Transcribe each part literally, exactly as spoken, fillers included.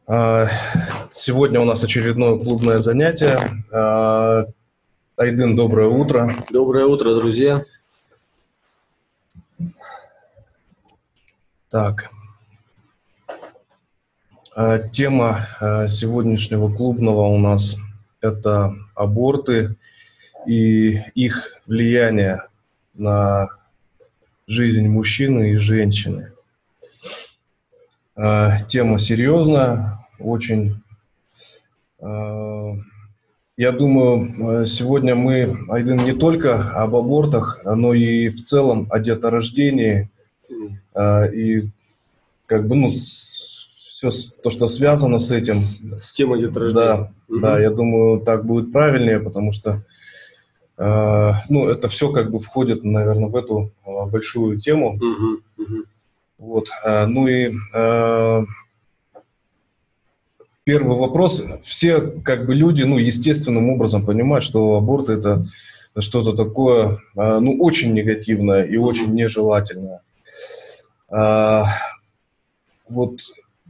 А, Сегодня у нас очередное клубное занятие. А, Айдын, доброе утро. Доброе утро, друзья. Так. А, Тема а, сегодняшнего клубного у нас – это аборты и их влияние на жизнь мужчины и женщины. А, Тема серьезная, очень. А, Я думаю, сегодня мы, Айдын, не только об абортах, но и в целом о деторождении и как бы, ну, все то, что связано с этим. С, с темой деторождения. Да, угу. Да, я думаю, так будет правильнее, потому что, ну, это все как бы входит, наверное, в эту большую тему. Угу, угу. Вот, ну и первый вопрос. Все как бы люди, ну, естественным образом понимают, что аборт – это что-то такое, ну, очень негативное и очень нежелательное. Вот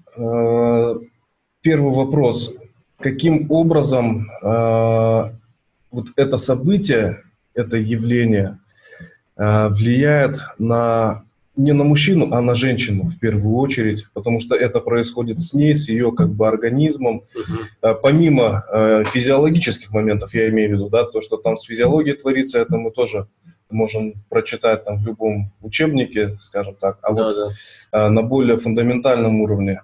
первый вопрос. Каким образом вот это событие, это явление влияет на не на мужчину, а на женщину в первую очередь, потому что это происходит с ней, с ее как бы организмом. Uh-huh. Помимо э, физиологических моментов, я имею в виду, да, то, что там с физиологией творится, это мы тоже можем прочитать там в любом учебнике, скажем так, а да, вот да. э, на более фундаментальном уровне.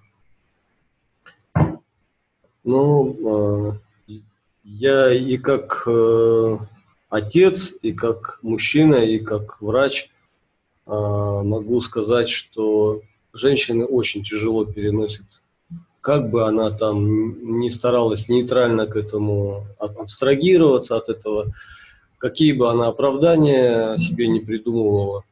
Ну, э, я и как э, отец, и как мужчина, и как врач могу сказать, что женщины очень тяжело переносят. Как бы она там ни старалась нейтрально к этому абстрагироваться от этого, какие бы она оправдания себе не придумывала,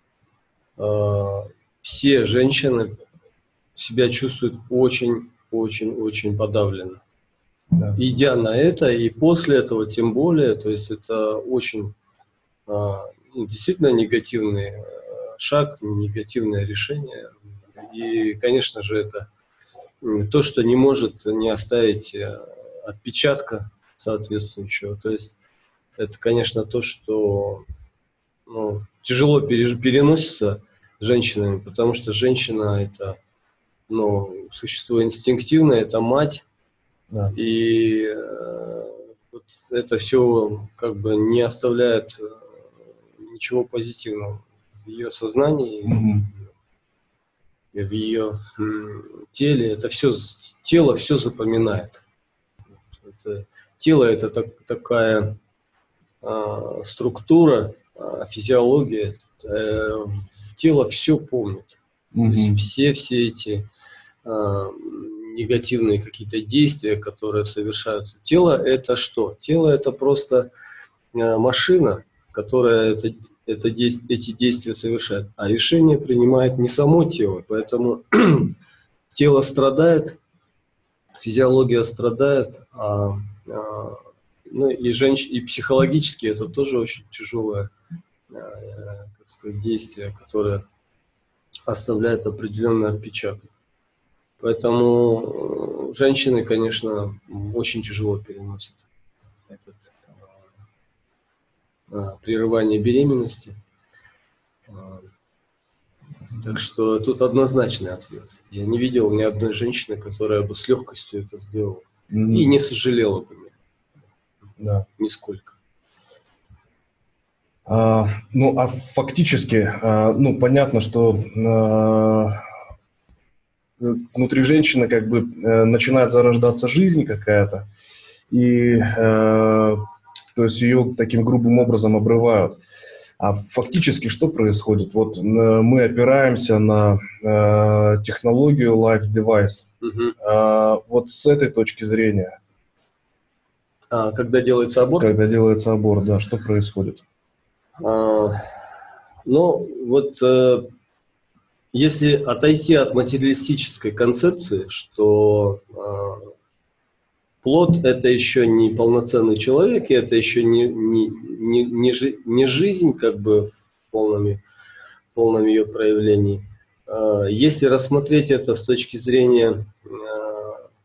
все женщины себя чувствуют очень-очень-очень подавленно. Да. Идя на это, и после этого тем более, то есть это очень ну, действительно негативный шаг, негативное решение. И, конечно же, это то, что не может не оставить отпечатка соответствующего. То есть это, конечно, то, что ну, тяжело переносится женщинами, потому что женщина – это ну, существо инстинктивное, это мать. Да. И э, вот это все как бы не оставляет ничего позитивного в ее сознании, mm-hmm. в ее м, теле. Это все, тело все запоминает. Это, тело – это так, такая а, структура, а, физиология. А, тело все помнит. Mm-hmm. То есть все, все эти а, негативные какие-то действия, которые совершаются. Тело – это что? Тело – это просто а, машина, которая это, это действие, эти действия совершает. А решение принимает не само тело. Поэтому тело страдает, физиология страдает, а, а, ну и, женщ... и психологически это тоже очень тяжелое а, как сказать, действие, которое оставляет определенный отпечаток. Поэтому женщины, конечно, очень тяжело переносят этот прерывание беременности. Так что тут однозначный ответ. Я не видел ни одной женщины, которая бы с легкостью это сделала. Mm-hmm. И не сожалела бы меня. Да. Нисколько. А, ну, а фактически, а, ну, понятно, что а, внутри женщины как бы а, начинает зарождаться жизнь какая-то, и а, то есть ее таким грубым образом обрывают. А фактически что происходит? Вот мы опираемся на э, технологию Life Device. Угу. Э, вот с этой точки зрения. А, когда делается аборт? Когда делается аборт, да, что происходит? А, ну, вот э, если отойти от материалистической концепции, что э, плод – это еще не полноценный человек, и это еще не, не, не, не, жи, не жизнь как бы в полном, в полном ее проявлении. Если рассмотреть это с точки зрения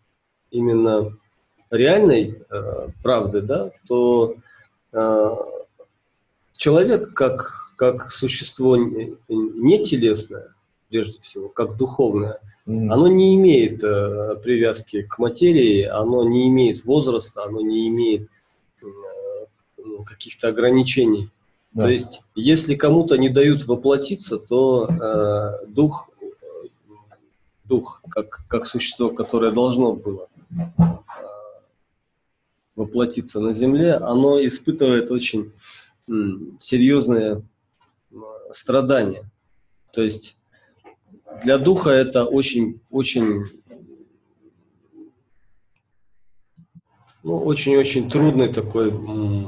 именно реальной э, правды, да, то э, человек как, как существо не телесное, прежде всего, как духовное, mm-hmm. оно не имеет э, привязки к материи, оно не имеет возраста, оно не имеет э, каких-то ограничений. Да. То есть, если кому-то не дают воплотиться, то э, дух, дух как, как существо, которое должно было э, воплотиться на земле, оно испытывает очень э, серьезные э, страдания. То есть, для духа это очень, очень, ну, очень-очень трудный такой э,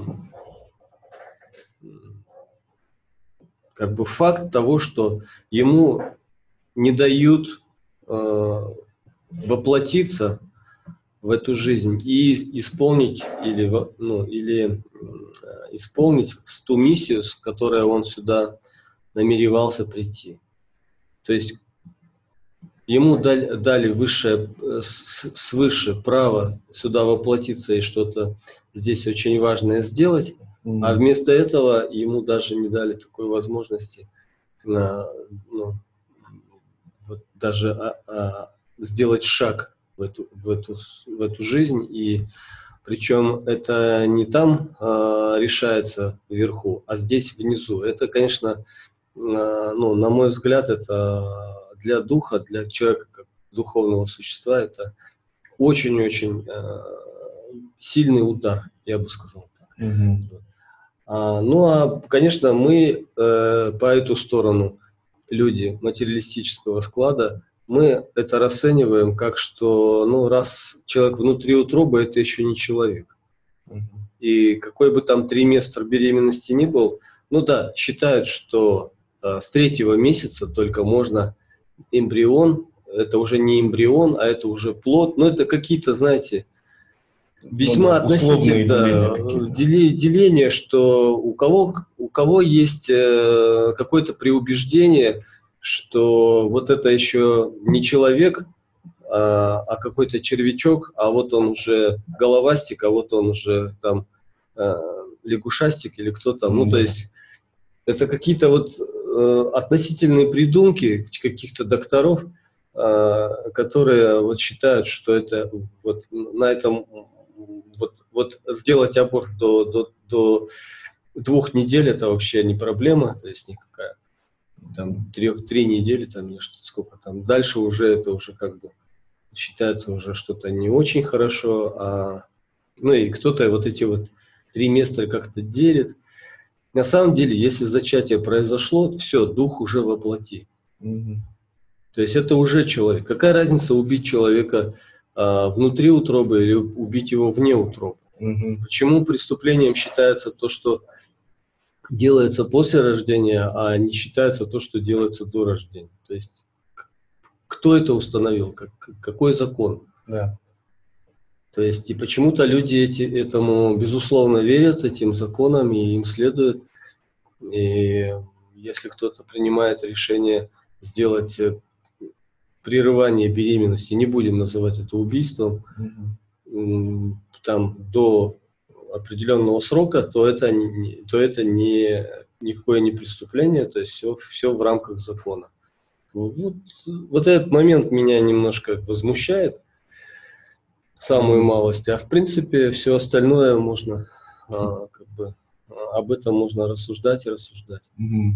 как бы факт того, что ему не дают э, воплотиться в эту жизнь и исполнить или, ну, или э, исполнить ту миссию, с которой он сюда намеревался прийти. То есть ему дали, дали высшее, свыше право сюда воплотиться и что-то здесь очень важное сделать, mm-hmm. а вместо этого ему даже не дали такой возможности на, ну, вот даже а, а, сделать шаг в эту, в, эту, в эту жизнь. И причем это не там а, решается вверху, а здесь внизу. Это, конечно, а, ну, на мой взгляд, это для духа, для человека как духовного существа, это очень-очень э, сильный удар, я бы сказал. Mm-hmm. А, ну, а, конечно, мы э, по эту сторону, люди материалистического склада, мы это расцениваем как, что, ну, раз человек внутри утробы, это еще не человек. Mm-hmm. И какой бы там триместр беременности ни был, ну да, считают, что э, с третьего месяца только можно эмбрион, это уже не эмбрион, а это уже плод. Но это какие-то, знаете, весьма ну, относительно да, деления, деления, что у кого, у кого есть э, какое-то преубеждение, что вот это еще не человек, а, а какой-то червячок, а вот он уже головастик, а вот он уже там э, лягушастик или кто там. Mm-hmm. Ну, то есть это какие-то вот относительные придумки каких-то докторов, которые вот считают, что это вот на этом вот, вот сделать аборт до, до, до двух недель это вообще не проблема, то есть никакая. Там трех, три недели, там или что-то сколько там. Дальше уже это уже как бы считается уже что-то не очень хорошо, а ну и кто-то вот эти вот триместры как-то делит. На самом деле, если зачатие произошло, все, дух уже воплоти. Mm-hmm. То есть это уже человек. Какая разница убить человека а, внутри утробы или убить его вне утробы? Mm-hmm. Почему преступлением считается то, что делается после рождения, а не считается то, что делается до рождения? То есть кто это установил? Как, какой закон? Yeah. То есть и почему-то люди эти, этому безусловно верят, этим законам, и им следуют. И если кто-то принимает решение сделать прерывание беременности, не будем называть это убийством, mm-hmm. там до определенного срока, то это, не, то это не, никакое не преступление, то есть все, все в рамках закона. Вот, вот этот момент меня немножко возмущает. Самую малость, а в принципе все остальное можно, а, как бы, а, об этом можно рассуждать и рассуждать. Mm-hmm.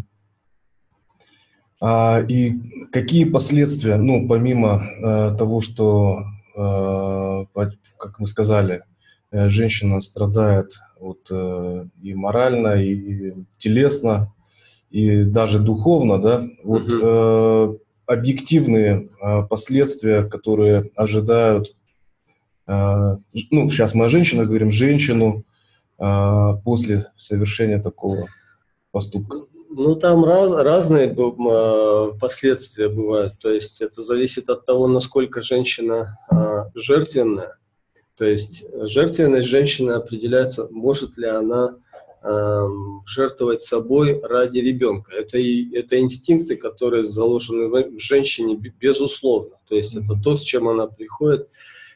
А, и какие последствия, ну, помимо а, того, что, а, как мы сказали, женщина страдает вот, а, и морально, и телесно, и даже духовно, да, вот mm-hmm. а, объективные а, последствия, которые ожидают. Uh, ну, сейчас мы о женщинах говорим, женщину uh, после совершения такого поступка. Ну, там раз, разные uh, последствия бывают. То есть это зависит от того, насколько женщина uh, жертвенная. То есть жертвенность женщины определяется, может ли она uh, жертвовать собой ради ребенка. Это, и, это инстинкты, которые заложены в женщине безусловно. То есть mm-hmm. это то, с чем она приходит.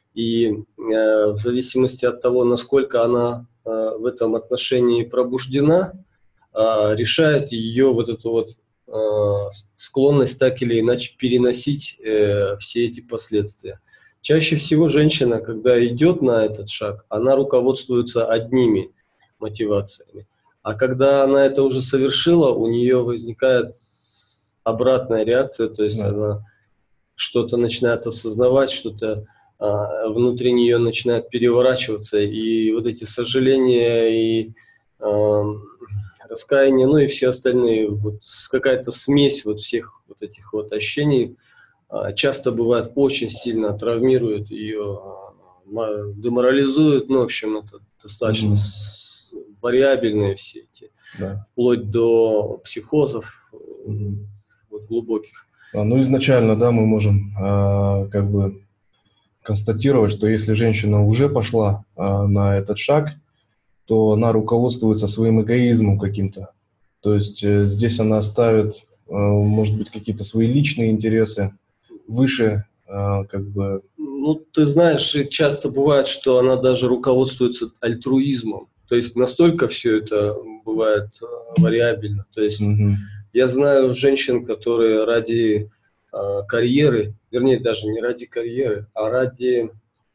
И э, в зависимости от того, насколько она э, в этом отношении пробуждена, э, решает ее вот эту вот э, склонность так или иначе переносить э, все эти последствия. Чаще всего женщина, когда идет на этот шаг, она руководствуется одними мотивациями. А когда она это уже совершила, у нее возникает обратная реакция, то есть Да. она что-то начинает осознавать, что-то а, внутри нее начинает переворачиваться, и вот эти сожаления и а, раскаяние, ну и все остальные, вот какая-то смесь вот всех вот этих вот ощущений а, часто бывает очень сильно травмирует ее, а, деморализует, ну, в общем, это достаточно Mm-hmm. вариабельные все эти, Да. вплоть до психозов Mm-hmm. вот, глубоких. А, ну, изначально, да, мы можем а, как бы констатировать, что если женщина уже пошла а, на этот шаг, то она руководствуется своим эгоизмом каким-то. То есть э, здесь она ставит, э, может быть, какие-то свои личные интересы выше, э, как бы... Ну, ты знаешь, часто бывает, что она даже руководствуется альтруизмом. То есть настолько все это бывает э, вариабельно. То есть Угу. я знаю женщин, которые ради э, карьеры, вернее, даже не ради карьеры, а ради...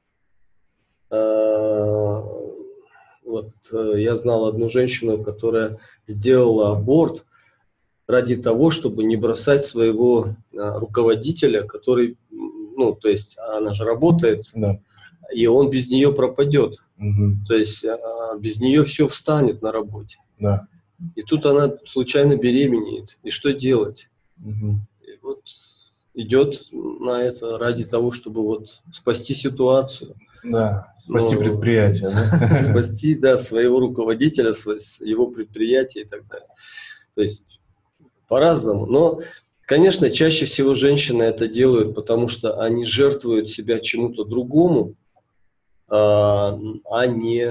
Э, вот э, я знал одну женщину, которая сделала аборт ради того, чтобы не бросать своего а, руководителя, который, ну, то есть она же работает, Да. и он без нее пропадет. Угу. То есть а, без нее все встанет на работе. Да. И тут она случайно беременеет. И что делать? Угу. И вот идет на это ради того, чтобы вот спасти ситуацию. Да, спасти Но, предприятие. Да? Спасти, да, своего руководителя, его предприятие и так далее. То есть по-разному. Но, конечно, чаще всего женщины это делают, потому что они жертвуют себя чему-то другому, а, а не,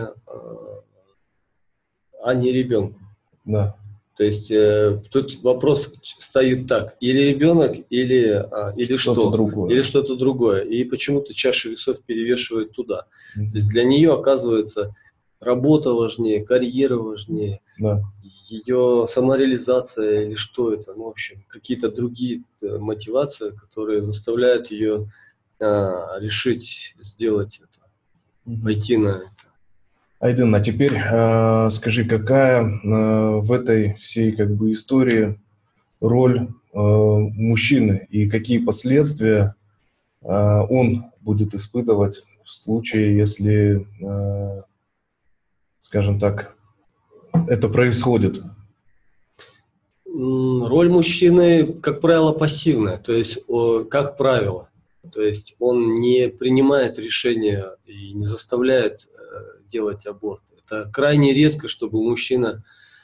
а не ребенку. Да. То есть э, тут вопрос стоит так: или ребенок, или, а, или что-то что, другое. или что-то другое. И почему-то чаша весов перевешивает туда. Mm-hmm. То есть для нее оказывается работа важнее, карьера важнее, да. ее самореализация или что это, ну, в общем, какие-то другие мотивации, которые заставляют ее а, решить сделать это, mm-hmm. пойти на это. Айдын, а теперь э, скажи, какая э, в этой всей как бы истории роль э, мужчины и какие последствия э, он будет испытывать в случае, если, э, скажем так, это происходит? Роль мужчины, как правило, пассивная, то есть, как правило, то есть он не принимает решения и не заставляет делать аборт. Это крайне редко, чтобы мужчина,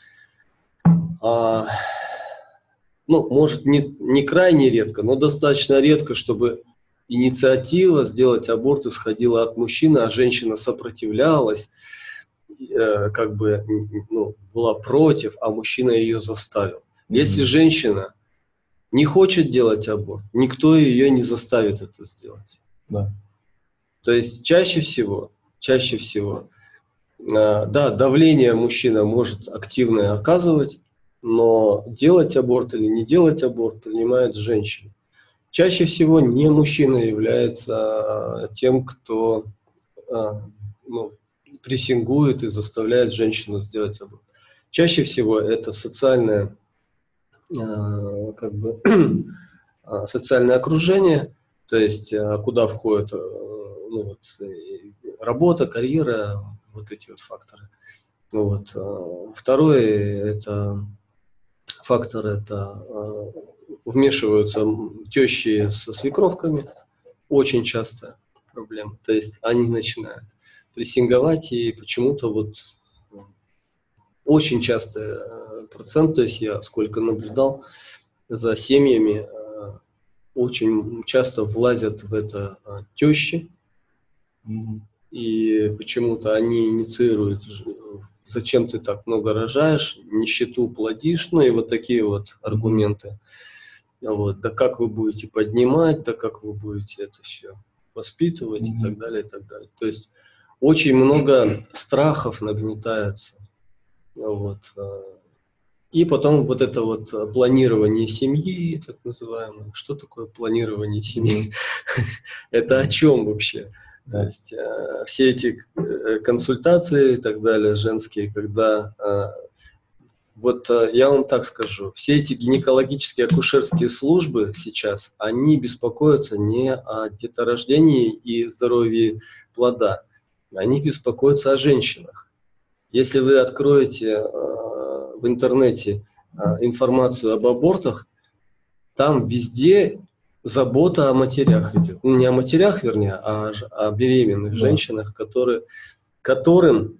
а, ну, может, не, не крайне редко, но достаточно редко, чтобы инициатива сделать аборт исходила от мужчины, а женщина сопротивлялась, э, как бы, ну, была против, а мужчина ее заставил. Mm-hmm. Если женщина не хочет делать аборт, никто ее не заставит это сделать. Да. То есть чаще всего, чаще всего, да, давление мужчина может активное оказывать, но делать аборт или не делать аборт принимает женщина. Чаще всего не мужчина является тем, кто, ну, прессингует и заставляет женщину сделать аборт. Чаще всего это социальное, как бы, социальное окружение, то есть куда входит, ну, вот, работа, карьера, вот эти вот факторы. Вот. Второй это фактор, это вмешиваются тещи со свекровками, очень часто проблема. То есть они начинают прессинговать, и почему-то вот очень часто процент, то есть я сколько наблюдал за семьями, очень часто влазят в это тещи, mm-hmm. и почему-то они инициируют, зачем ты так много рожаешь, нищету плодишь, ну и вот такие вот аргументы. Mm-hmm. Вот, да как вы будете поднимать, да как вы будете это все. воспитывать Mm-hmm. и так далее, и так далее. То есть очень много страхов нагнетается. Вот. И потом вот это вот планирование семьи, так называемое. Что такое планирование семьи? Это о чем вообще? То есть все эти консультации и так далее, женские, когда... Вот я вам так скажу, все эти гинекологические акушерские службы сейчас, они беспокоятся не о деторождении и здоровье плода, они беспокоятся о женщинах. Если вы откроете э, в интернете э, информацию об абортах, там везде забота о матерях идет. Ну, не о матерях, вернее, а о беременных, да, женщинах, которые, которым...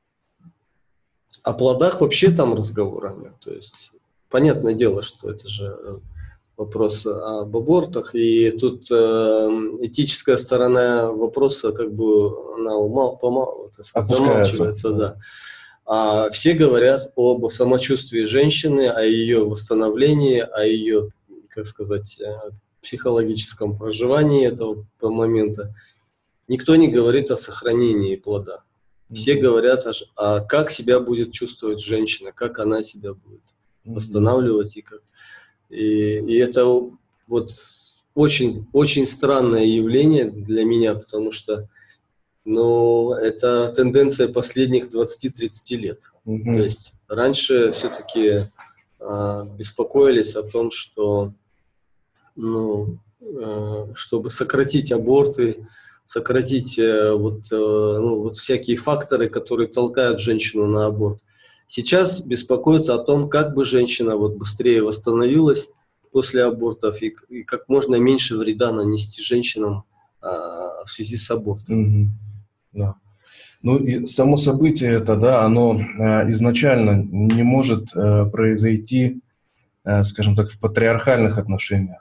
О плодах вообще там разговора нет. То есть, понятное дело, что это же вопрос об абортах, и тут э, этическая сторона вопроса как бы она умал, помал, так сказать, замалчивается. Да. А все говорят об самочувствии женщины, о ее восстановлении, о ее, как сказать, психологическом проживании этого момента. Никто не говорит о сохранении плода. Все говорят, аж, а как себя будет чувствовать женщина, как она себя будет восстанавливать. И, как. и, и это вот очень, очень странное явление для меня, потому что ну, это тенденция последних двадцати-тридцати лет. Mm-hmm. То есть раньше все-таки а, беспокоились о том, что ну, а, чтобы сократить аборты, сократить э, вот, э, ну, вот всякие факторы, которые толкают женщину на аборт. Сейчас беспокоиться о том, как бы женщина вот быстрее восстановилась после абортов и, и как можно меньше вреда нанести женщинам а, в связи с абортом. Mm-hmm. Да. Ну и само событие это, да, оно э, изначально не может э, произойти, э, скажем так, в патриархальных отношениях.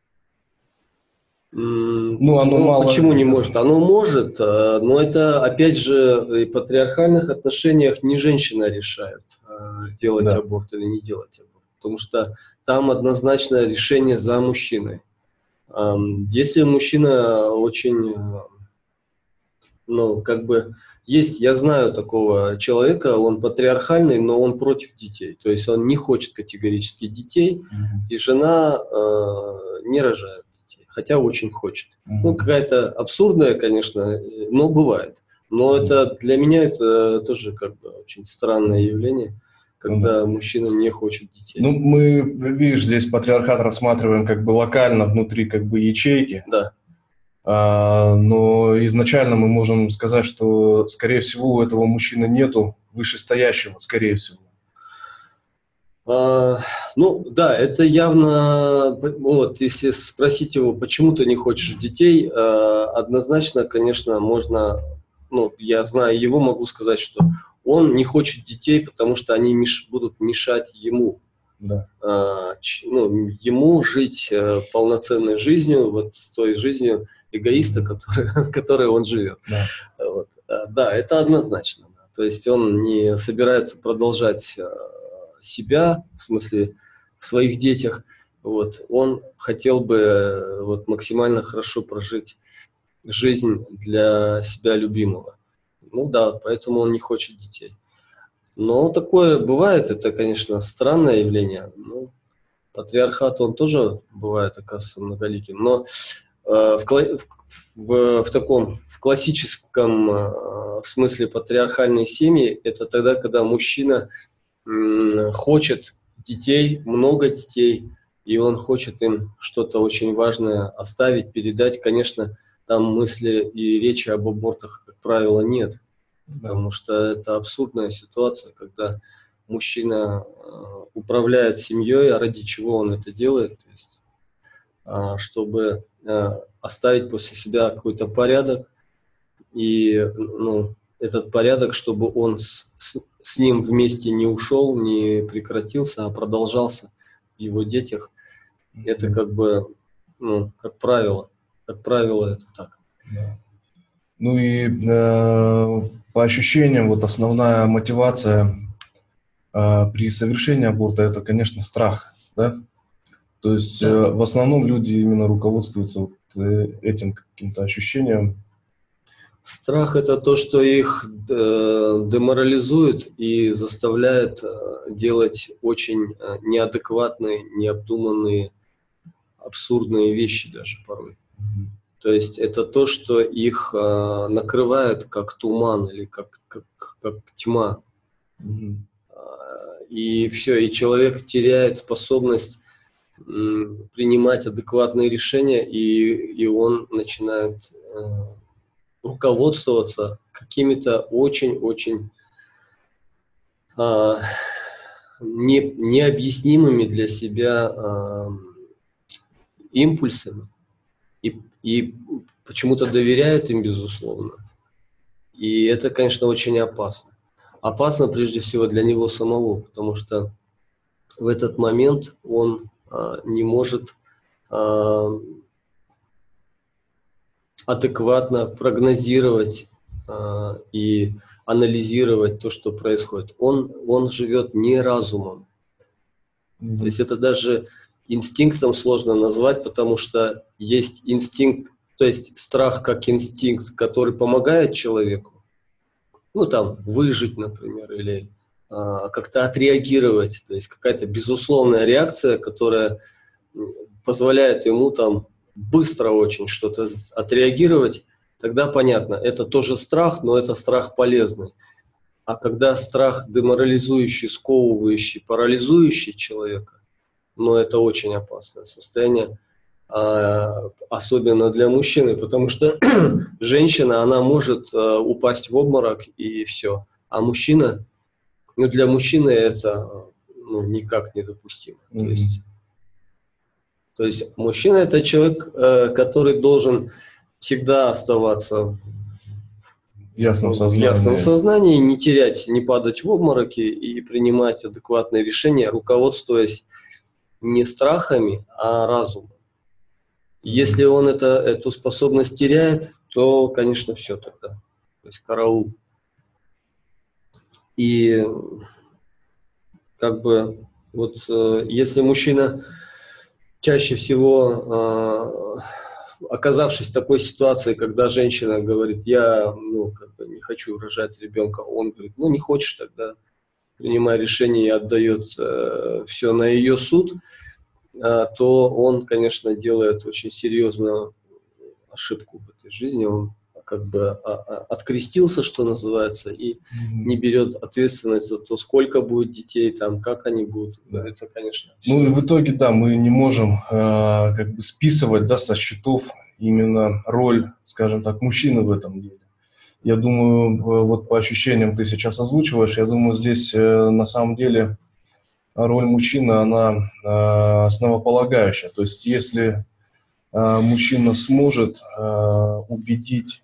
Ну, оно ну, мало... Почему не может? Оно может, но это, опять же, в патриархальных отношениях не женщина решает, делать да. аборт или не делать аборт. Потому что там однозначно решение за мужчиной. Если мужчина очень, ну, как бы, есть, я знаю такого человека, он патриархальный, но он против детей. То есть он не хочет категорически детей, mm-hmm. и жена э, не рожает. Хотя очень хочет. Mm-hmm. Ну, какая-то абсурдная, конечно, но бывает. Но mm-hmm. это для меня это тоже как бы очень странное явление, когда mm-hmm. мужчина не хочет детей. Ну, мы, видишь, здесь патриархат рассматриваем как бы локально внутри как бы ячейки. Да. А, но изначально мы можем сказать, что, скорее всего, у этого мужчины нету вышестоящего, скорее всего. Uh, ну, да, это явно, вот, если спросить его, почему ты не хочешь детей, uh, однозначно, конечно, можно, ну, я знаю его, могу сказать, что он не хочет детей, потому что они меш, будут мешать ему, да. uh, ч, ну, ему жить uh, полноценной жизнью, вот той жизнью эгоиста, который, которой он живет. Да. Вот. Uh, да, это однозначно. То есть он не собирается продолжать uh, себя, в смысле в своих детях, вот, он хотел бы вот, максимально хорошо прожить жизнь для себя любимого. Ну да, поэтому он не хочет детей. Но такое бывает, это, конечно, странное явление. Ну, патриархат, он тоже бывает, оказывается, многоликим. Но э, в, в, в таком в классическом э, смысле патриархальной семьи это тогда, когда мужчина хочет детей, много детей, и он хочет им что-то очень важное оставить, передать. Конечно, там мысли и речи об абортах, как правило, нет, да. Потому что это абсурдная ситуация, когда мужчина управляет семьей, а ради чего он это делает, то есть, чтобы оставить после себя какой-то порядок, и, ну, этот порядок, чтобы он с, с, с ним вместе не ушел, не прекратился, а продолжался в его детях. Mm-hmm. Это как бы, ну, как правило, как правило, это так. Да. Ну и э, по ощущениям, вот основная мотивация э, при совершении аборта – это, конечно, страх, да? То есть э, в основном люди именно руководствуются вот э, этим каким-то ощущениям? Страх – это то, что их э, деморализует и заставляет э, делать очень э, неадекватные, необдуманные, абсурдные вещи даже порой. Mm-hmm. То есть это то, что их э, накрывает как туман или как, как, как тьма. Mm-hmm. И все, и человек теряет способность м, принимать адекватные решения, и, и он начинает э, руководствоваться какими-то очень-очень э, не, необъяснимыми для себя э, импульсами. И, и почему-то доверяет им, безусловно. И это, конечно, очень опасно. Опасно прежде всего для него самого, потому что в этот момент он а, не может а, адекватно прогнозировать а, и анализировать то, что происходит. Он, он живет не разумом. Mm-hmm. То есть это даже инстинктом сложно назвать, потому что есть инстинкт, то есть страх как инстинкт, который помогает человеку, ну там, выжить, например, или а, как-то отреагировать, то есть какая-то безусловная реакция, которая позволяет ему там быстро очень что-то отреагировать, тогда понятно, это тоже страх, но это страх полезный. А когда страх деморализующий, сковывающий, парализующий человека, ну это очень опасное состояние, а, особенно для мужчины, потому что женщина, она может а, упасть в обморок и все, а мужчина, ну для мужчины это ну, никак недопустимо. Mm-hmm. То есть, то есть мужчина это человек, э, который должен всегда оставаться в ясном сознании. ясном сознании, не терять, не падать в обмороки и принимать адекватные решения, руководствуясь не страхами, а разумом. Если он это, эту способность теряет, то, конечно, все тогда. То есть караул. И как бы вот э, если мужчина чаще всего, э, оказавшись в такой ситуации, когда женщина говорит, я ну, как бы не хочу рожать ребенка, он говорит, ну не хочешь, тогда принимай решение и отдает э, все на ее суд, то он, конечно, делает очень серьезную ошибку в этой жизни. Он как бы открестился, что называется, и mm-hmm. не берет ответственность за то, сколько будет детей, там, как они будут. Да. Это, конечно, все. Ну и в итоге, да, мы не можем э, как бы списывать, да, со счетов именно роль, скажем так, мужчины в этом деле. Я думаю, вот по ощущениям ты сейчас озвучиваешь, я думаю, здесь э, на самом деле роль мужчины, она э, основополагающая. То есть если э, мужчина сможет э, убедить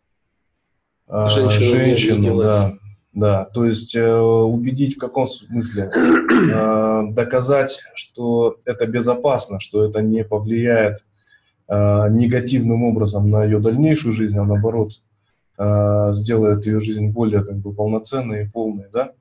э, женщину, женщину да, да, то есть э, убедить в каком смысле? Э, доказать, что это безопасно, что это не повлияет э, негативным образом на ее дальнейшую жизнь, а наоборот э, сделает ее жизнь более как бы полноценной и полной, да?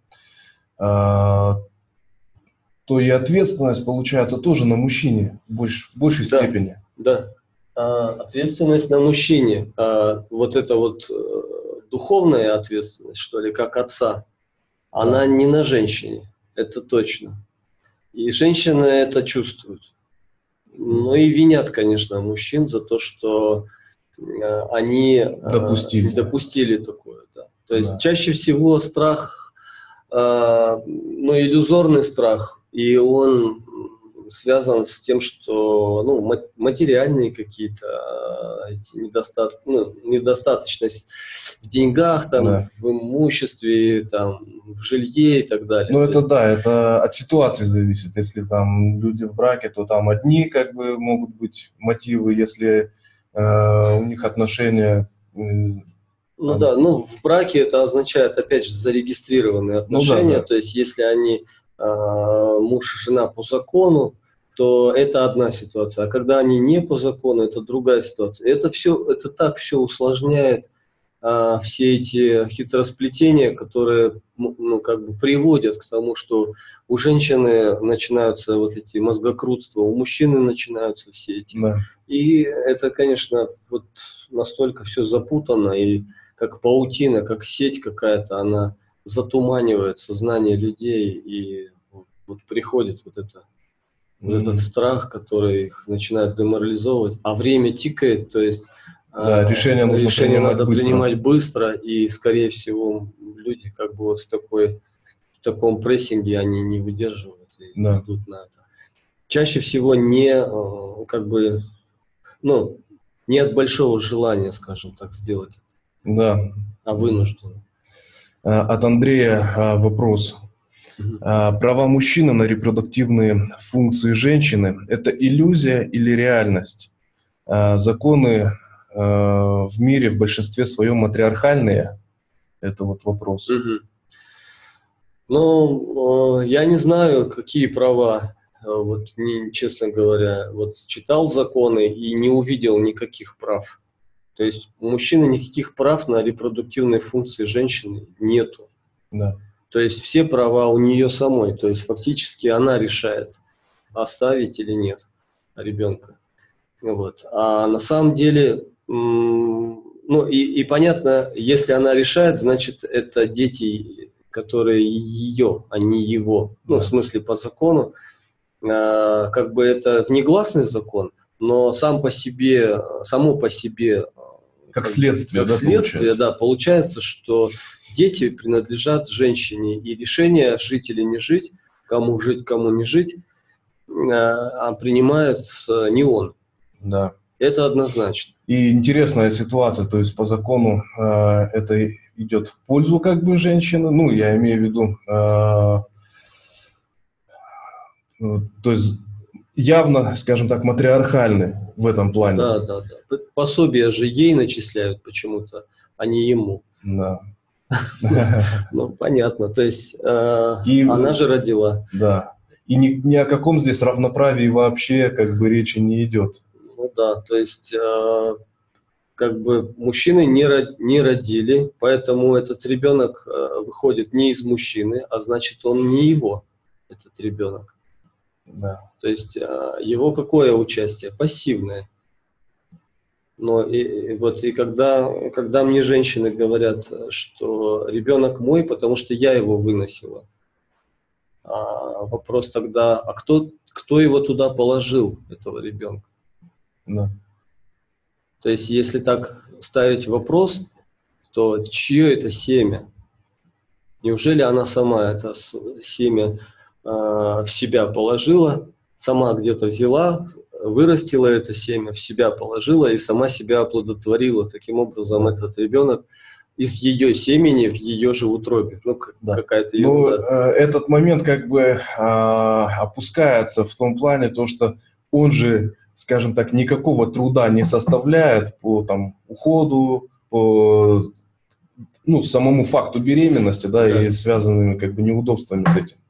Э, то и ответственность получается тоже на мужчине в, больш, в большей да, степени. Да, а, ответственность на мужчине. А, вот эта вот а, духовная ответственность, что ли, как отца, да. Она не на женщине, это точно. И женщины это чувствуют. Ну и винят, конечно, мужчин за то, что а, они допустили, а, допустили такое. Да. То есть да. чаще всего страх, а, ну иллюзорный страх, и он связан с тем, что ну, материальные какие-то эти недостат, ну, недостаточность в деньгах, там, да. в имуществе, там, в жилье и так далее. Ну это есть... да, это от ситуации зависит. Если там люди в браке, то там одни как бы могут быть мотивы, если э, у них отношения... Э, ну там... да, ну в браке это означает, опять же, зарегистрированные отношения, ну, да, да. То есть если они муж и жена по закону, то это одна ситуация. А когда они не по закону, это другая ситуация. Это все, это так все усложняет а, все эти хитросплетения, которые ну, как бы приводят к тому, что у женщины начинаются вот эти мозгокрутства, у мужчины начинаются все эти. Да. И это, конечно, вот настолько все запутано, и как паутина, как сеть какая-то, она затуманивает сознание людей, и вот, вот приходит вот это. Вот Mm. этот страх, который их начинает деморализовывать, а время тикает, то есть да, э, решение, нужно решение принимать надо быстро. принимать быстро, и, скорее всего, люди как бы вот в, такой, в таком прессинге они не выдерживают и Да. идут на это. Чаще всего не, э, как бы, ну, не от большого желания, скажем так, сделать это, Да. а вынужденно. От Андрея вопрос. Права мужчины на репродуктивные функции женщины – это иллюзия или реальность? Законы в мире в большинстве своем матриархальные? Это вот вопрос. Угу. Ну, я не знаю, какие права, вот, не, честно говоря, вот читал законы и не увидел никаких прав. То есть у мужчины никаких прав на репродуктивные функции женщины нету. Да. То есть все права у нее самой. То есть фактически она решает, оставить или нет ребенка. Вот. А на самом деле, ну и, и понятно, если она решает, значит это дети, которые ее, а не его. Ну, да. в смысле по закону. Как бы это негласный закон, но сам по себе, само по себе как, как следствие, как да, следствие, получается? да, получается, что дети принадлежат женщине, и решение жить или не жить, кому жить, кому не жить, а принимает не он. Да. Это однозначно. И интересная ситуация, то есть по закону э, это идет в пользу как бы женщины, ну, я имею в виду, э, то есть явно, скажем так, матриархальный в этом плане. Да, да, да. Пособия же ей начисляют почему-то, а не ему. Да. Ну, понятно, то есть она же родила. Да. И ни, ни о каком здесь равноправии вообще как бы речи не идет. Ну да, то есть э, как бы мужчины не, не родили, поэтому этот ребенок э, выходит не из мужчины, а значит он не его, этот ребенок. Да. То есть э, его какое участие? Пассивное. Но и, и вот и когда, когда мне женщины говорят, что ребенок мой, потому что я его выносила, а вопрос тогда, а кто, кто его туда положил, этого ребенка? Да. То есть, если так ставить вопрос, то чье это семя? Неужели она сама это семя э, в себя положила, сама где-то взяла, вырастила это семя, в себя положила и сама себя оплодотворила? Таким образом, да. Этот ребенок из ее семени в ее же утробе. Ну, да. какая-то ерунда. Ну, э, этот момент как бы э, опускается в том плане, то, что он же, скажем так, никакого труда не составляет по там, уходу, по ну, самому факту беременности, да, да, и связанными как бы неудобствами с этим.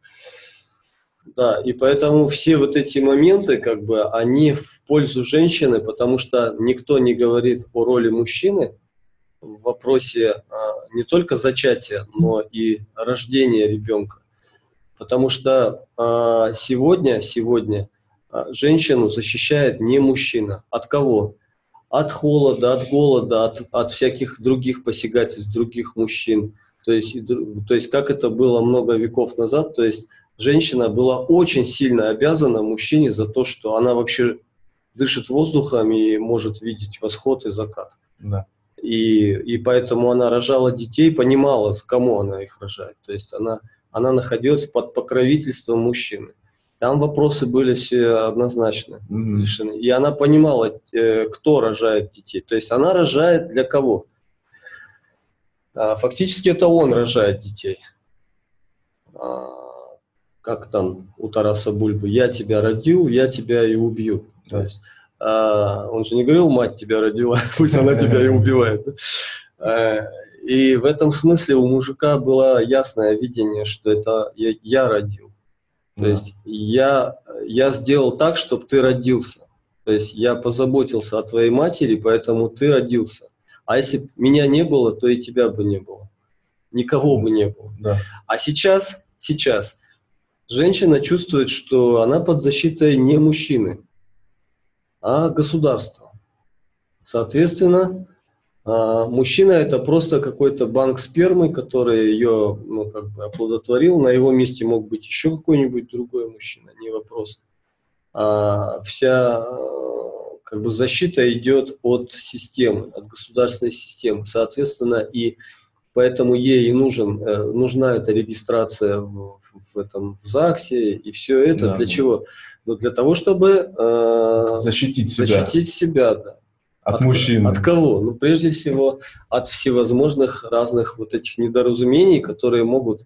Да, и поэтому все вот эти моменты, как бы, они в пользу женщины, потому что никто не говорит о роли мужчины в вопросе а, не только зачатия, но и рождения ребенка. Потому что а, сегодня, сегодня а, женщину защищает не мужчина. От кого? От холода, от голода, от, от всяких других посягательств других мужчин. То есть, то есть, как это было много веков назад, то есть женщина была очень сильно обязана мужчине за то, что она вообще дышит воздухом и может видеть восход и закат. Да. И, и поэтому она рожала детей, понимала, с кому она их рожает. То есть она, она находилась под покровительством мужчины. Там вопросы были все однозначно mm-hmm. решены. И она понимала, э, кто рожает детей. То есть она рожает для кого? А, фактически это он рожает детей. А, как там у Тараса Бульбы? Я тебя родил, я тебя и убью. Mm-hmm. То есть, а, он же не говорил, мать тебя родила, пусть она тебя и убивает. А, и в этом смысле у мужика было ясное видение, что это я, я родил. То yeah. есть я, я сделал так, чтобы ты родился. То есть я позаботился о твоей матери, поэтому ты родился. А если бы меня не было, то и тебя бы не было. Никого бы не было. Да. А сейчас, сейчас женщина чувствует, что она под защитой не мужчины, а государства. Соответственно, мужчина – это просто какой-то банк спермы, который ее, ну, как бы оплодотворил. На его месте мог быть еще какой-нибудь другой мужчина, не вопрос. А вся как бы защита идет от системы, от государственной системы. Соответственно, и поэтому ей и нужен, нужна эта регистрация в, в этом в ЗАГСе и все это. Да, для да. чего? Ну, для того, чтобы э, защитить себя. Защитить себя, да. От, от мужчин. От кого? Ну, прежде всего, от всевозможных разных вот этих недоразумений, которые могут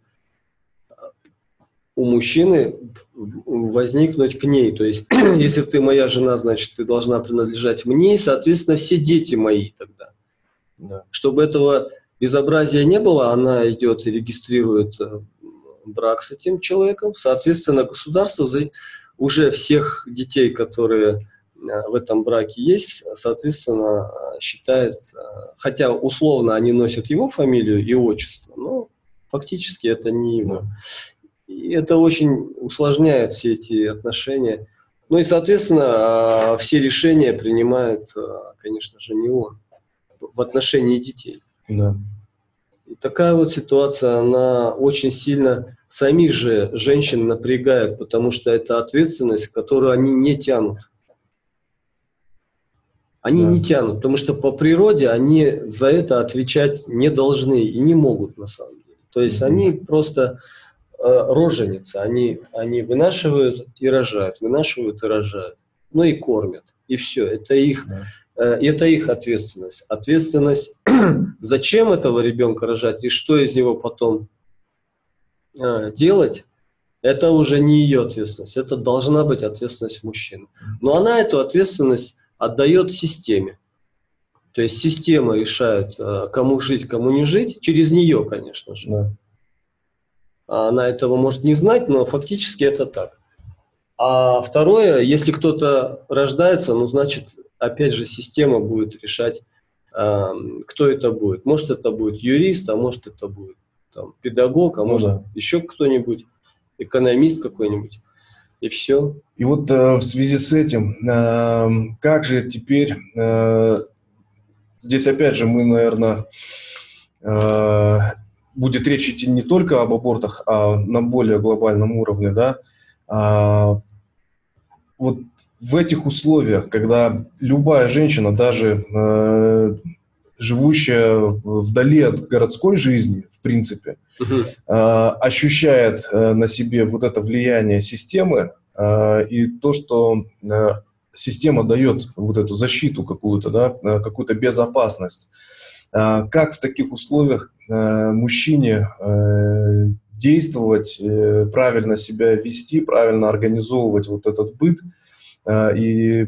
у мужчины возникнуть к ней. То есть, если ты моя жена, значит, ты должна принадлежать мне, и, соответственно, все дети мои тогда. Да. Чтобы этого безобразия не было, она идет и регистрирует брак с этим человеком. Соответственно, государство уже всех детей, которые в этом браке есть, соответственно, считает, хотя условно они носят его фамилию и отчество, но фактически это не его. И это очень усложняет все эти отношения. Ну и, соответственно, все решения принимает, конечно же, не он в отношении детей. Да. И такая вот ситуация, она очень сильно самих же женщин напрягает, потому что это ответственность, которую они не тянут. Они да. не тянут, потому что по природе они за это отвечать не должны и не могут на самом деле. То есть mm-hmm. они просто э, роженицы, они, они вынашивают и рожают, вынашивают и рожают, ну и кормят, и все. Это их, yeah. э, это их ответственность. Ответственность, зачем этого ребенка рожать и что из него потом э, делать, это уже не ее ответственность, это должна быть ответственность мужчины. Но она эту ответственность отдает системе. То есть система решает, кому жить, кому не жить, через нее, конечно же. Да. Она этого может не знать, но фактически это так. А второе, если кто-то рождается, ну, значит, опять же, система будет решать, кто это будет. Может, это будет юрист, а может, это будет там, педагог, а ну, может, да. еще кто-нибудь, экономист какой-нибудь. И все. И вот э, в связи с этим, э, как же теперь, э, здесь опять же мы, наверное, э, будет речь идти не только об абортах, а на более глобальном уровне, да, а, вот в этих условиях, когда любая женщина, даже э, живущая вдали от городской жизни, в принципе, uh-huh. э, ощущает э, на себе вот это влияние системы э, и то, что э, система дает вот эту защиту какую-то, да, э, какую-то безопасность. Э, как в таких условиях э, мужчине э, действовать, э, правильно себя вести, правильно организовывать вот этот быт э, и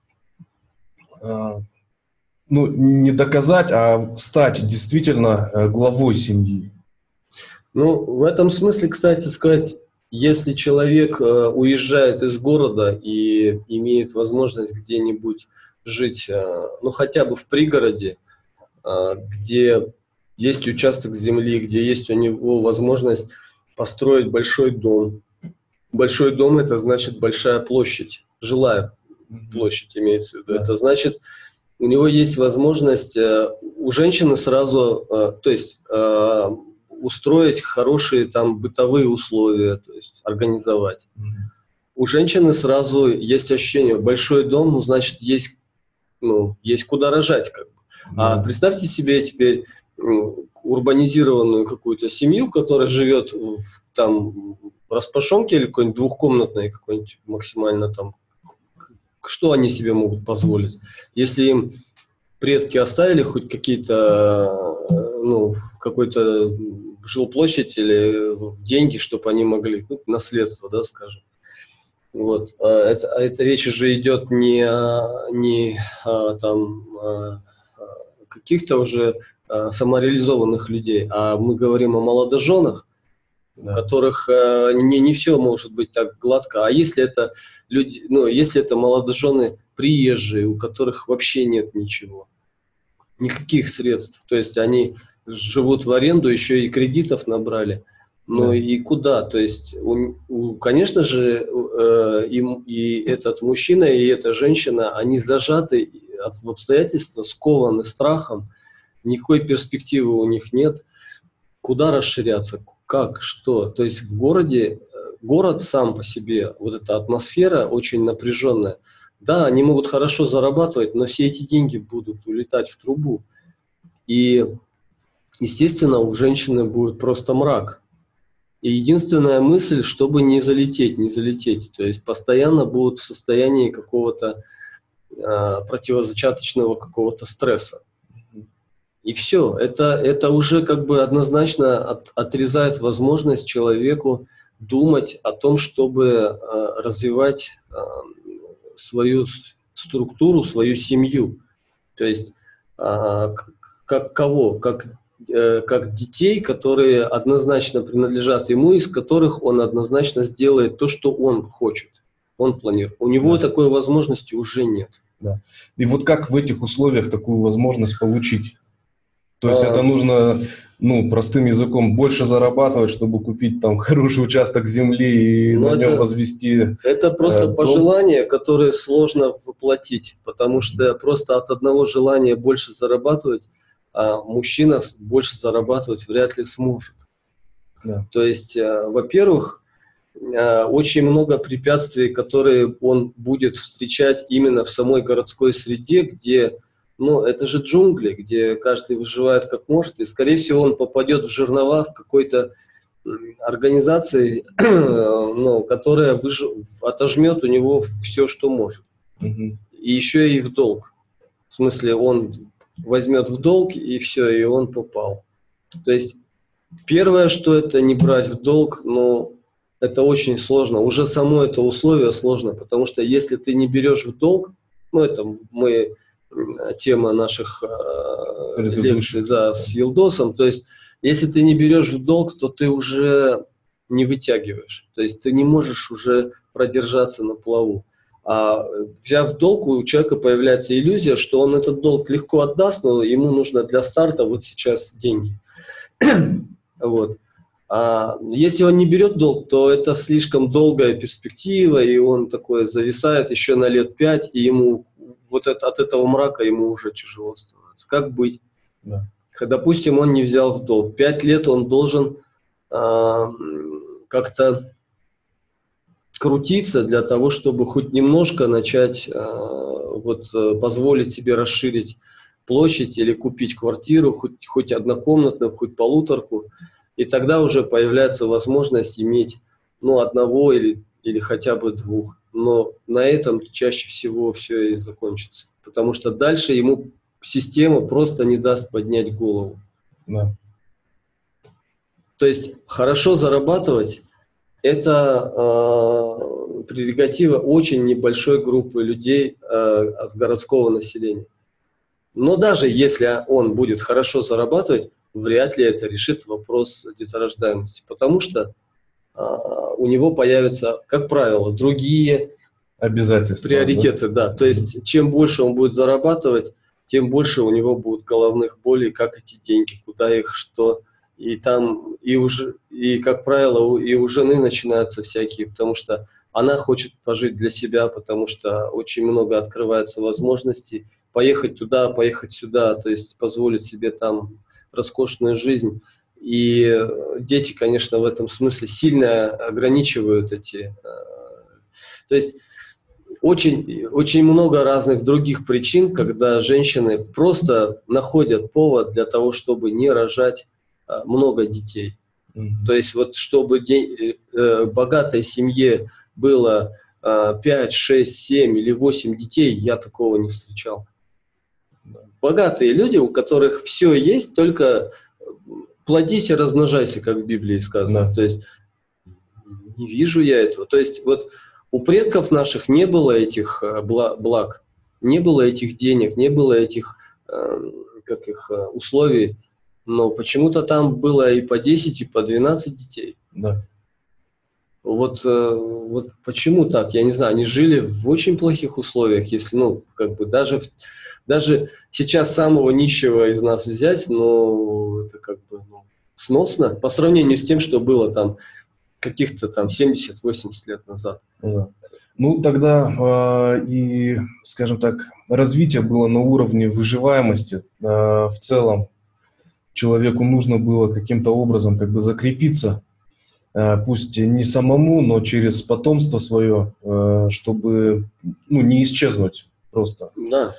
э, ну, не доказать, а стать действительно главой семьи. Ну, в этом смысле, кстати сказать, если человек э, уезжает из города и имеет возможность где-нибудь жить, э, ну, хотя бы в пригороде, э, где есть участок земли, где есть у него возможность построить большой дом. Большой дом – это значит большая площадь, жилая mm-hmm. площадь имеется в виду. Yeah. Это значит, у него есть возможность э, у женщины сразу, э, то есть э, устроить хорошие там бытовые условия, то есть организовать. Mm-hmm. У женщины сразу есть ощущение, большой дом, ну, значит, есть, ну, есть куда рожать. Как бы. Mm-hmm. А представьте себе теперь ну, урбанизированную какую-то семью, которая живет в, там, в распашонке или какой-нибудь двухкомнатной, какой-нибудь максимально там. Что они себе могут позволить? Если им предки оставили хоть какие-то, ну, какой-то жилплощадь или деньги, чтобы они могли, ну, наследство, да, скажем. Вот. А это, а это речь уже идет не о, не о, там, о каких-то уже самореализованных людей, а мы говорим о молодоженах, да. у которых э, не, не все может быть так гладко. А если это люди, ну, если это молодожены приезжие, у которых вообще нет ничего. никаких средств. То есть они живут в аренду, еще и кредитов набрали. Ну да. И куда? То есть, у, у, конечно же, э, им, и этот мужчина, и эта женщина, они зажаты в обстоятельства, скованы страхом, никакой перспективы у них нет. Куда расширяться? Как? Что? То есть в городе, город сам по себе, вот эта атмосфера очень напряженная. Да, они могут хорошо зарабатывать, но все эти деньги будут улетать в трубу. И, естественно, у женщины будет просто мрак. И единственная мысль, чтобы не залететь, не залететь. То есть постоянно будут в состоянии какого-то э, противозачаточного какого-то стресса. И все. Это, это уже как бы однозначно от, отрезает возможность человеку думать о том, чтобы э, развивать э, свою структуру, свою семью. То есть э, как кого? Как как детей, которые однозначно принадлежат ему, из которых он однозначно сделает то, что он хочет, он планирует. У него да. такой возможности уже нет. Да. И вот как в этих условиях такую возможность получить? То есть а, это нужно, ну, простым языком, больше зарабатывать, чтобы купить там хороший участок земли и на нем возвести. Это просто э, пожелание, которое сложно воплотить, потому что просто от одного желания больше зарабатывать а мужчина больше зарабатывать вряд ли сможет. Да. То есть, э, во-первых, э, очень много препятствий, которые он будет встречать именно в самой городской среде, где, ну, это же джунгли, где каждый выживает как может, и, скорее всего, он попадет в жернова в какой-то организации, ну, которая выж... отожмет у него все, что может. Угу. И еще и в долг. В смысле, он возьмет в долг, и все, и он попал. То есть первое, что это не брать в долг, но это очень сложно. Уже само это условие сложно, потому что если ты не берешь в долг, ну это мы, тема наших э, лекций, да, с Елдосом, то есть если ты не берешь в долг, то ты уже не вытягиваешь. То есть ты не можешь уже продержаться на плаву. А взяв долг, у человека появляется иллюзия, что он этот долг легко отдаст, но ему нужно для старта вот сейчас деньги. Вот. А если он не берет долг, то это слишком долгая перспектива, и он такой зависает еще на лет пять, и ему вот это, от этого мрака ему уже тяжело становится. Как быть? Да. Допустим, он не взял в долг. Пять лет он должен а, как-то крутиться для того, чтобы хоть немножко начать, э, вот, позволить себе расширить площадь или купить квартиру, хоть, хоть однокомнатную, хоть полуторку. И тогда уже появляется возможность иметь, ну, одного или, или хотя бы двух. Но на этом чаще всего все и закончится. Потому что дальше ему система просто не даст поднять голову. Да. То есть хорошо зарабатывать – это э, прерогатива очень небольшой группы людей э, от городского населения. Но даже если он будет хорошо зарабатывать, вряд ли это решит вопрос деторождаемости, потому что э, у него появятся, как правило, другие обязательства, приоритеты. Да? Да. То есть чем больше он будет зарабатывать, тем больше у него будут головных болей, как эти деньги, куда их, что. И там, и уже, и, как правило, и у жены начинаются всякие, потому что она хочет пожить для себя, потому что очень много открывается возможностей поехать туда, поехать сюда, то есть позволить себе там роскошную жизнь. И дети, конечно, в этом смысле сильно ограничивают эти. То есть очень, очень много разных других причин, когда женщины просто находят повод для того, чтобы не рожать много детей. Mm-hmm. То есть вот чтобы де- э, богатой семье было э, пять, шесть, семь или восемь детей, я такого не встречал. Mm-hmm. Богатые люди, у которых все есть, только плодись и размножайся, как в Библии сказано. Mm-hmm. То есть не вижу я этого. То есть вот у предков наших не было этих э, благ, не было этих денег, не было этих э, как их, э, условий. Но почему-то там было и по десять, и по двенадцать детей. Да. Вот, э, вот почему так? Я не знаю, они жили в очень плохих условиях, если, ну, как бы даже в, даже сейчас самого нищего из нас взять, ну, это как бы ну, сносно по сравнению с тем, что было там каких-то там семьдесят-восемьдесят лет назад. Да. Ну, тогда э, и, скажем так, развитие было на уровне выживаемости. Э, в целом человеку нужно было каким-то образом как бы закрепиться, э, пусть не самому, но через потомство свое, э, чтобы ну, не исчезнуть просто. Да.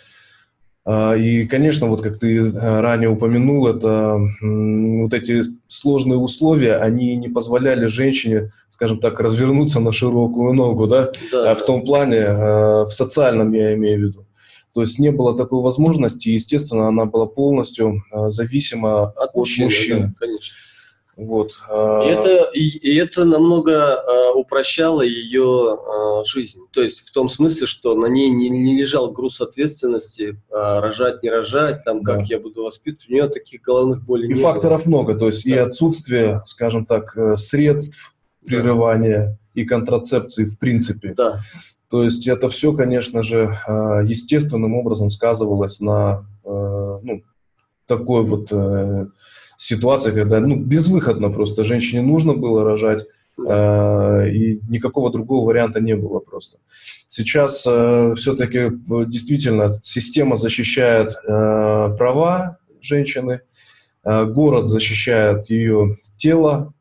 И, конечно, вот как ты ранее упомянул, это вот эти сложные условия, они не позволяли женщине, скажем так, развернуться на широкую ногу, да, Да, а в том плане, в социальном я имею в виду. То есть не было такой возможности, и, естественно, она была полностью зависима от, от мужчины, мужчин. Да, конечно. Вот. И это, и, и это намного э, упрощало ее э, жизнь. То есть в том смысле, что на ней не, не лежал груз ответственности, э, рожать, не рожать, там, как да. я буду воспитывать. У нее таких головных болей и не факторов было. много. То есть да. и отсутствие, скажем так, средств прерывания да. и контрацепции в принципе. Да. То есть это все, конечно же, естественным образом сказывалось на ну, такой вот ситуации, когда ну, безвыходно просто женщине нужно было рожать, да. и никакого другого варианта не было просто. Сейчас все-таки действительно система защищает права женщины, город защищает ее тело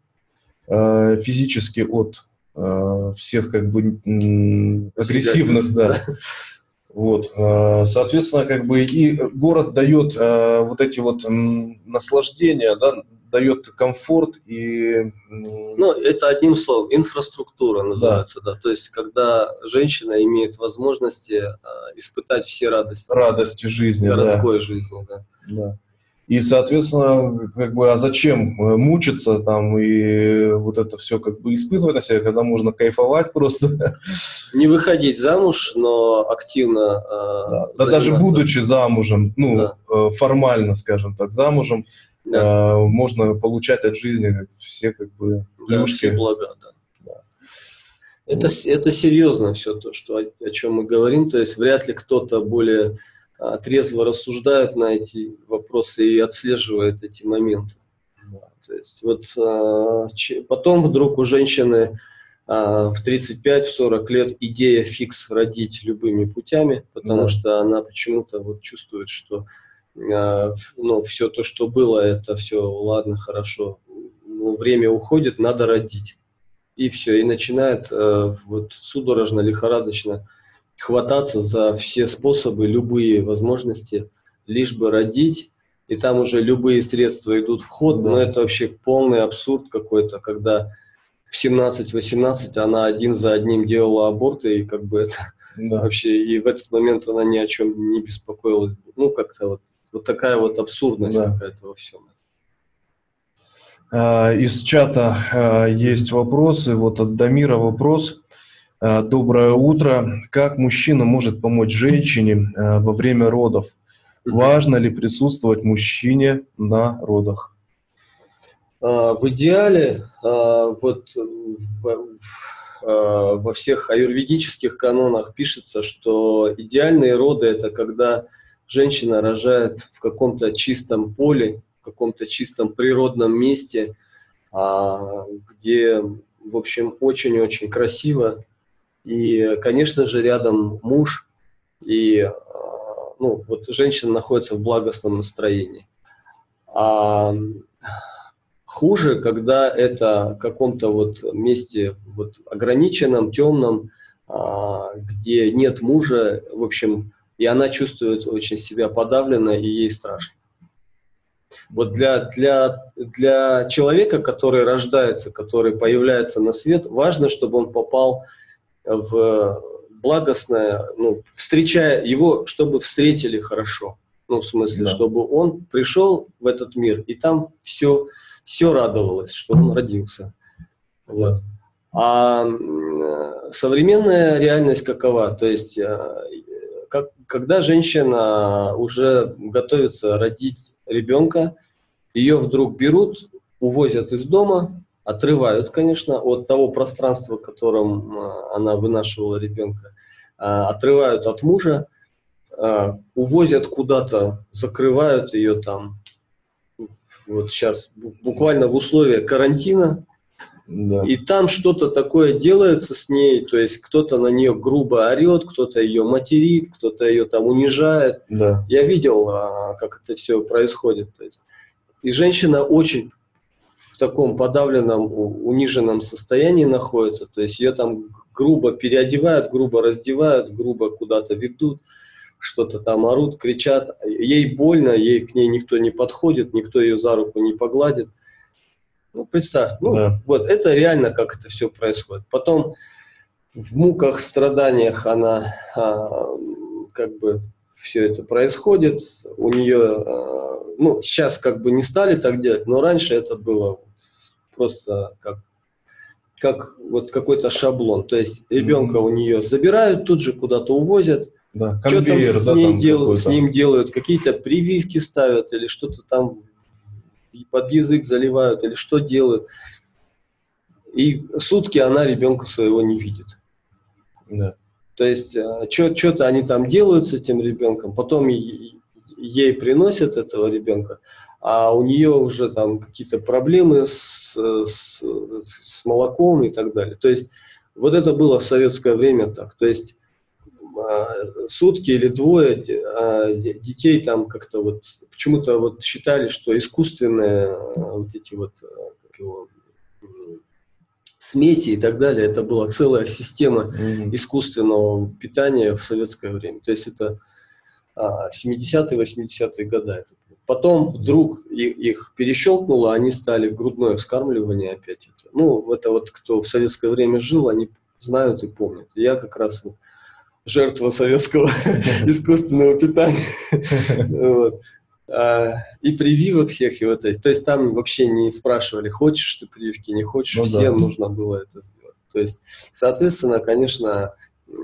физически от всех как бы агрессивных, да. Вот, соответственно, как бы и город дает вот эти вот наслаждения, да, дает комфорт и... Ну, это одним словом, инфраструктура называется, да. да. То есть, когда женщина имеет возможности испытать все радости. Радости жизни, городской да. жизни, да. да. И, соответственно, как бы, а зачем мучиться там и вот это все как бы испытывать на себе, когда можно кайфовать просто? Не выходить замуж, но активно да. да даже будучи замужем, ну, да. формально, скажем так, замужем, да. можно получать от жизни все как бы плюшки. Да, все блага, да. да. Это, вот. это серьезно все то, что, о, о чем мы говорим, то есть вряд ли кто-то более... трезво рассуждает на эти вопросы и отслеживает эти моменты. Да, то есть вот а, ч, потом вдруг у женщины а, в тридцать пять сорок лет идея фикс родить любыми путями, потому да. что она почему-то вот чувствует, что а, ну, все то, что было, это все ладно, хорошо, ну, время уходит, надо родить. И все, и начинает а, вот судорожно, лихорадочно хвататься за все способы, любые возможности, лишь бы родить, и там уже любые средства идут в ход, да. но это вообще полный абсурд какой-то, когда в семнадцать-восемнадцать она один за одним делала аборты, и как бы это да. вообще, и в этот момент она ни о чем не беспокоилась. Ну, как-то вот, вот такая вот абсурдность да. какая-то во всем. Из чата есть вопросы, вот от Дамира вопрос. Доброе утро. Как мужчина может помочь женщине э, во время родов? Важно ли присутствовать мужчине на родах? В идеале вот во всех аюрведических канонах пишется, что идеальные роды – это когда женщина рожает в каком-то чистом поле, в каком-то чистом природном месте, где, в общем, очень-очень красиво. И, конечно же, рядом муж, и ну, вот женщина находится в благостном настроении. А хуже, когда это в каком-то вот месте вот ограниченном, темном, где нет мужа, в общем, и она чувствует очень себя подавленно, и ей страшно. Вот для, для, для человека, который рождается, который появляется на свет, важно, чтобы он попал в благостное, ну, встречая его, чтобы встретили хорошо. Ну, в смысле, да. чтобы он пришел в этот мир, и там все, все радовалось, что он родился. Вот. А современная реальность какова? То есть, как, когда женщина уже готовится родить ребенка, ее вдруг берут, увозят из дома, отрывают, конечно, от того пространства, в котором она вынашивала ребенка, отрывают от мужа, а, увозят куда-то, закрывают ее там. Вот сейчас буквально в условиях карантина. Да. И там что-то такое делается с ней, то есть кто-то на нее грубо орет, кто-то ее материт, кто-то ее там унижает. Да. Я видел, как это все происходит. То есть, и женщина очень в таком подавленном, униженном состоянии находится, то есть ее там грубо переодевают, грубо раздевают, грубо куда-то ведут, что-то там орут, кричат. Ей больно, ей к ней никто не подходит, никто ее за руку не погладит. Ну, представь, ну, да. Вот это реально, как это все происходит. Потом в муках, страданиях она, а, как бы, все это происходит. У нее, а, ну, сейчас как бы не стали так делать, но раньше это было просто как, как вот какой-то шаблон. То есть ребенка mm-hmm. у нее забирают, тут же куда-то увозят. Да, конвейер, что там с, ней да, там делают, с ним делают, какие-то прививки ставят или что-то там и под язык заливают, или что делают. И сутки она ребенка своего не видит. Да. То есть что-то они там делают с этим ребенком, потом ей приносят этого ребенка, а у нее уже там какие-то проблемы с, с, с молоком и так далее. То есть вот это было в советское время так. То есть сутки или двое детей там как-то вот почему-то вот считали, что искусственные вот эти вот как его, смеси и так далее, это была целая система mm-hmm. искусственного питания в советское время. То есть это семидесятые, восьмидесятые годы. Потом вдруг их перещелкнуло, они стали грудное вскармливание опять. Это. Ну, это вот кто в советское время жил, они знают и помнят. Я как раз вот жертва советского искусственного питания. Вот. А, и прививок всех, и вот эти. То есть там вообще не спрашивали, хочешь ты прививки, не хочешь, ну, всем да. нужно было это сделать. То есть, соответственно, конечно,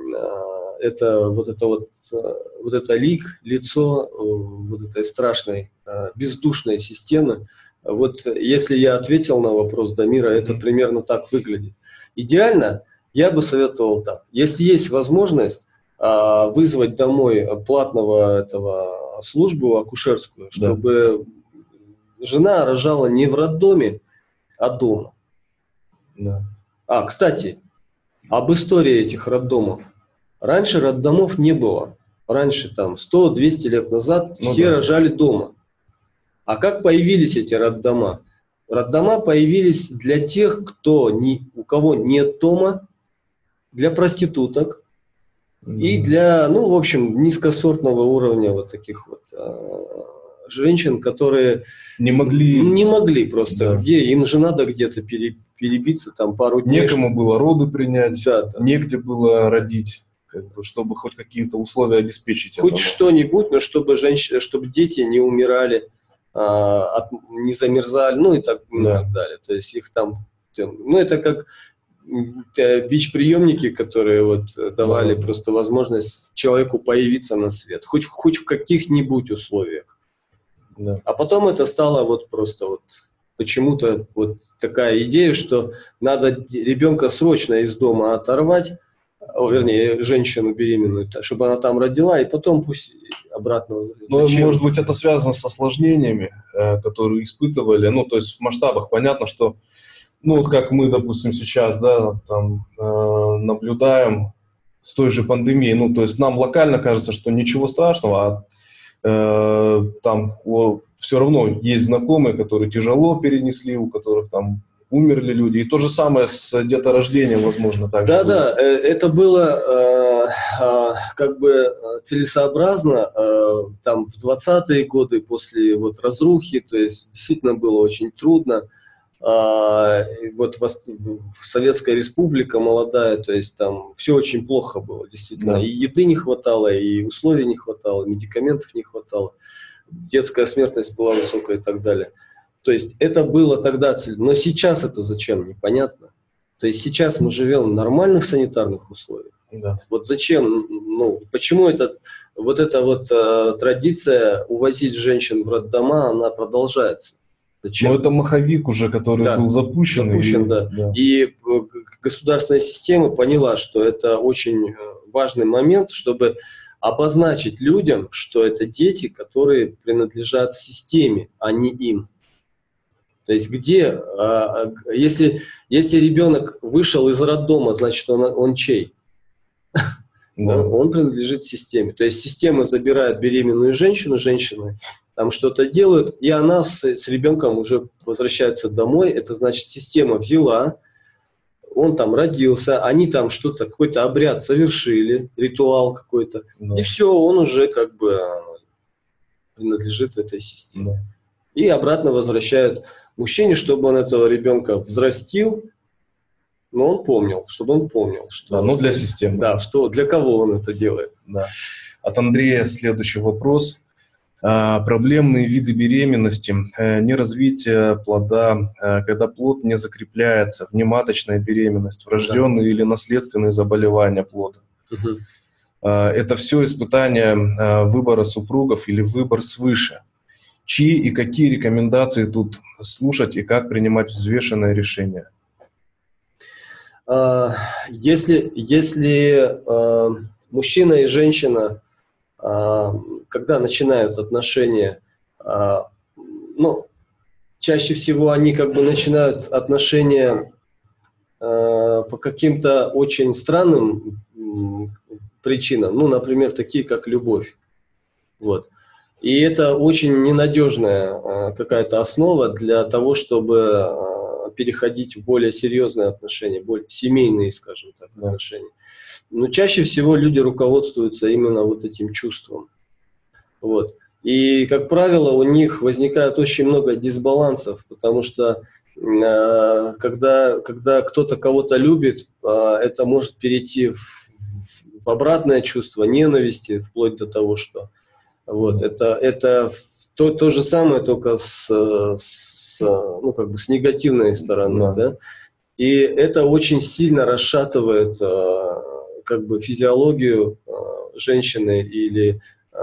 это вот это вот, вот это лик, лицо вот этой страшной, бездушной системы. Вот если я ответил на вопрос Дамира, это mm-hmm. примерно так выглядит. Идеально я бы советовал так. Если есть возможность вызвать домой платного этого службу акушерскую, чтобы да. жена рожала не в роддоме, а дома. Да. А, кстати, об истории этих роддомов. Раньше роддомов не было. Раньше, там, сто-двести лет назад ну, все да. рожали дома. А как появились эти роддома? Роддома появились для тех, кто не, у кого нет дома, для проституток, и для, ну, в общем, низкосортного уровня вот таких вот а, женщин, которые не могли, не могли просто, да. где им же надо где-то пере, перебиться там пару дней. Некому было роды принять, да, да. негде было родить, как бы, чтобы хоть какие-то условия обеспечить. Хоть этому. Что-нибудь, но чтобы женщины, чтобы дети не умирали, а, от, не замерзали, ну и так, ну, да. и так далее. То есть их там, ну это как ВИЧ-приемники, которые вот давали да. просто возможность человеку появиться на свет, хоть, хоть в каких-нибудь условиях. Да. А потом это стало вот просто вот почему-то вот такая идея, что надо ребенка срочно из дома оторвать, вернее, женщину беременную, чтобы она там родила, и потом пусть обратно. Ну, может быть, это связано с осложнениями, которые испытывали. Ну, то есть в масштабах понятно, что ну, вот как мы, допустим, сейчас, да, там, э, наблюдаем с той же пандемией, ну, то есть нам локально кажется, что ничего страшного, а э, там о, все равно есть знакомые, которые тяжело перенесли, у которых там умерли люди, и то же самое с деторождением, возможно, так же. Да-да, да, это было э, э, как бы целесообразно э, там в двадцатые годы после вот разрухи, то есть действительно было очень трудно. А, вот в, в Советская Республика молодая, то есть там все очень плохо было, действительно. Да. И еды не хватало, и условий не хватало, медикаментов не хватало, детская смертность была высокая и так далее. То есть это было тогда цель. Но сейчас это зачем, непонятно. То есть сейчас мы живем в нормальных санитарных условиях. Да. Вот зачем, ну, почему это, вот эта вот э, традиция увозить женщин в роддома, она продолжается? Зачем? Но это маховик уже, который да. был запущен. Запущен, и, да. да. И государственная система поняла, что это очень важный момент, чтобы обозначить людям, что это дети, которые принадлежат системе, а не им. То есть где, если, если ребенок вышел из роддома, значит он, он чей? Да. Он, он принадлежит системе. То есть система забирает беременную женщину, женщины там что-то делают, и она с, с ребенком уже возвращается домой. Это значит, система взяла, он там родился, они там что-то, какой-то обряд совершили, ритуал какой-то, да. И все, он уже как бы принадлежит этой системе. Да. И обратно возвращают мужчине, чтобы он этого ребенка взрастил, но он помнил, чтобы он помнил, что... Да, ну для системы. Да, что, для кого он это делает. Да. От Андрея следующий вопрос. А, проблемные виды беременности, а, неразвитие плода, а, когда плод не закрепляется, внематочная беременность, врожденные да. или наследственные заболевания плода. Угу. А, это все испытания а, выбора супругов или выбор свыше. Чьи и какие рекомендации тут слушать и как принимать взвешенное решение? Если, если э, мужчина и женщина, э, когда начинают отношения, э, ну, чаще всего они как бы начинают отношения э, по каким-то очень странным э, причинам, ну, например, такие как любовь. Вот. И это очень ненадежная э, какая-то основа для того, чтобы э, переходить в более серьезные отношения, более семейные, скажем так, да. отношения. Но чаще всего люди руководствуются именно вот этим чувством. Вот. И, как правило, у них возникает очень много дисбалансов, потому что э, когда, когда кто-то кого-то любит, э, это может перейти в, в обратное чувство ненависти, вплоть до того, что Вот, это, это то, то же самое, только с, с, ну, как бы с негативной стороны. Да. Да? И это очень сильно расшатывает как бы физиологию женщины или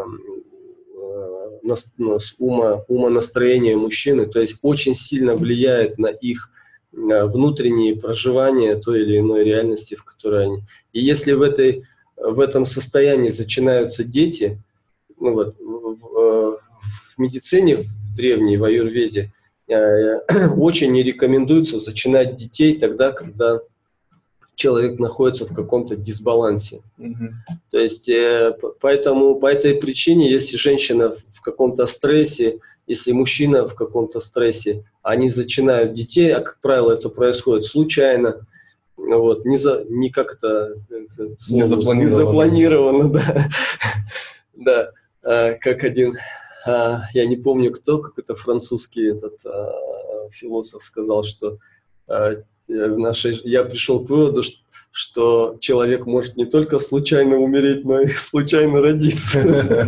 нас, нас, ума, умонастроение мужчины. То есть очень сильно влияет на их внутренние проживания той или иной реальности, в которой они. И если в, этой, в этом состоянии начинаются дети, ну вот, в, в медицине, в древней, в аюрведе, э, очень не рекомендуется зачинать детей тогда, когда человек находится в каком-то дисбалансе. Mm-hmm. То есть, э, поэтому, по этой причине, если женщина в, в каком-то стрессе, если мужчина в каком-то стрессе, они зачинают детей, а, как правило, это происходит случайно, вот, не, за, не как это, это не запланировано, не запланировано да. Да. Как один, я не помню кто, какой-то французский этот философ сказал, что в нашей, я пришел к выводу, что, что человек может не только случайно умереть, но и случайно родиться.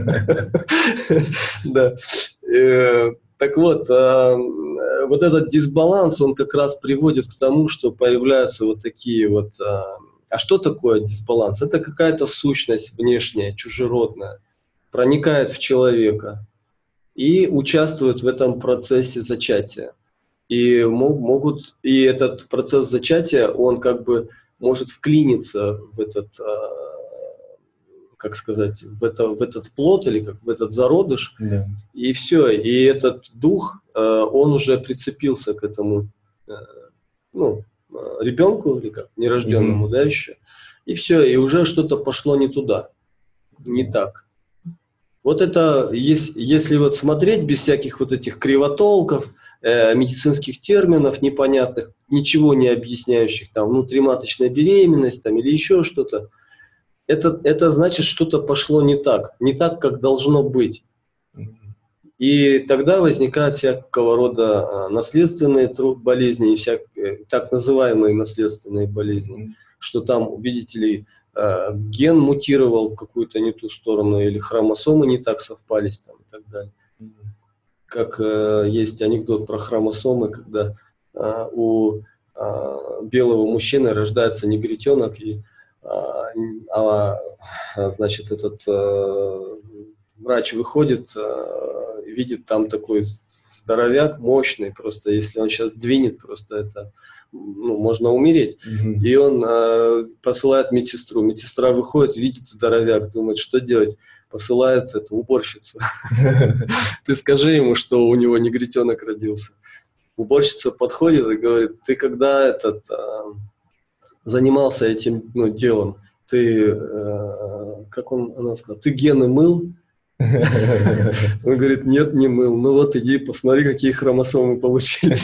Да. Так вот, вот этот дисбаланс, он как раз приводит к тому, что появляются вот такие вот... А что такое дисбаланс? Это какая-то сущность внешняя, чужеродная, проникает в человека и участвует в этом процессе зачатия. И могут, и этот процесс зачатия, он как бы может вклиниться в этот, как сказать, в, это, в этот плод или как в этот зародыш, да. И все. И этот дух, он уже прицепился к этому, ну, ребенку или как нерожденному, mm-hmm. да, еще. И все. И уже что-то пошло не туда, не так. Вот это, если, если вот смотреть без всяких вот этих кривотолков, э, медицинских терминов непонятных, ничего не объясняющих, там, внутриматочная беременность там, или еще что-то, это, это значит, что-то пошло не так, не так, как должно быть. И тогда возникают всякого рода наследственные болезни, всяк, так называемые наследственные болезни, что там, видите ли, ген мутировал в какую-то не ту сторону, или хромосомы не так совпались там, и так далее. Как э, есть анекдот про хромосомы, когда э, у э, белого мужчины рождается негритенок, и э, а, значит, этот э, врач выходит, э, видит там такой здоровяк, мощный, просто если он сейчас двинет, просто это ну, можно умереть. Mm-hmm. И он э, посылает медсестру. Медсестра выходит, видит здоровяк, думает, что делать. Посылает эту уборщицу. Ты скажи ему, что у него негритенок родился. Уборщица подходит и говорит, ты когда этот, занимался этим ну, делом, ты, как он, она сказала, ты гены мыл? Он говорит, нет, не мыл. Ну вот иди, посмотри, какие хромосомы получились.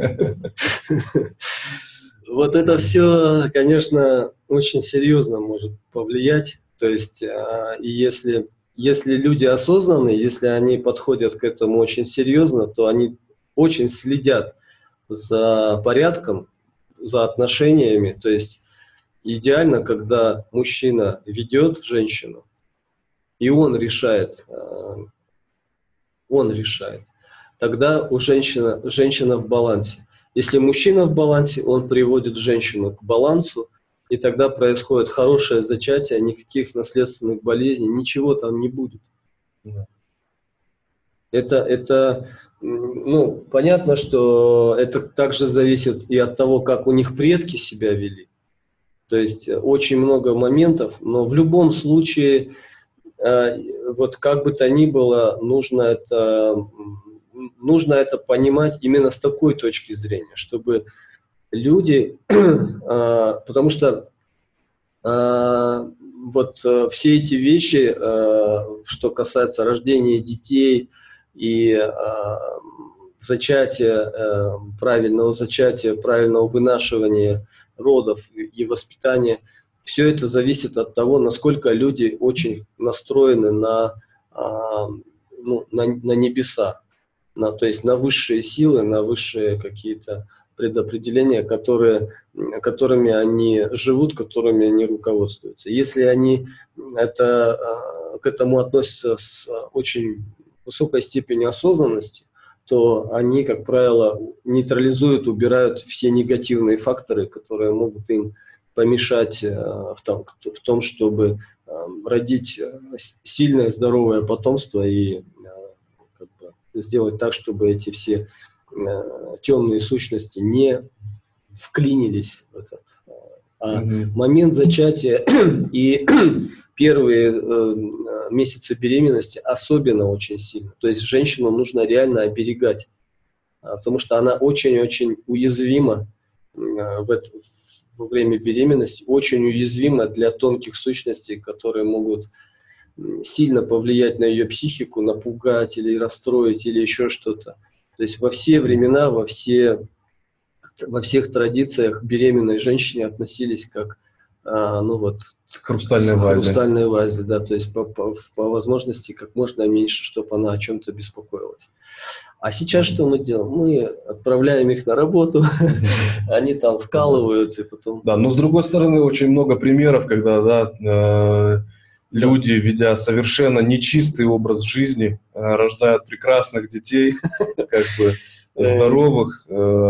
Вот это все, конечно, очень серьезно может повлиять. То есть, и если, если люди осознанные, если они подходят к этому очень серьезно, то они очень следят за порядком, за отношениями. То есть, идеально, когда мужчина ведет женщину, и он решает, он решает, тогда у женщины, женщина в балансе. Если мужчина в балансе, он приводит женщину к балансу, и тогда происходит хорошее зачатие, никаких наследственных болезней, ничего там не будет. Да. Это, это, ну, понятно, что это также зависит и от того, как у них предки себя вели. То есть очень много моментов, но в любом случае, э, вот как бы то ни было, нужно это, нужно это понимать именно с такой точки зрения, чтобы люди, э, потому что э, вот э, все эти вещи, э, что касается рождения детей и э, зачатия, э, правильного зачатия, правильного вынашивания родов и воспитания, все это зависит от того, насколько люди очень настроены на, э, ну, на, на небеса, на, то есть на высшие силы, на высшие какие-то предопределения, которые, которыми они живут, которыми они руководствуются. Если они это, к этому относятся с очень высокой степенью осознанности, то они, как правило, нейтрализуют, убирают все негативные факторы, которые могут им помешать в том, в том чтобы родить сильное, здоровое потомство и как бы сделать так, чтобы эти все темные сущности не вклинились в этот а mm-hmm. момент зачатия и первые э, месяцы беременности особенно очень сильно. То есть женщину нужно реально оберегать, потому что она очень-очень уязвима э, в это, во время беременности, очень уязвима для тонких сущностей, которые могут сильно повлиять на ее психику, напугать или расстроить или еще что-то. То есть во все времена, во, все, во всех традициях беременной женщине относились как а, ну вот, к хрустальной вазе. хрустальной вазе, да, то есть по, по, по возможности как можно меньше, чтобы она о чем-то беспокоилась. А сейчас что мы делаем? Мы отправляем их на работу, они там вкалывают и потом... Да, но с другой стороны очень много примеров, когда да, люди, ведя совершенно нечистый образ жизни, рождают прекрасных детей, как бы здоровых.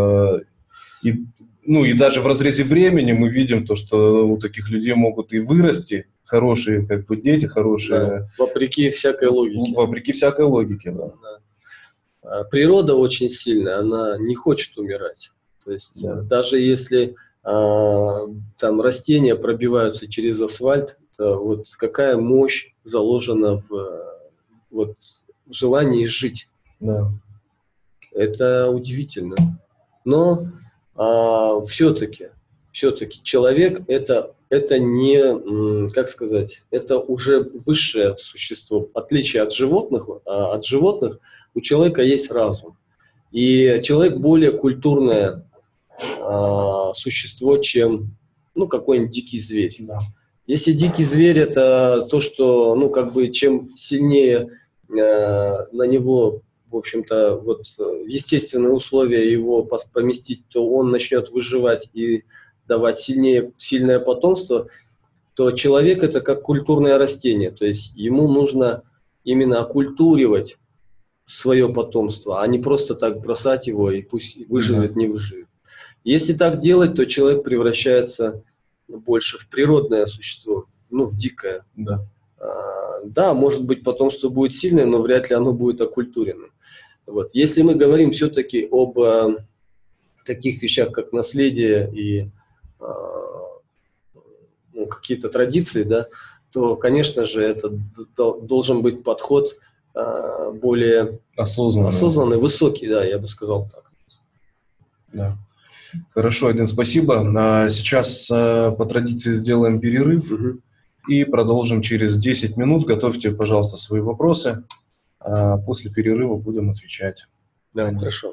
И, ну и даже в разрезе времени мы видим то, что у таких людей могут и вырасти хорошие как бы дети, хорошие. Да, вопреки всякой логике. Вопреки всякой логике, да. да. Природа очень сильная, она не хочет умирать. То есть да. даже если а, там растения пробиваются через асфальт, вот какая мощь заложена в вот, желании жить. Да. Это удивительно. Но а, все-таки, все-таки человек это, это не, как сказать, это уже высшее существо. В отличие от животных, от животных у человека есть разум. И человек более культурное а, существо, чем ну, какой-нибудь дикий зверь. Да. Если дикий зверь это то, что, ну, как бы, чем сильнее э, на него, в общем-то, вот естественные условия его поместить, то он начнет выживать и давать сильнее, сильное потомство, то человек это как культурное растение, то есть ему нужно именно окультуривать свое потомство, а не просто так бросать его и пусть выживет, mm-hmm. не выживет. Если так делать, то человек превращается больше в природное существо, ну, в дикое. Да. А, да, может быть, потомство будет сильное, но вряд ли оно будет окультуренным. Вот. Если мы говорим все-таки об таких вещах, как наследие и ну, какие-то традиции, да, то, конечно же, это должен быть подход более осознанный. осознанный, высокий, да, я бы сказал так. Да. Хорошо, Айдын, спасибо. Сейчас по традиции сделаем перерыв угу. и продолжим через десять минут. Готовьте, пожалуйста, свои вопросы. После перерыва будем отвечать. Да, хорошо.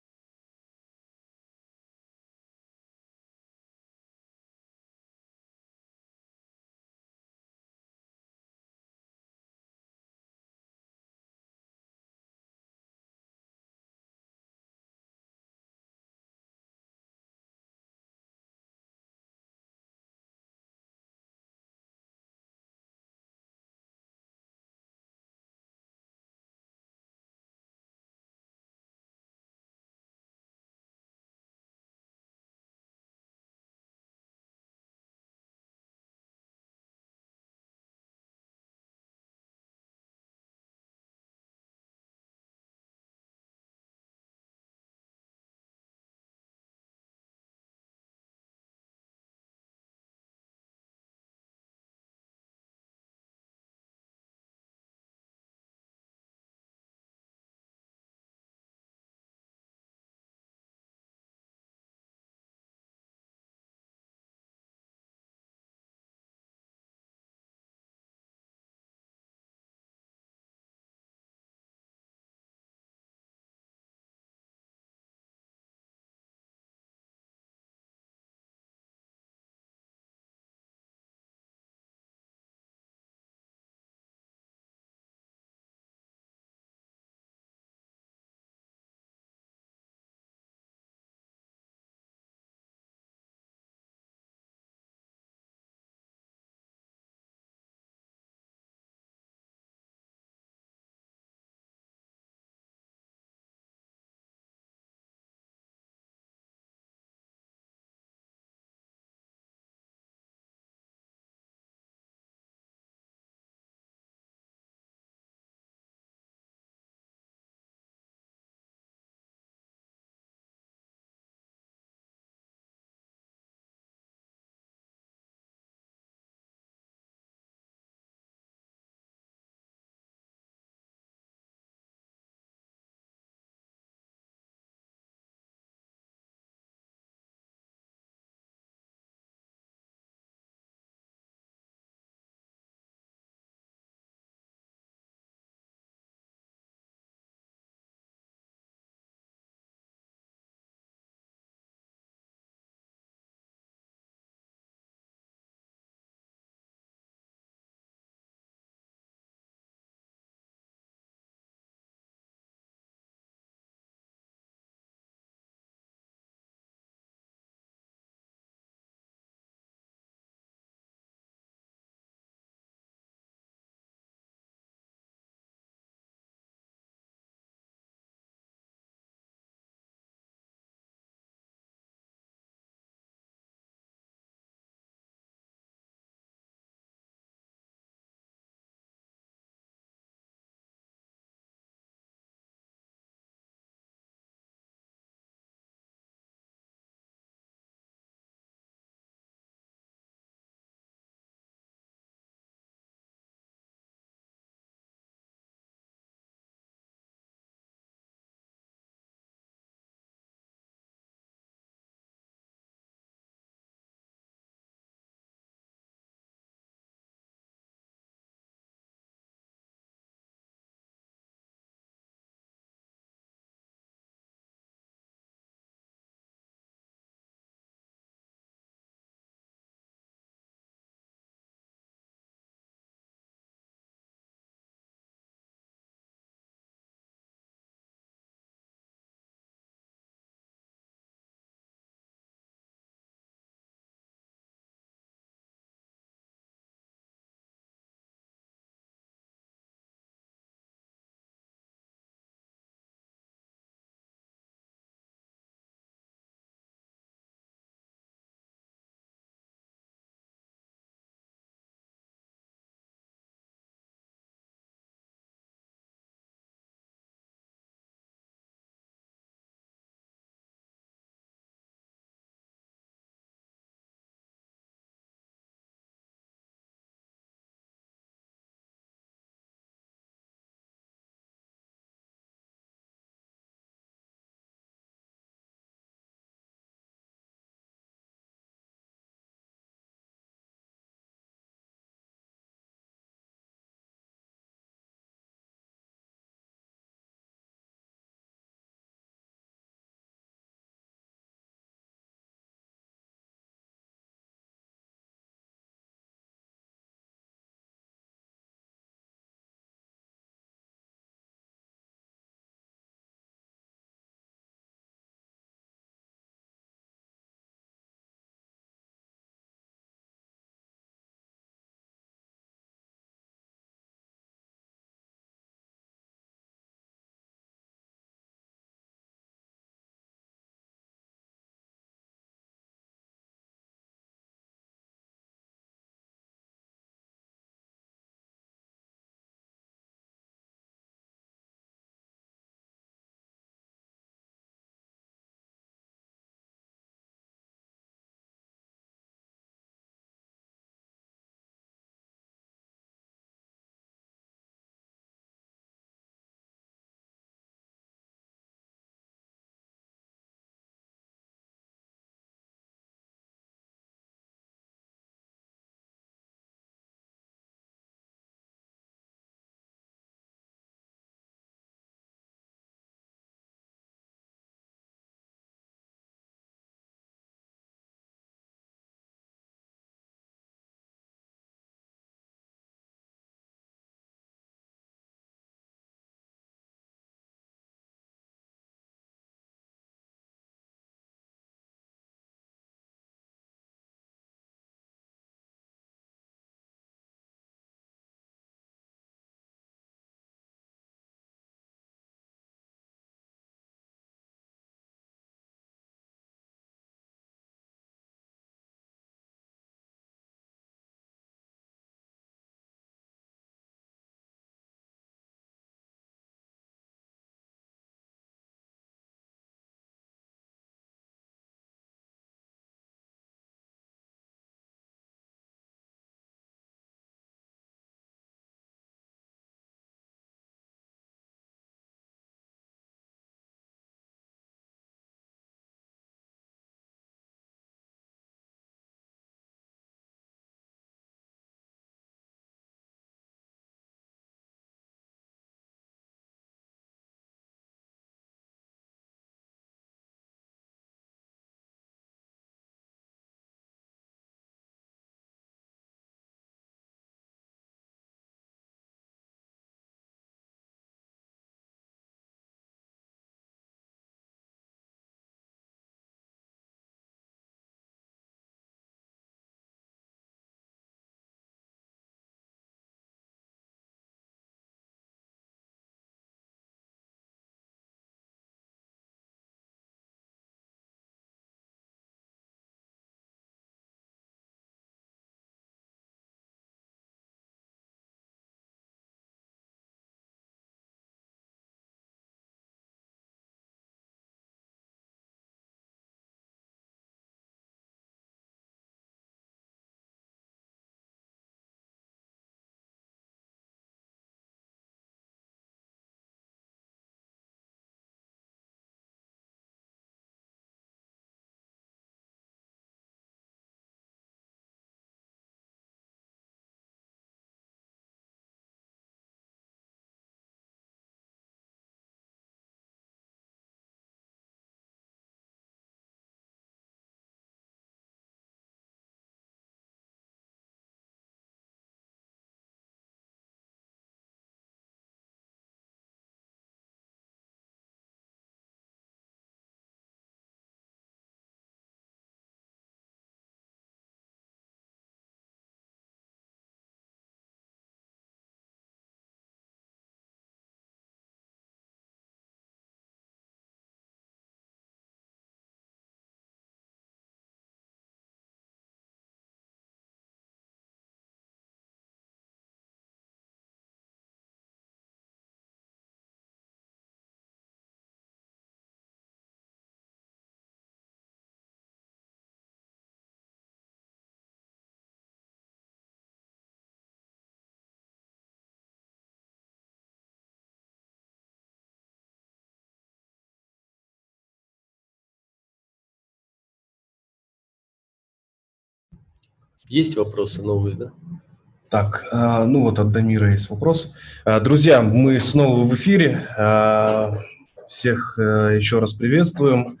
Есть вопросы новые, да? Так, ну вот от Дамира есть вопрос. Друзья, мы снова в эфире. Всех еще раз приветствуем.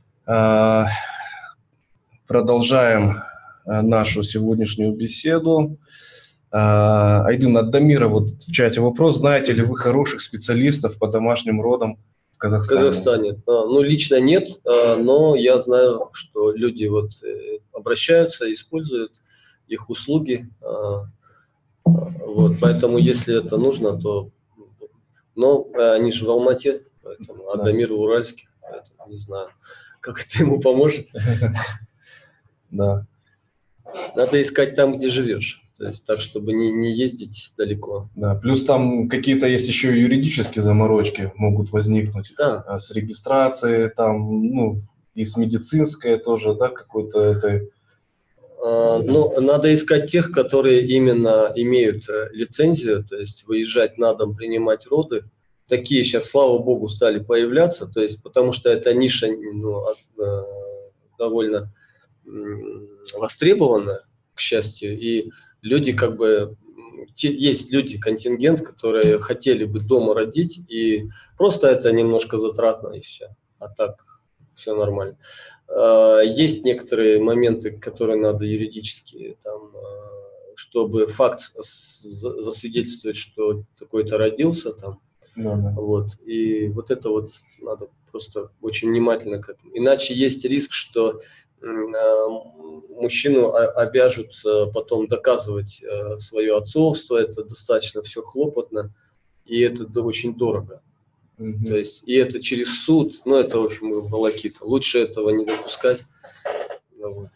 Продолжаем нашу сегодняшнюю беседу. Айдын, от Дамира вот в чате вопрос. Знаете ли вы хороших специалистов по домашним родам в Казахстане? В Казахстане. Ну, лично нет, но я знаю, что люди вот обращаются, используют их услуги. Вот, поэтому, если это нужно, то... Но они же в Алмате, поэтому, а Дамир в Уральске, поэтому не знаю, как это ему поможет. Да. Надо искать там, где живешь. То есть так, чтобы не, не ездить далеко. Да, плюс там какие-то есть еще юридические заморочки могут возникнуть. Да. С регистрацией, там, ну, и с медицинской тоже, да, какой-то этой... А, ну, надо искать тех, которые именно имеют лицензию, то есть выезжать на дом, принимать роды. Такие сейчас, слава богу, стали появляться, то есть потому что эта ниша, ну, довольно востребована, к счастью, и люди как бы, есть люди, контингент, которые хотели бы дома родить, и просто это немножко затратно, и все, а так все нормально. Есть некоторые моменты, которые надо юридически, там, чтобы факт засвидетельствовать, что такой-то родился там, да. Вот, и вот это вот надо просто очень внимательно, как... иначе есть риск, что мужчину обяжут потом доказывать свое отцовство, это достаточно все хлопотно, и это очень дорого. Mm-hmm. То есть, и это через суд, ну, это, в общем, волокита. Лучше этого не допускать. Вот.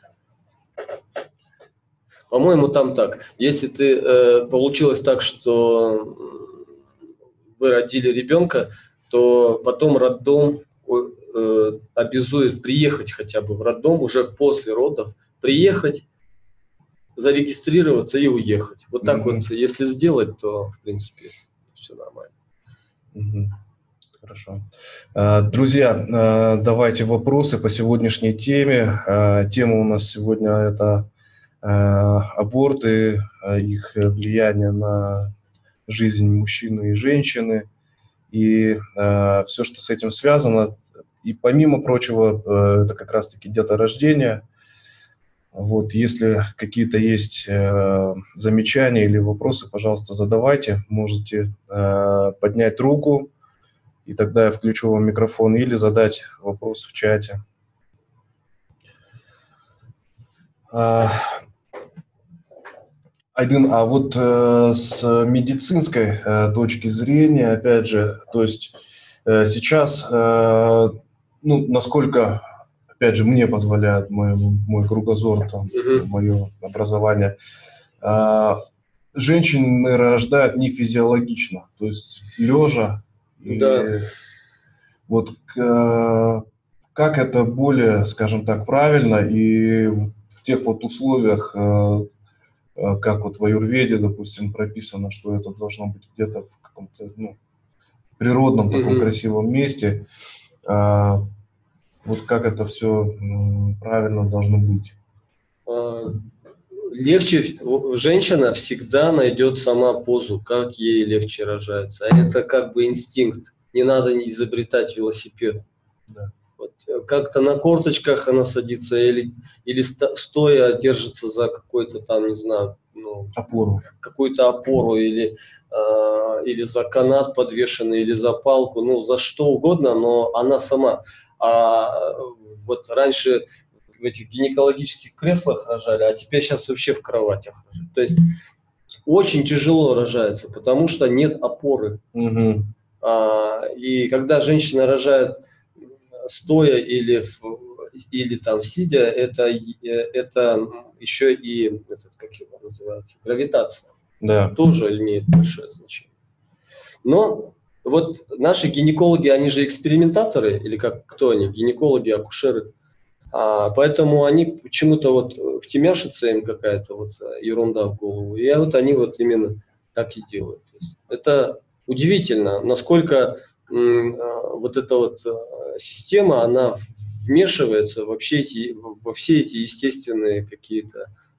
По-моему, там так. Если ты, э, получилось так, что вы родили ребенка, то потом роддом э, обязует приехать хотя бы в роддом уже после родов, приехать, зарегистрироваться и уехать. Вот так mm-hmm. вот, если сделать, то, в принципе, все нормально. Mm-hmm. Хорошо. Друзья, давайте вопросы по сегодняшней теме. Тема у нас сегодня – это аборты, их влияние на жизнь мужчины и женщины, и все, что с этим связано. И помимо прочего, это как раз-таки деторождение. Вот, если какие-то есть замечания или вопросы, пожалуйста, задавайте. Можете поднять руку, и тогда я включу вам микрофон, или задать вопрос в чате. Айдын, а вот э, с медицинской э, точки зрения, опять же, то есть э, сейчас, э, ну, насколько, опять же, мне позволяет мой, мой кругозор, там, Mm-hmm. мое образование, э, женщины рождают не физиологично, то есть лежа. Да. И вот э, как это более, скажем так, правильно и в, в тех вот условиях, э, э, как вот в аюрведе, допустим, прописано, что это должно быть где-то в каком-то, ну, природном таком Mm-hmm. красивом месте, э, вот как это все э, правильно должно быть? Легче, женщина всегда найдет сама позу, как ей легче рожается. А это как бы инстинкт. Не надо изобретать велосипед. Да. Вот, как-то на корточках она садится или, или стоя держится за какой-то там, не знаю, ну, опору. Какую-то опору или, э, или за канат подвешенный, или за палку, ну, за что угодно, но она сама. А вот раньше в этих гинекологических креслах рожали, а теперь сейчас вообще в кроватях рожают. То есть очень тяжело рожается, потому что нет опоры. Угу. А, и когда женщина рожает стоя или, в, или там сидя, это, это еще и, этот, как его называется, гравитация. Да. Тоже имеет большое значение. Но вот наши гинекологи, они же экспериментаторы, или как, кто они, гинекологи, акушеры. А, поэтому они почему-то вот втемяшится им какая-то вот ерунда в голову. И вот они вот именно так и делают. Это удивительно, насколько м, вот эта вот система, она вмешивается во все эти, во все эти естественные какие-то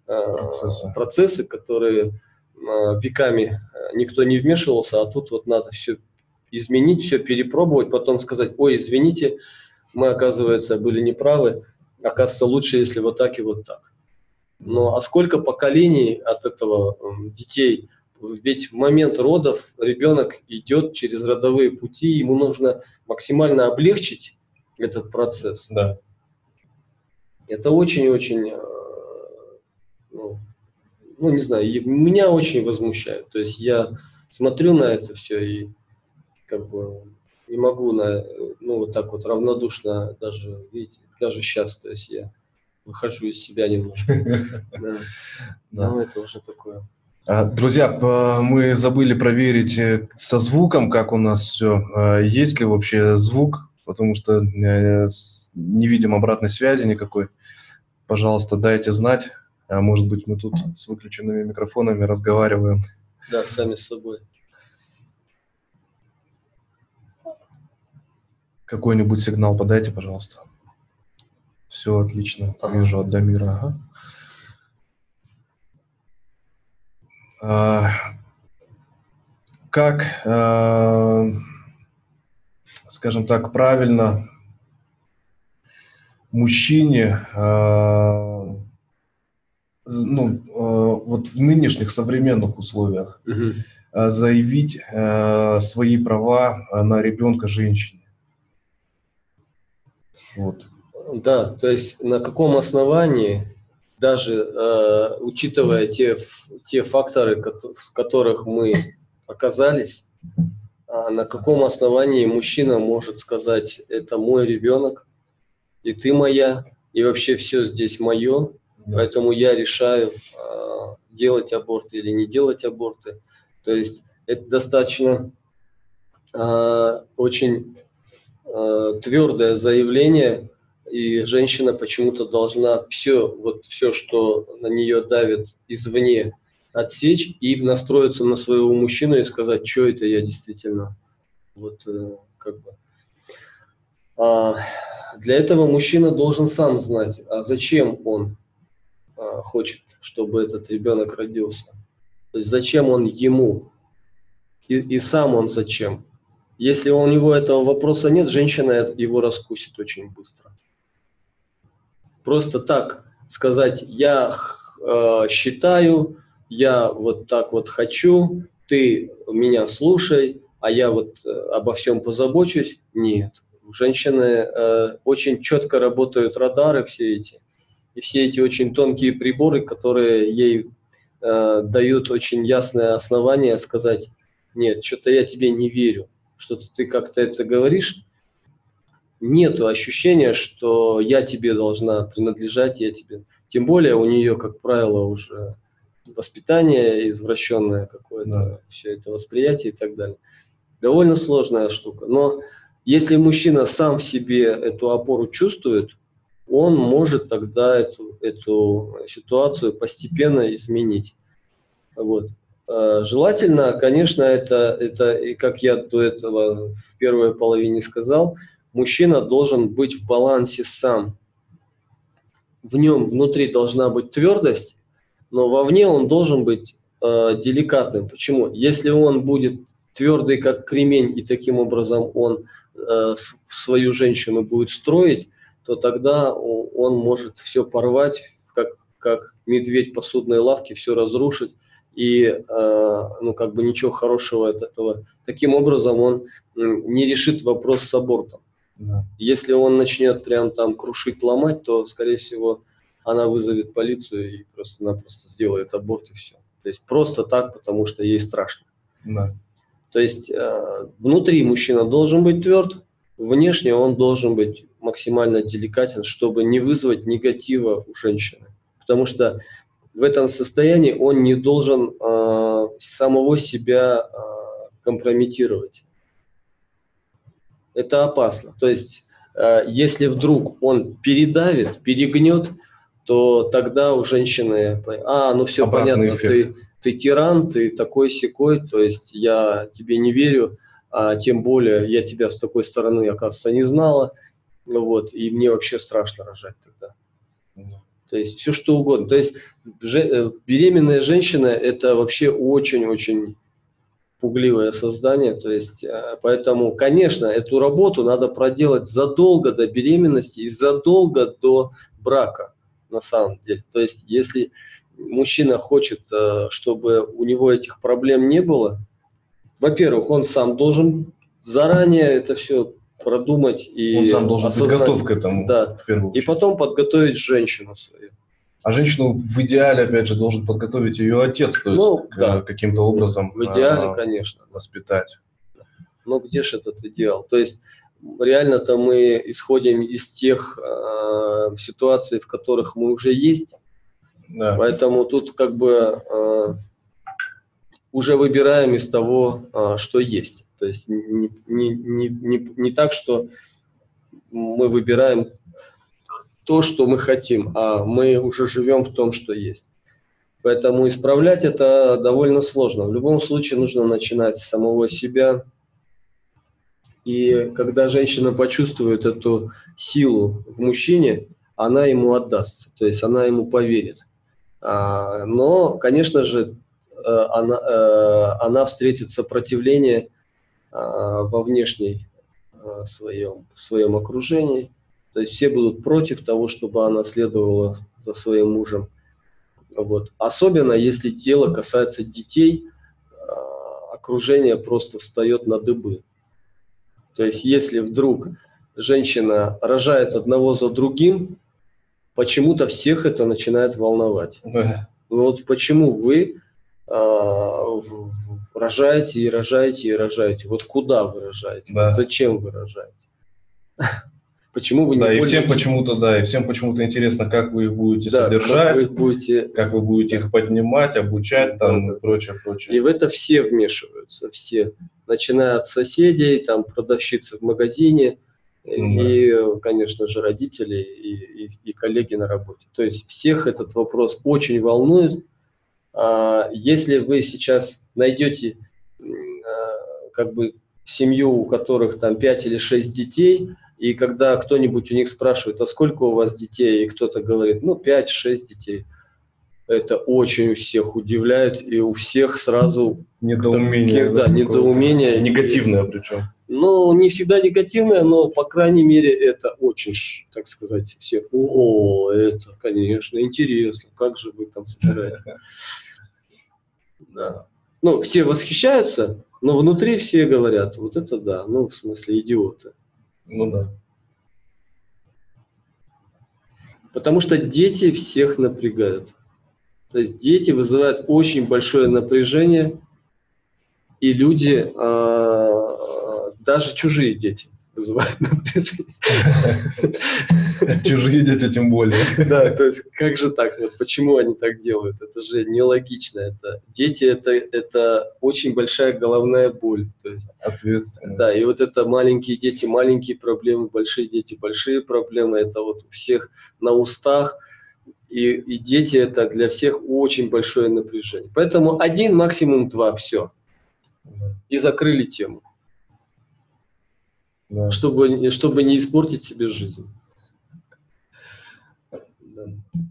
процессы, процессы которые веками никто не вмешивался, а тут вот надо все изменить, все перепробовать, потом сказать: ой, извините, мы, оказывается, были неправы, оказывается, лучше, если вот так и вот так. Но а сколько поколений от этого детей? Ведь в момент родов ребенок идет через родовые пути, ему нужно максимально облегчить этот процесс. Да. Это очень-очень, ну, ну, не знаю, меня очень возмущает. То есть я смотрю на это все и как бы не могу на, ну, вот так вот равнодушно даже, видите, даже сейчас, то есть я выхожу из себя немножко. Да. Ну, это уже такое. Друзья, мы забыли проверить со звуком, как у нас все. Есть ли вообще звук, потому что не видим обратной связи никакой. Пожалуйста, дайте знать. А может быть, мы тут с выключенными микрофонами разговариваем. Да, сами с собой. Какой-нибудь сигнал подайте, пожалуйста. Все отлично. Ага. Вижу от Дамира. Ага. А, как, а, скажем так, правильно мужчине, а, ну, а, вот в нынешних современных условиях угу. а, заявить а, свои права на ребенка женщине? Вот. Да, то есть на каком основании, даже э, учитывая те, те факторы, в которых мы оказались, а на каком основании мужчина может сказать: это мой ребенок, и ты моя, и вообще все здесь мое, да. Поэтому я решаю, э, делать аборты или не делать аборты. То есть это достаточно э, очень э, твердое заявление. И женщина почему-то должна все, вот все, что на нее давит извне, отсечь и настроиться на своего мужчину и сказать: что это я действительно. Вот как бы. А для этого мужчина должен сам знать, а зачем он а, хочет, чтобы этот ребенок родился. То есть зачем он ему и, и сам он зачем. Если у него этого вопроса нет, женщина его раскусит очень быстро. Просто так сказать: я э, считаю, я вот так вот хочу, ты меня слушай, а я вот э, обо всем позабочусь. Нет. У женщины э, очень четко работают радары все эти. И все эти очень тонкие приборы, которые ей э, дают очень ясное основание сказать: нет, что-то я тебе не верю, что-то ты как-то это говоришь. Нету ощущения, что я тебе должна принадлежать, я тебе. Тем более у нее, как правило, уже воспитание извращенное какое-то, да. Все это восприятие и так далее. Довольно сложная штука. Но если мужчина сам в себе эту опору чувствует, он может тогда эту, эту ситуацию постепенно изменить. Вот. Желательно, конечно, это, это, и как я до этого в первой половине сказал, мужчина должен быть в балансе сам. В нем внутри должна быть твердость, но вовне он должен быть э, деликатным. Почему? Если он будет твердый, как кремень, и таким образом он э, свою женщину будет строить, то тогда он может все порвать, как, как медведь в посудной лавке, все разрушить. И э, ну, как бы ничего хорошего от этого. Таким образом он не решит вопрос с абортом. Да. Если он начнет прям там крушить, ломать, то, скорее всего, она вызовет полицию и просто-напросто сделает аборт и все. То есть просто так, потому что ей страшно. Да. То есть э, внутри мужчина должен быть тверд, внешне он должен быть максимально деликатен, чтобы не вызвать негатива у женщины. Потому что в этом состоянии он не должен э, самого себя э, компрометировать. Это опасно. То есть, э, если вдруг он передавит, перегнет, то тогда у женщины, а, ну все обратный понятно, ты, ты тиран, ты такой-сякой, то есть я тебе не верю, а тем более я тебя с такой стороны, оказывается, не знала, вот, и мне вообще страшно рожать тогда. То есть все что угодно. То есть же, беременная женщина – это вообще очень-очень пугливое создание. То есть, поэтому, конечно, эту работу надо проделать задолго до беременности и задолго до брака, на самом деле. То есть если мужчина хочет, чтобы у него этих проблем не было, во-первых, он сам должен заранее это все продумать и он сам должен осознать, быть готов к этому, да, в первую очередь. И потом подготовить женщину свою. А женщину в идеале, опять же, должен подготовить ее отец, то есть ну, да. каким-то образом в идеале, а, конечно, воспитать. Но где же этот идеал? То есть реально-то мы исходим из тех э, ситуаций, в которых мы уже есть, Да. Поэтому тут как бы э, уже выбираем из того, э, что есть. То есть не, не, не, не, не так, что мы выбираем то, что мы хотим, а мы уже живем в том, что есть. Поэтому исправлять это довольно сложно. В любом случае нужно начинать с самого себя. И когда женщина почувствует эту силу в мужчине, она ему отдастся, то есть она ему поверит. Но, конечно же, она, она встретит сопротивление во внешней своем, в своем окружении. То есть все будут против того, чтобы она следовала за своим мужем. Вот. Особенно если дело касается детей, окружение просто встает на дыбы. То есть если вдруг женщина рожает одного за другим, почему-то всех это начинает волновать. Да. Вот почему вы а, рожаете и рожаете и рожаете. Вот куда вы рожаете? Да. Вот зачем вы рожаете? Почему вы не да, и пользуетесь... всем почему-то, да, и всем почему-то интересно, как вы их будете да, содержать, как вы будете, как вы будете их поднимать, обучать, да, там, да. и прочее, прочее. И в это все вмешиваются, все. Начиная от соседей, там, продавщицы в магазине, mm-hmm. и, конечно же, родители и, и, и коллеги на работе. То есть всех этот вопрос очень волнует. А если вы сейчас найдете как бы семью, у которых там пять или шесть детей, и когда кто-нибудь у них спрашивает, а сколько у вас детей, и кто-то говорит, ну, пять-шесть детей, это очень у всех удивляет, и у всех сразу недоумение, да, да, недоумение. Негативное причем. Ну, не всегда негативное, но, по крайней мере, это очень, так сказать, все, о, это, конечно, интересно, как же вы там собираетесь. Да. Ну, все восхищаются, но внутри все говорят, вот это да, ну, в смысле, идиоты. Ну да. Потому что дети всех напрягают. То есть дети вызывают очень большое напряжение, и люди, даже чужие дети вызывают напряжение. Чужие дети тем более. Да, то есть как же так? Вот почему они так делают? Это же нелогично. Это дети это это очень большая головная боль. То есть ответственность. Да, и вот это маленькие дети, маленькие проблемы, большие дети, большие проблемы. Это вот у всех на устах. И, и дети это для всех очень большое напряжение. Поэтому один, максимум два, все. И закрыли тему. Да. Чтобы, чтобы не испортить себе жизнь. Да.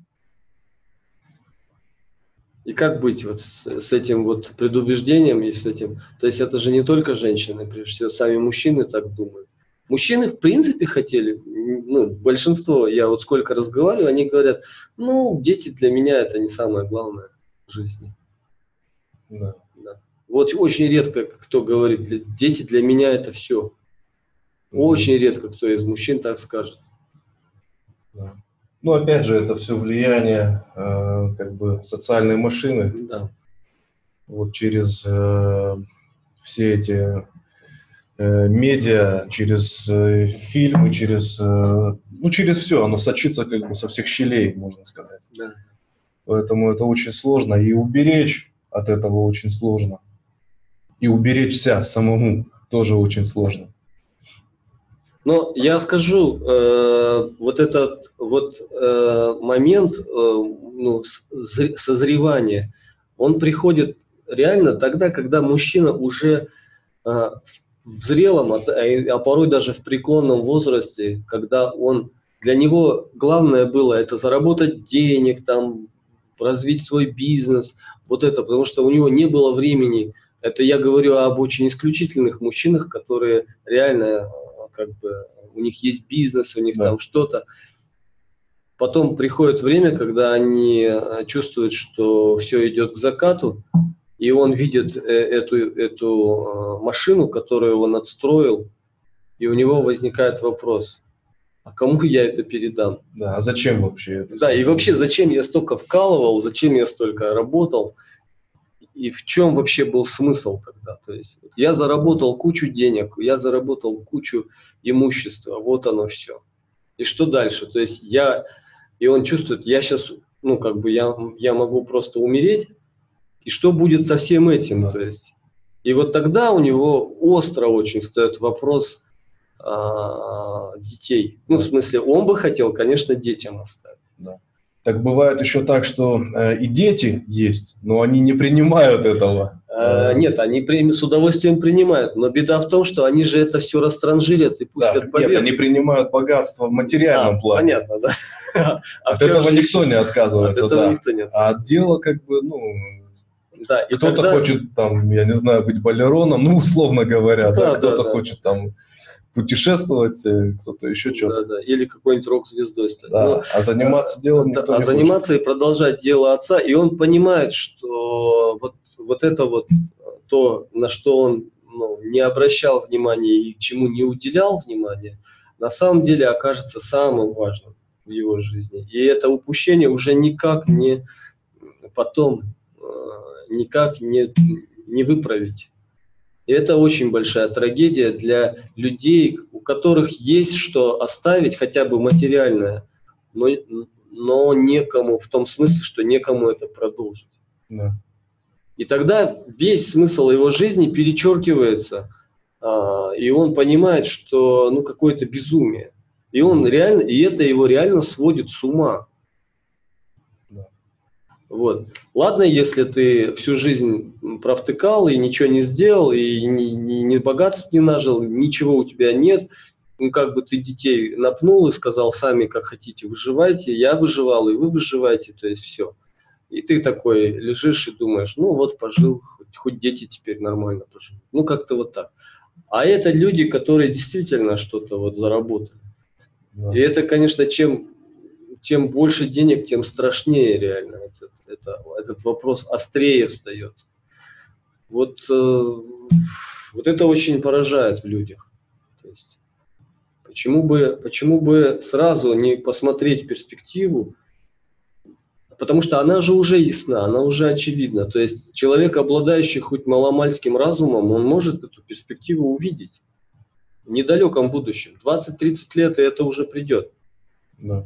И как быть вот с, с этим вот предубеждением и с этим? То есть это же не только женщины, прежде всего, сами мужчины так думают. Мужчины в принципе хотели, ну, большинство, я вот сколько разговариваю, они говорят, ну, дети для меня это не самое главное в жизни. Да. Да. Вот очень редко кто говорит, дети для меня это все. Очень редко кто из мужчин так скажет. Да. Ну, опять же, это все влияние э, как бы социальной машины. Да. Вот через э, все эти э, медиа, через э, фильмы, через, э, ну, через все, оно сочится как бы со всех щелей, можно сказать. Да. Поэтому это очень сложно, и уберечь от этого очень сложно. И уберечься самому тоже очень сложно. Но я скажу, э, вот этот вот э, момент э, ну, созревания, он приходит реально тогда, когда мужчина уже э, в зрелом, а, а порой даже в преклонном возрасте, когда он Для него главное было это заработать денег, там, развить свой бизнес, вот это, потому что у него не было времени. Это я говорю об очень исключительных мужчинах, которые реально, как бы, у них есть бизнес, у них Да. там что-то. Потом приходит время, когда они чувствуют, что все идет к закату, и он видит эту, эту машину, которую он отстроил, и у него возникает вопрос, а кому я это передам? Да, а зачем вообще это? Да, и вообще, зачем я столько вкалывал, зачем я столько работал, и в чем вообще был смысл тогда? То есть я заработал кучу денег, я заработал кучу имущества, вот оно все. И что дальше? То есть я, и он чувствует, я сейчас, ну, как бы я, я могу просто умереть, и что будет со всем этим? Да. То есть, и вот тогда у него остро очень встает вопрос а, детей. Ну, Да. в смысле, он бы хотел, конечно, детям оставить. Да. Так бывает еще так, что э, и дети есть, но они не принимают этого. А, нет, они при, с удовольствием принимают, но беда в том, что они же это все растранжирят и пустят Да, по ветру. нет, они принимают богатство в материальном а, плане. Понятно, да. А От этого никто не отказывается, От этого да. никто не А отказывается. дело как бы, ну, Да, и кто-то тогда... хочет там, я не знаю, быть балероном, ну, условно говоря, да, Да, кто-то да, да. хочет там путешествовать, э, кто-то еще что-то. Да, да. Или какой-нибудь рок-звездой стать. Да, Но, а заниматься делом да, никто а не заниматься и продолжать дело отца, и он понимает, что вот, вот это вот то, на что он, ну, не обращал внимания и к чему не уделял внимания, на самом деле окажется самым важным в его жизни. И это упущение уже никак не потом, э, никак не, не выправить. И это очень большая трагедия для людей, у которых есть что оставить, хотя бы материальное, но, но некому, в том смысле, что некому это продолжить. Да. И тогда весь смысл его жизни перечеркивается, а, и он понимает, что, ну, какое-то безумие. И он реально, и это его реально сводит с ума. Да. Вот. Ладно, если ты всю жизнь провтыкал и ничего не сделал, и ни, ни, ни богатств не нажил, ничего у тебя нет, ну, как бы ты детей напнул и сказал, сами как хотите выживайте, я выживал, и вы выживаете, то есть все. И ты такой лежишь и думаешь, ну вот пожил, хоть, хоть дети теперь нормально поживут. Ну, как-то вот так. А это люди, которые действительно что-то вот заработали. Да. И это, конечно, чем... Тем больше денег, тем страшнее реально этот, это, этот вопрос острее встает. Вот, э, вот это очень поражает в людях. То есть, почему бы, почему бы сразу не посмотреть перспективу, потому что она же уже ясна, она уже очевидна. То есть человек, обладающий хоть маломальским разумом, он может эту перспективу увидеть в недалеком будущем. двадцать-тридцать лет, и это уже придет. Да.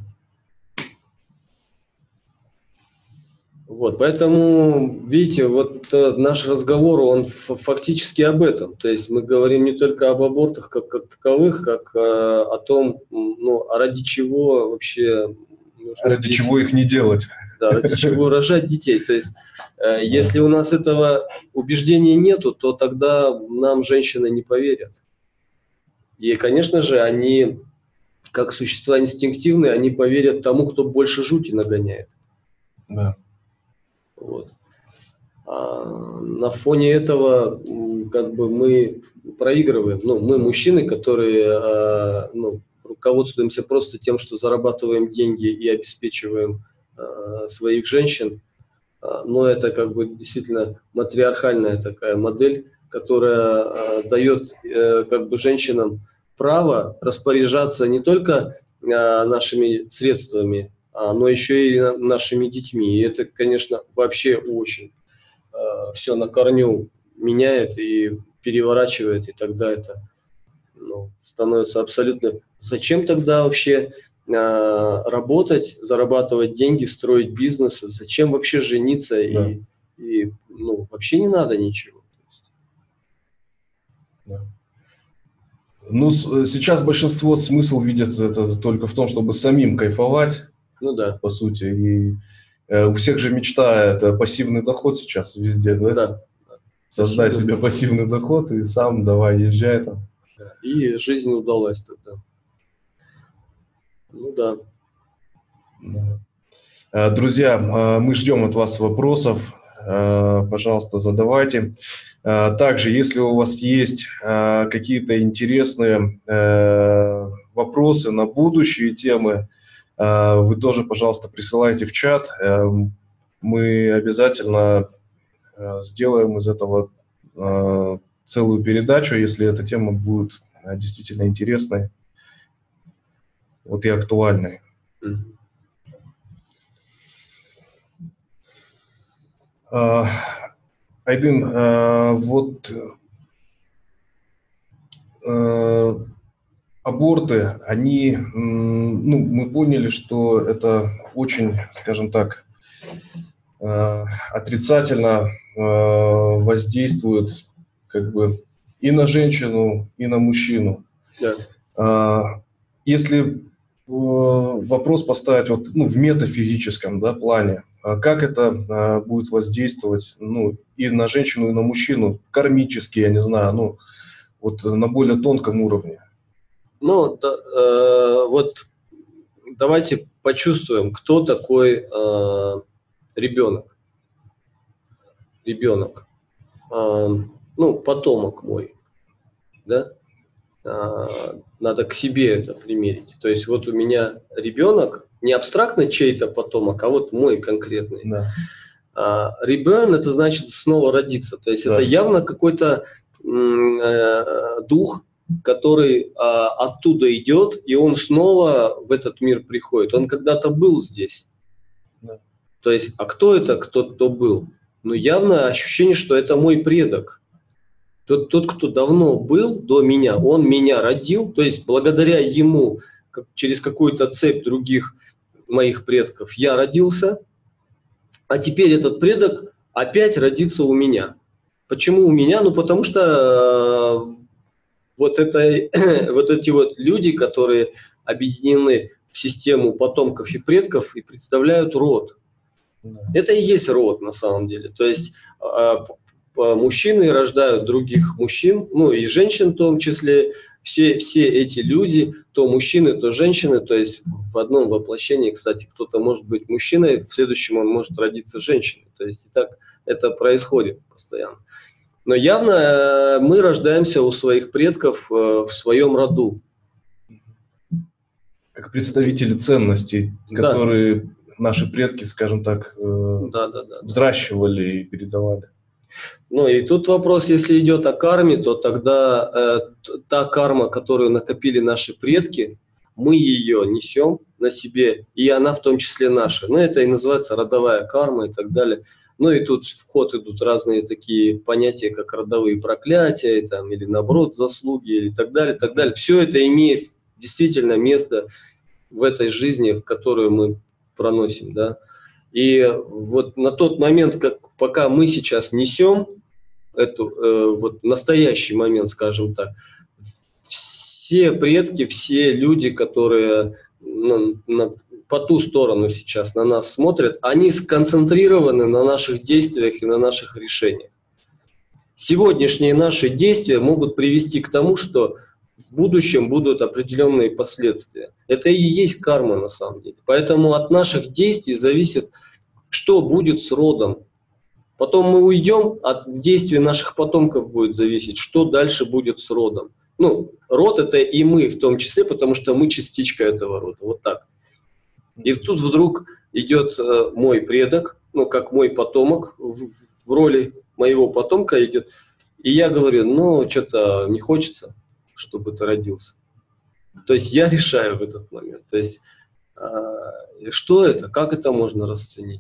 Вот, поэтому, видите, вот э, наш разговор, он фактически об этом. То есть мы говорим не только об абортах как, как таковых, как э, о том, ну, а ради чего вообще... Ради дети, чего их не делать. Да, ради чего рожать детей. То есть э, если у нас этого убеждения нету, то тогда нам женщины не поверят. И, конечно же, они, как существа инстинктивные, они поверят тому, кто больше жути нагоняет. Да. Вот. А на фоне этого как бы мы проигрываем. Ну, мы мужчины, которые ну, руководствуемся просто тем, что зарабатываем деньги и обеспечиваем а, своих женщин. А, но это как бы действительно матриархальная такая модель, которая а, дает а, как бы женщинам право распоряжаться не только а, нашими средствами, но еще и нашими детьми. И это, конечно, вообще очень э, все на корню меняет и переворачивает, и тогда это ну, становится абсолютно... Зачем тогда вообще э, работать, зарабатывать деньги, строить бизнес? Зачем вообще жениться? Да. И, и ну, вообще не надо ничего. Да. Ну, сейчас большинство смысл видят это только в том, чтобы самим кайфовать. Ну да. По сути. И э, у всех же мечта – это пассивный доход сейчас везде, да? Да. Создай пассивный себе доход. Пассивный доход и сам давай езжай там. Да. И жизнь удалась тогда. Ну да. Друзья, мы ждем от вас вопросов. Пожалуйста, задавайте. Также, если у вас есть какие-то интересные вопросы на будущие темы, вы тоже, пожалуйста, присылайте в чат. Мы обязательно сделаем из этого целую передачу, если эта тема будет действительно интересной, вот и актуальной. Айдын, вот аборты, они, ну, мы поняли, что это очень, скажем так, отрицательно воздействует как бы и на женщину, и на мужчину. Да. Если вопрос поставить вот, ну, в метафизическом, да, плане, как это будет воздействовать, ну, и на женщину, и на мужчину, кармически, я не знаю, ну, вот на более тонком уровне? Ну, да, э, вот давайте почувствуем, кто такой э, ребенок. Ребенок. Э, ну, потомок мой, да? Э, надо к себе это примерить. То есть вот у меня ребенок, не абстрактно чей-то потомок, а вот мой конкретный. Да. Uh, reborn – это значит снова родиться. То есть да. Это явно какой-то э, дух, который э, оттуда идет, и он снова в этот мир приходит. Он когда-то был здесь. Да. То есть, а кто это, кто, кто был? Ну, явно ощущение, что это мой предок. Тот, тот, кто давно был до меня, он меня родил. То есть, благодаря ему, как, через какую-то цепь других моих предков, я родился. А теперь этот предок опять родится у меня. Почему у меня? Ну, потому что э, вот, это, вот эти вот люди, которые объединены в систему потомков и предков и представляют род. Да. Это и есть род на самом деле. То есть э, мужчины рождают других мужчин, ну и женщин в том числе. Все, все эти люди, то мужчины, то женщины, то есть в одном воплощении, кстати, кто-то может быть мужчиной, в следующем он может родиться женщиной. То есть и так это происходит постоянно. Но явно мы рождаемся у своих предков в своем роду. Как представители ценностей, да. которые наши предки, скажем так, да, да, да, взращивали и передавали. Ну и тут вопрос, если идет о карме, то тогда э, та карма, которую накопили наши предки, мы ее несем на себе, и она в том числе наша. Ну это и называется родовая карма и так далее. Ну и тут в ход идут разные такие понятия, как родовые проклятия, и, там, или наоборот заслуги, и так далее, так далее. Все это имеет действительно место в этой жизни, в которую мы проносим, да. И вот на тот момент, как, пока мы сейчас несем эту, э, вот настоящий момент, скажем так, все предки, все люди, которые на, на, по ту сторону сейчас на нас смотрят, они сконцентрированы на наших действиях и на наших решениях. Сегодняшние наши действия могут привести к тому, что в будущем будут определенные последствия. Это и есть карма на самом деле. Поэтому от наших действий зависит, что будет с родом. Потом мы уйдем, от действий наших потомков будет зависеть, что дальше будет с родом. Ну, род это и мы в том числе, потому что мы частичка этого рода. Вот так. И тут вдруг идет э, мой предок, ну, как мой потомок, в, в роли моего потомка идет. И я говорю, ну, что-то не хочется, чтобы ты родился. То есть я решаю в этот момент. То есть э, что это, как это можно расценить?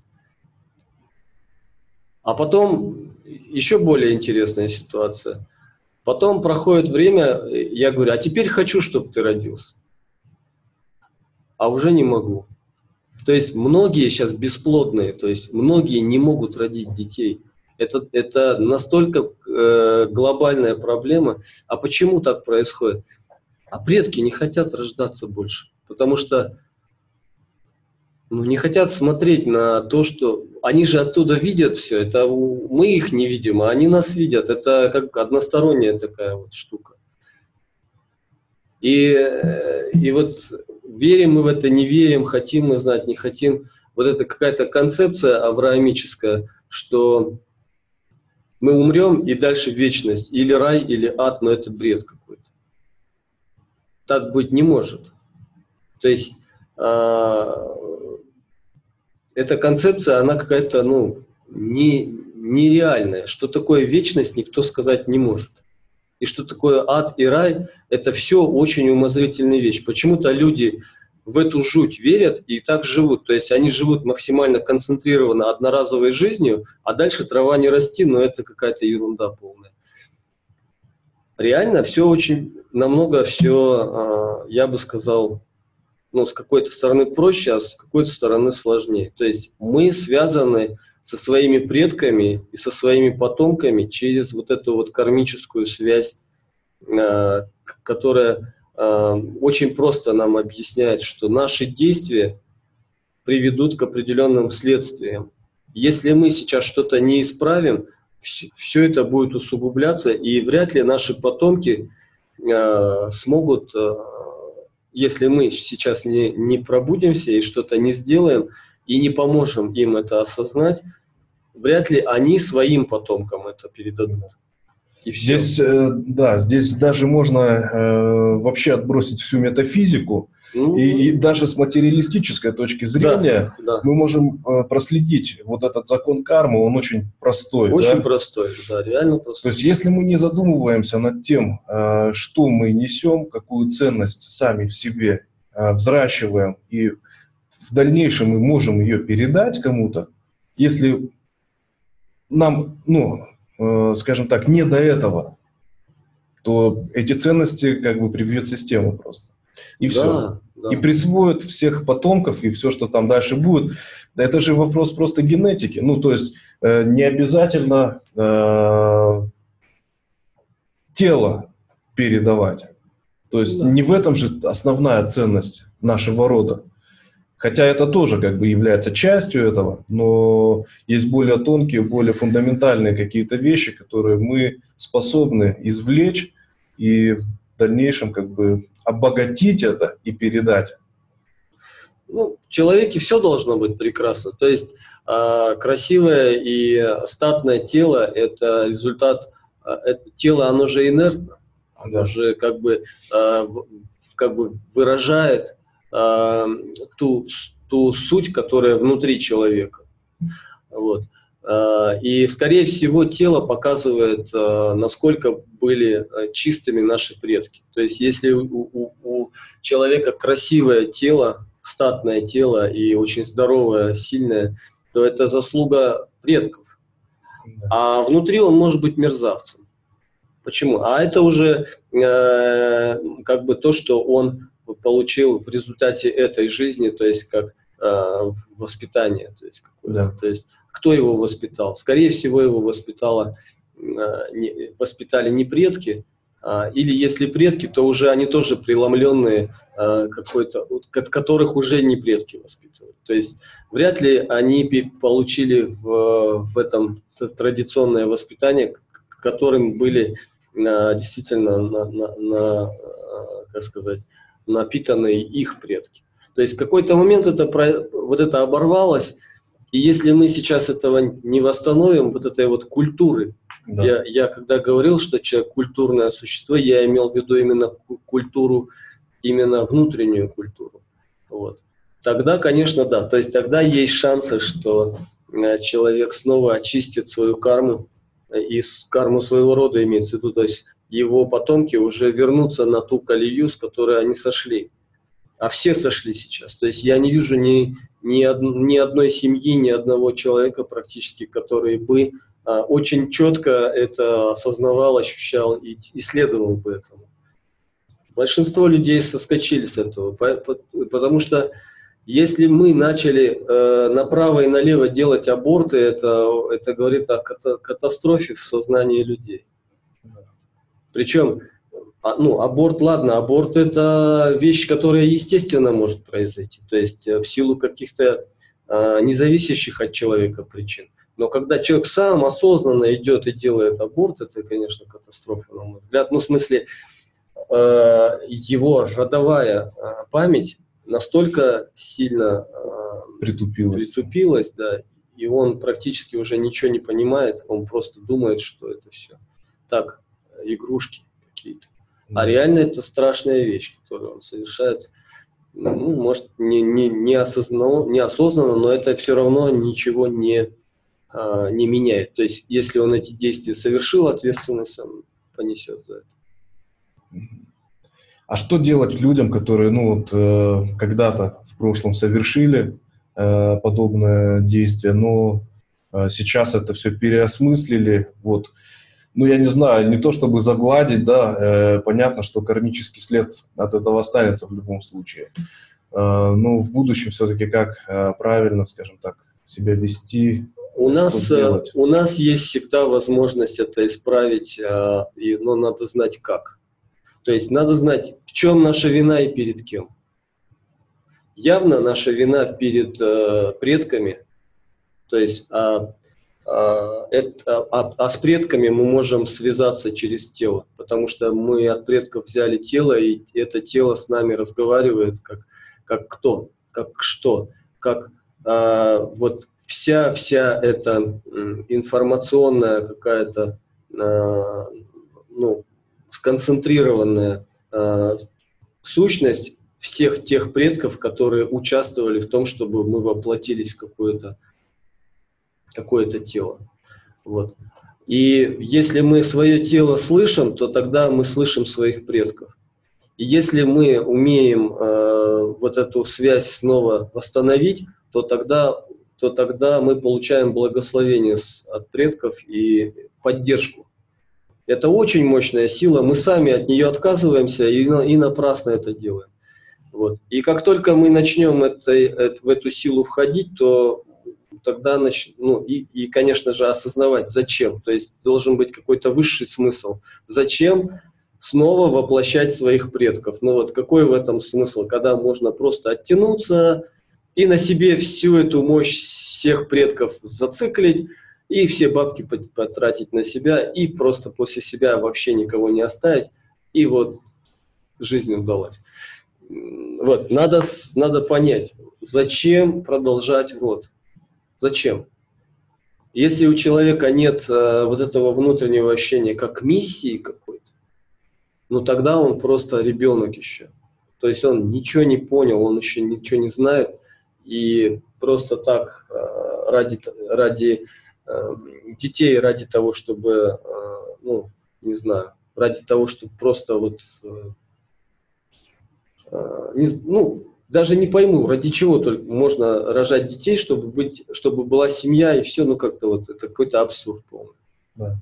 А потом еще более интересная ситуация. Потом проходит время, я говорю, а теперь хочу, чтобы ты родился. А уже не могу. То есть многие сейчас бесплодные, то есть многие не могут родить детей. Это, это настолько э, глобальная проблема. А почему так происходит? А предки не хотят рождаться больше, потому что ну, не хотят смотреть на то, что они же оттуда видят все. Это мы их не видим, а они нас видят. Это как односторонняя такая вот штука. И, и вот верим мы в это, не верим, хотим мы знать, не хотим. Вот это какая-то концепция авраамическая, что мы умрем и дальше вечность, или рай, или ад, но это бред какой-то. Так быть не может. То есть э, эта концепция, она какая-то, ну, не, нереальная. Что такое вечность, никто сказать не может. И что такое ад и рай, это все очень умозрительная вещь. Почему-то люди в эту жуть верят и так живут. То есть они живут максимально концентрированно одноразовой жизнью, а дальше трава не расти, но это какая-то ерунда полная. Реально все очень, намного все, я бы сказал, ну, с какой-то стороны проще, а с какой-то стороны сложнее. То есть мы связаны со своими предками и со своими потомками через вот эту вот кармическую связь, которая очень просто нам объясняет, что наши действия приведут к определенным следствиям. Если мы сейчас что-то не исправим, все это будет усугубляться, и вряд ли наши потомки смогут, если мы сейчас не, не пробудимся и что-то не сделаем, и не поможем им это осознать, вряд ли они своим потомкам это передадут. И здесь, э, да, здесь даже можно э, вообще отбросить всю метафизику, ну, и, и даже с материалистической точки зрения да, да. мы можем э, проследить вот этот закон кармы, он очень простой. Очень да? простой, да, реально простой. То есть если мы не задумываемся над тем, э, что мы несем, какую ценность сами в себе э, взращиваем, и в дальнейшем мы можем ее передать кому-то, если нам, ну, э, скажем так, не до этого, то эти ценности как бы прибьет система просто. И да, все. Да. И присвоят всех потомков, и все, что там дальше будет. Это же вопрос просто генетики. Ну, то есть э, не обязательно э, тело передавать. То есть да. не в этом же основная ценность нашего рода. Хотя это тоже как бы является частью этого, но есть более тонкие, более фундаментальные какие-то вещи, которые мы способны извлечь и в дальнейшем как бы обогатить это и передать. Ну, в человеке все должно быть прекрасно. То есть э, красивое и статное тело – это результат, э, это, тело, оно же инертно, оно да. же как бы, э, как бы выражает э, ту, ту суть, которая внутри человека. Вот. И, скорее всего, тело показывает, насколько были чистыми наши предки. То есть, если у, у, у человека красивое тело, статное тело и очень здоровое, сильное, то это заслуга предков. А внутри он может быть мерзавцем. Почему? А это уже э, как бы то, что он получил в результате этой жизни, то есть как э, воспитание. То есть, да. то есть кто его воспитал? Скорее всего, его воспитало, не, воспитали не предки, а, или если предки, то уже они тоже преломленные, а, какой-то, которых уже не предки воспитывают. То есть вряд ли они получили в, в этом традиционное воспитание, которым были а, действительно на, на, на, как сказать, напитаны их предки. То есть в какой-то момент это, вот это оборвалось. И если мы сейчас этого не восстановим, вот этой вот культуры, да. я, я когда говорил, что человек культурное существо, я имел в виду именно культуру, именно внутреннюю культуру. Вот. Тогда, конечно, да. То есть тогда есть шансы, что человек снова очистит свою карму, и карму своего рода имеется в виду, то есть его потомки уже вернутся на ту колею, с которой они сошли. А все сошли сейчас. То есть я не вижу ни, ни, од, ни одной семьи, ни одного человека практически, который бы а, очень четко это осознавал, ощущал и исследовал бы этому. Большинство людей соскочили с этого, потому что если мы начали э, направо и налево делать аборты, это, это говорит о ката катастрофе в сознании людей. Причем ну, аборт, ладно, аборт – это вещь, которая естественно может произойти, то есть в силу каких-то а, независящих от человека причин. Но когда человек сам осознанно идет и делает аборт, это, конечно, катастрофа, на мой взгляд. Ну, в смысле, э, его родовая э, память настолько сильно притупилось. притупилось, да, и он практически уже ничего не понимает, он просто думает, что это все так, игрушки какие-то. А mm. реально это страшная вещь, которую он совершает, ну, может, не, не, не осознанно, неосознанно, но это все равно ничего не, а, не меняет. То есть, если он эти действия совершил, ответственность он понесет за это. А что делать людям, которые, ну, вот, э, когда-то в прошлом совершили э, подобное действие, но э, сейчас это все переосмыслили, вот. Ну, я не знаю, не то чтобы загладить, да, э, понятно, что кармический след от этого останется в любом случае. Э, но в будущем все-таки как э, правильно, скажем так, себя вести, у нас, у нас есть всегда возможность это исправить, э, и, но надо знать как. То есть надо знать, в чем наша вина и перед кем. Явно наша вина перед э, предками, то есть а, а, это, а, а с предками мы можем связаться через тело, потому что мы от предков взяли тело, и это тело с нами разговаривает как, как кто, как что, как а, вот вся, вся эта информационная какая-то, а, ну, сконцентрированная а, сущность всех тех предков, которые участвовали в том, чтобы мы воплотились в какое-то какое-то тело. Вот. И если мы свое тело слышим, то тогда мы слышим своих предков. И если мы умеем э, вот эту связь снова восстановить, то тогда, то тогда мы получаем благословение от предков и поддержку. Это очень мощная сила, мы сами от нее отказываемся и, и напрасно это делаем. Вот. И как только мы начнем это, это, в эту силу входить, то тогда, нач... ну, и, и, конечно же, осознавать, зачем. То есть должен быть какой-то высший смысл. Зачем снова воплощать своих предков? Ну вот какой в этом смысл? Когда можно просто оттянуться и на себе всю эту мощь всех предков зациклить, и все бабки потратить на себя, и просто после себя вообще никого не оставить, и вот жизнь удалась. Вот, надо, надо понять, зачем продолжать род. Зачем? Если у человека нет э, вот этого внутреннего ощущения как миссии какой-то, ну тогда он просто ребенок еще. То есть он ничего не понял, он еще ничего не знает, и просто так э, ради, ради э, детей, ради того, чтобы, э, ну, не знаю, ради того, чтобы просто вот, э, э, не, ну, даже не пойму, ради чего только можно рожать детей, чтобы быть, чтобы была семья и все, ну как-то вот это какой-то абсурд полный. Да.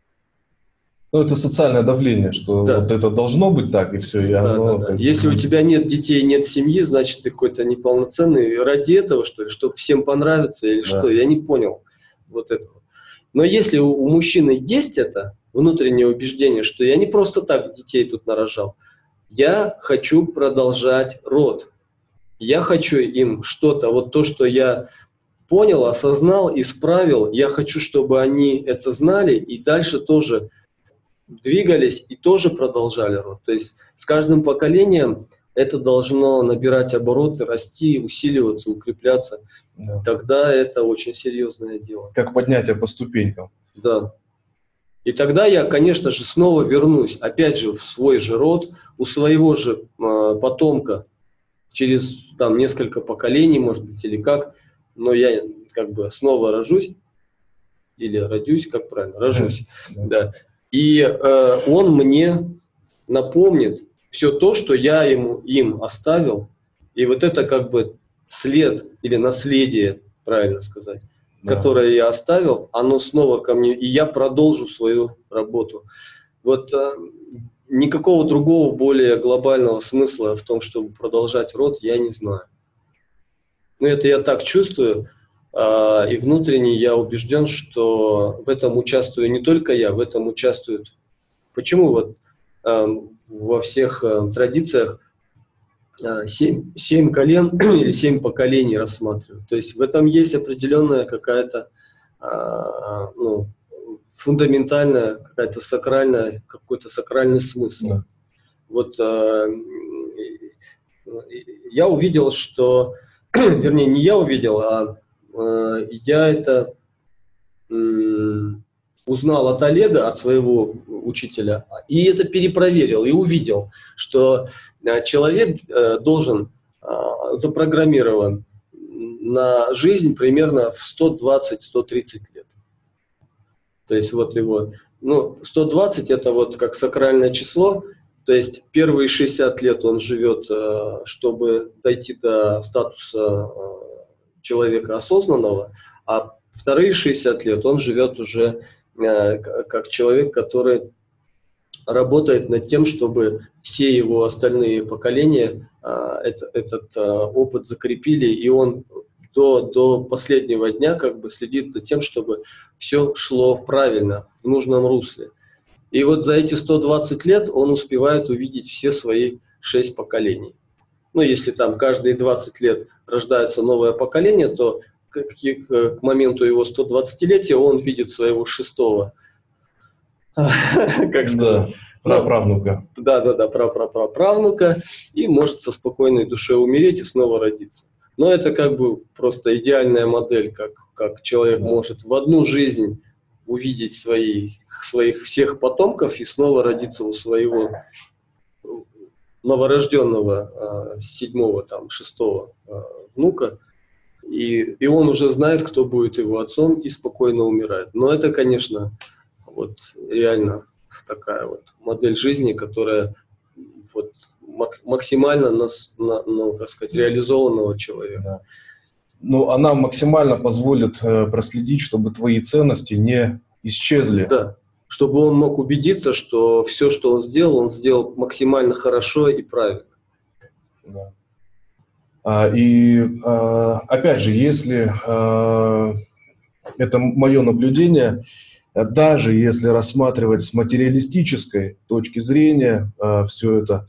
Ну это социальное давление, что да. Вот это должно быть так и все. И да, оно, да, да. Если у тебя нет детей, нет семьи, значит ты какой-то неполноценный. Ради этого что ли, чтобы всем понравиться или да. Что? Я не понял вот этого. Но если у, у мужчины есть это внутреннее убеждение, что я не просто так детей тут нарожал, я хочу продолжать род. Я хочу им что-то, вот то, что я понял, осознал, исправил, я хочу, чтобы они это знали и дальше тоже двигались и тоже продолжали род. То есть с каждым поколением это должно набирать обороты, расти, усиливаться, укрепляться. Да. Тогда это очень серьезное дело. Как поднятие по ступенькам. Да. И тогда я, конечно же, снова вернусь, опять же, в свой же род, у своего же э, потомка, через там несколько поколений, может быть, или как, но я как бы снова рожусь, или родюсь, как правильно, рожусь, да. Да. И э, он мне напомнит все то, что я ему, им оставил, и вот это как бы след или наследие, правильно сказать, да. Которое я оставил, оно снова ко мне, и я продолжу свою работу. Вот э, никакого другого более глобального смысла в том, чтобы продолжать род, я не знаю. Но это я так чувствую, э, и внутренне я убежден, что в этом участвую не только я, в этом участвуют. Почему вот э, во всех э, традициях э, семь, семь колен или семь поколений рассматривают? То есть в этом есть определенная какая-то э, ну, фундаментальная, какая-то сакральная, какой-то сакральный смысл. Да. Вот э, я увидел, что, вернее, не я увидел, а э, я это э, узнал от Олега, от своего учителя, и это перепроверил, и увидел, что э, человек э, должен, э, запрограммирован на жизнь примерно в сто двадцать — сто тридцать лет. То есть вот его, ну, сто двадцать это вот как сакральное число, то есть первые шестьдесят лет он живет, чтобы дойти до статуса человека осознанного, а вторые шестьдесят лет он живет уже как человек, который работает над тем, чтобы все его остальные поколения этот опыт закрепили, и он До, до последнего дня как бы следит за тем, чтобы все шло правильно, в нужном русле. И вот за эти сто двадцать лет он успевает увидеть все свои шесть поколений. Ну, если там каждые двадцать лет рождается новое поколение, то к, к, к моменту его стодвадцатилетия он видит своего шестого, как сказать, праправнука. Да, да, да, прапраправнука, и может со спокойной душой умереть и снова родиться. Но это как бы просто идеальная модель, как, как человек да. может в одну жизнь увидеть свои, своих всех потомков и снова родиться у своего новорожденного седьмого, там, шестого внука. И, и он уже знает, кто будет его отцом, и спокойно умирает. Но это, конечно, вот реально такая вот модель жизни, которая вот максимально нас, на, ну, как сказать, реализованного человека. Да. Ну, она максимально позволит э, проследить, чтобы твои ценности не исчезли. Да, чтобы он мог убедиться, что все, что он сделал, он сделал максимально хорошо и правильно. Да. А, и а, опять же, если а, это мое наблюдение, даже если рассматривать с материалистической точки зрения а, все это,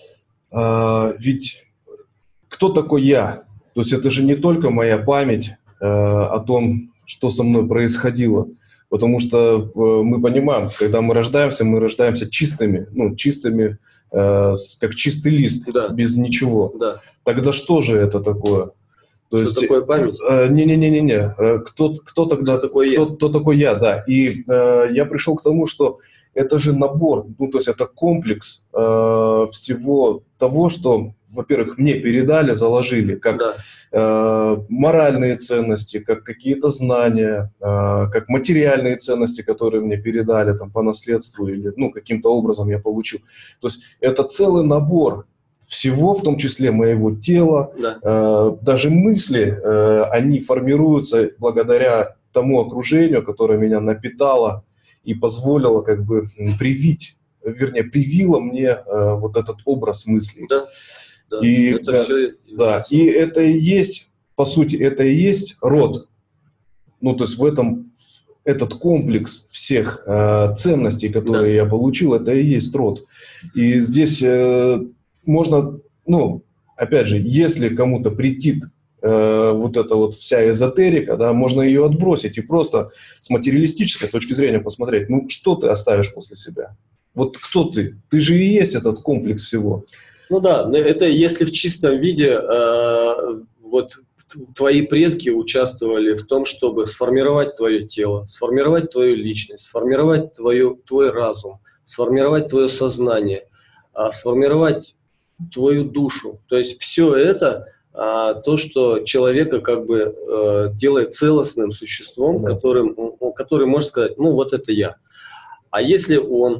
а, ведь кто такой я? То есть это же не только моя память а, о том, что со мной происходило. Потому что а, мы понимаем, когда мы рождаемся, мы рождаемся чистыми, ну, чистыми, а, как чистый лист, да. без ничего. Да. Тогда что же это такое? То что есть, такое память? Не-не-не-не-не. Кто, кто тогда, кто такой, кто, кто такой я, да. И э, я пришел к тому, что это же набор, ну, то есть это комплекс э, всего того, что, во-первых, мне передали, заложили, как да. э, моральные ценности, как какие-то знания, э, как материальные ценности, которые мне передали там, по наследству или ну, каким-то образом я получил. То есть это целый набор всего, в том числе моего тела, да. э, даже мысли, э, они формируются благодаря тому окружению, которое меня напитало и позволило как бы привить, вернее, привило мне э, вот этот образ мыслей. Да, да, и, это э, все да, и это и есть, по сути, это и есть род. Ну, то есть в этом этот комплекс всех э, ценностей, которые да. я получил, это и есть род. И здесь э, можно, ну, опять же, если кому-то претит э, вот эта вот вся эзотерика, да, можно ее отбросить и просто с материалистической точки зрения посмотреть, ну, что ты оставишь после себя? Вот кто ты? Ты же и есть этот комплекс всего. Ну да, это если в чистом виде э, вот твои предки участвовали в том, чтобы сформировать твое тело, сформировать твою личность, сформировать твою, твой разум, сформировать твое сознание, э, сформировать твою душу. То есть все это а, то, что человека как бы э, делает целостным существом, да. которым, который может сказать, ну вот это я. А если он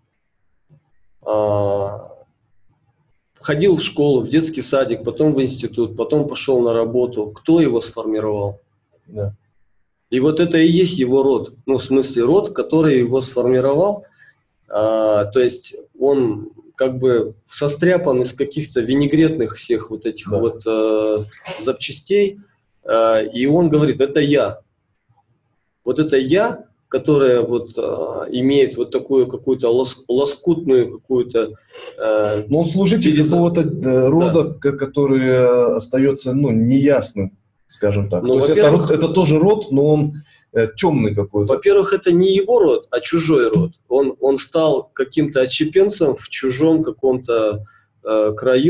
а, ходил в школу, в детский садик, потом в институт, потом пошел на работу, кто его сформировал? Да. И вот это и есть его род. Ну, в смысле род, который его сформировал. А, то есть он как бы состряпан из каких-то винегретных всех вот этих да. вот э, запчастей, э, и он говорит, это я. Вот это я, которая вот э, имеет вот такую какую-то лос, лоскутную какую-то... Э, Но он служитель перез... какого-то э, рода, да. который остается, ну, неясным, скажем так. Ну, то есть это, это тоже род, но он э, темный какой-то. Во-первых, это не его род, а чужой род. Он, он стал каким-то отщепенцем в чужом каком-то э, краю,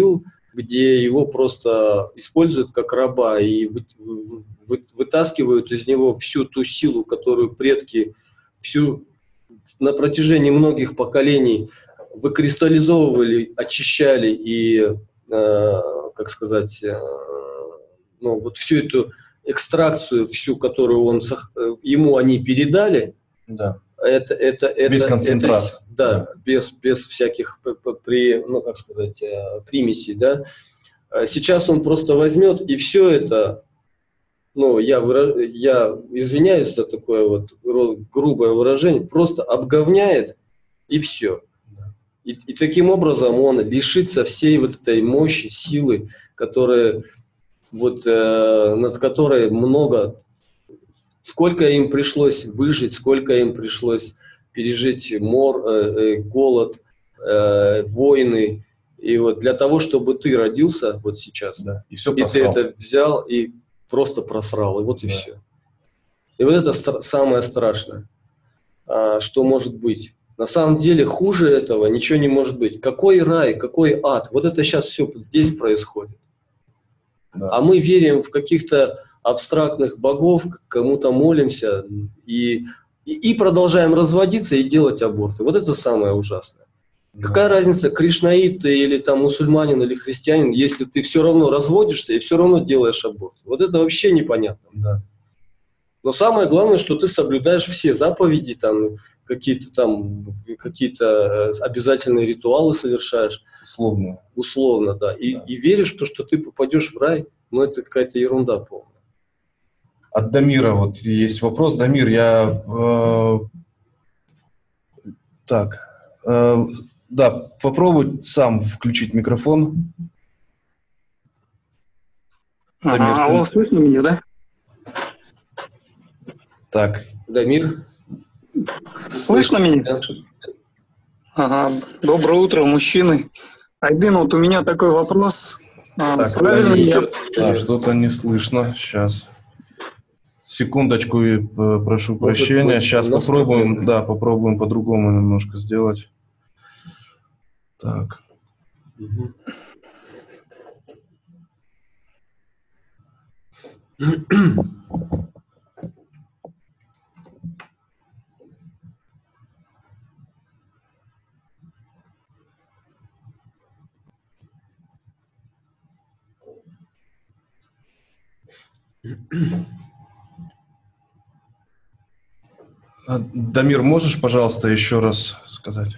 где его просто используют как раба и вы, вы, вытаскивают из него всю ту силу, которую предки всю на протяжении многих поколений выкристаллизовывали, очищали и, э, как сказать, э, ну, вот всю эту экстракцию, всю, которую он, ему они передали, да. это, это, это, без концентрата. Это, да, да. Без, без всяких при, ну, как сказать, примесей, да. Сейчас он просто возьмет и все это, ну, я, выраж... я извиняюсь за такое вот грубое выражение, просто обговняет и все. И, и таким образом он лишится всей вот этой мощи, силы, которая, вот, э, над которой много, сколько им пришлось выжить, сколько им пришлось пережить мор, э, э, голод, э, войны. И вот для того, чтобы ты родился вот сейчас, да, и, все и ты это взял и просто просрал, и вот и да. все. И вот это стра- самое страшное, а, что может быть. На самом деле хуже этого ничего не может быть. Какой рай, какой ад? Вот это сейчас все здесь происходит. Да. А мы верим в каких-то абстрактных богов, кому-то молимся и, и, и продолжаем разводиться и делать аборты. Вот это самое ужасное. Да. Какая разница, кришнаит ты или там мусульманин или христианин, если ты все равно разводишься и все равно делаешь аборт. Вот это вообще непонятно. Да. Но самое главное, что ты соблюдаешь все заповеди, там, какие-то там какие-то обязательные ритуалы совершаешь. Условно. Условно, да. И, да. и веришь в то, что ты попадешь в рай, но это какая-то ерунда полная. От Дамира вот есть вопрос. Дамир, я... Э, так... Э, да, попробуй сам включить микрофон. Ага, Дамир, а ты... слышно меня, да? Так. Дамир. Слышно меня? Ага. Доброе утро, мужчины. Айдын, вот у меня такой вопрос. Так, правильно я... Да, что-то не слышно. Сейчас. Секундочку, и прошу Может прощения. Быть, Сейчас попробуем, проблемы. да, попробуем по-другому немножко сделать. Так. Угу. Дамир, можешь, пожалуйста, еще раз сказать?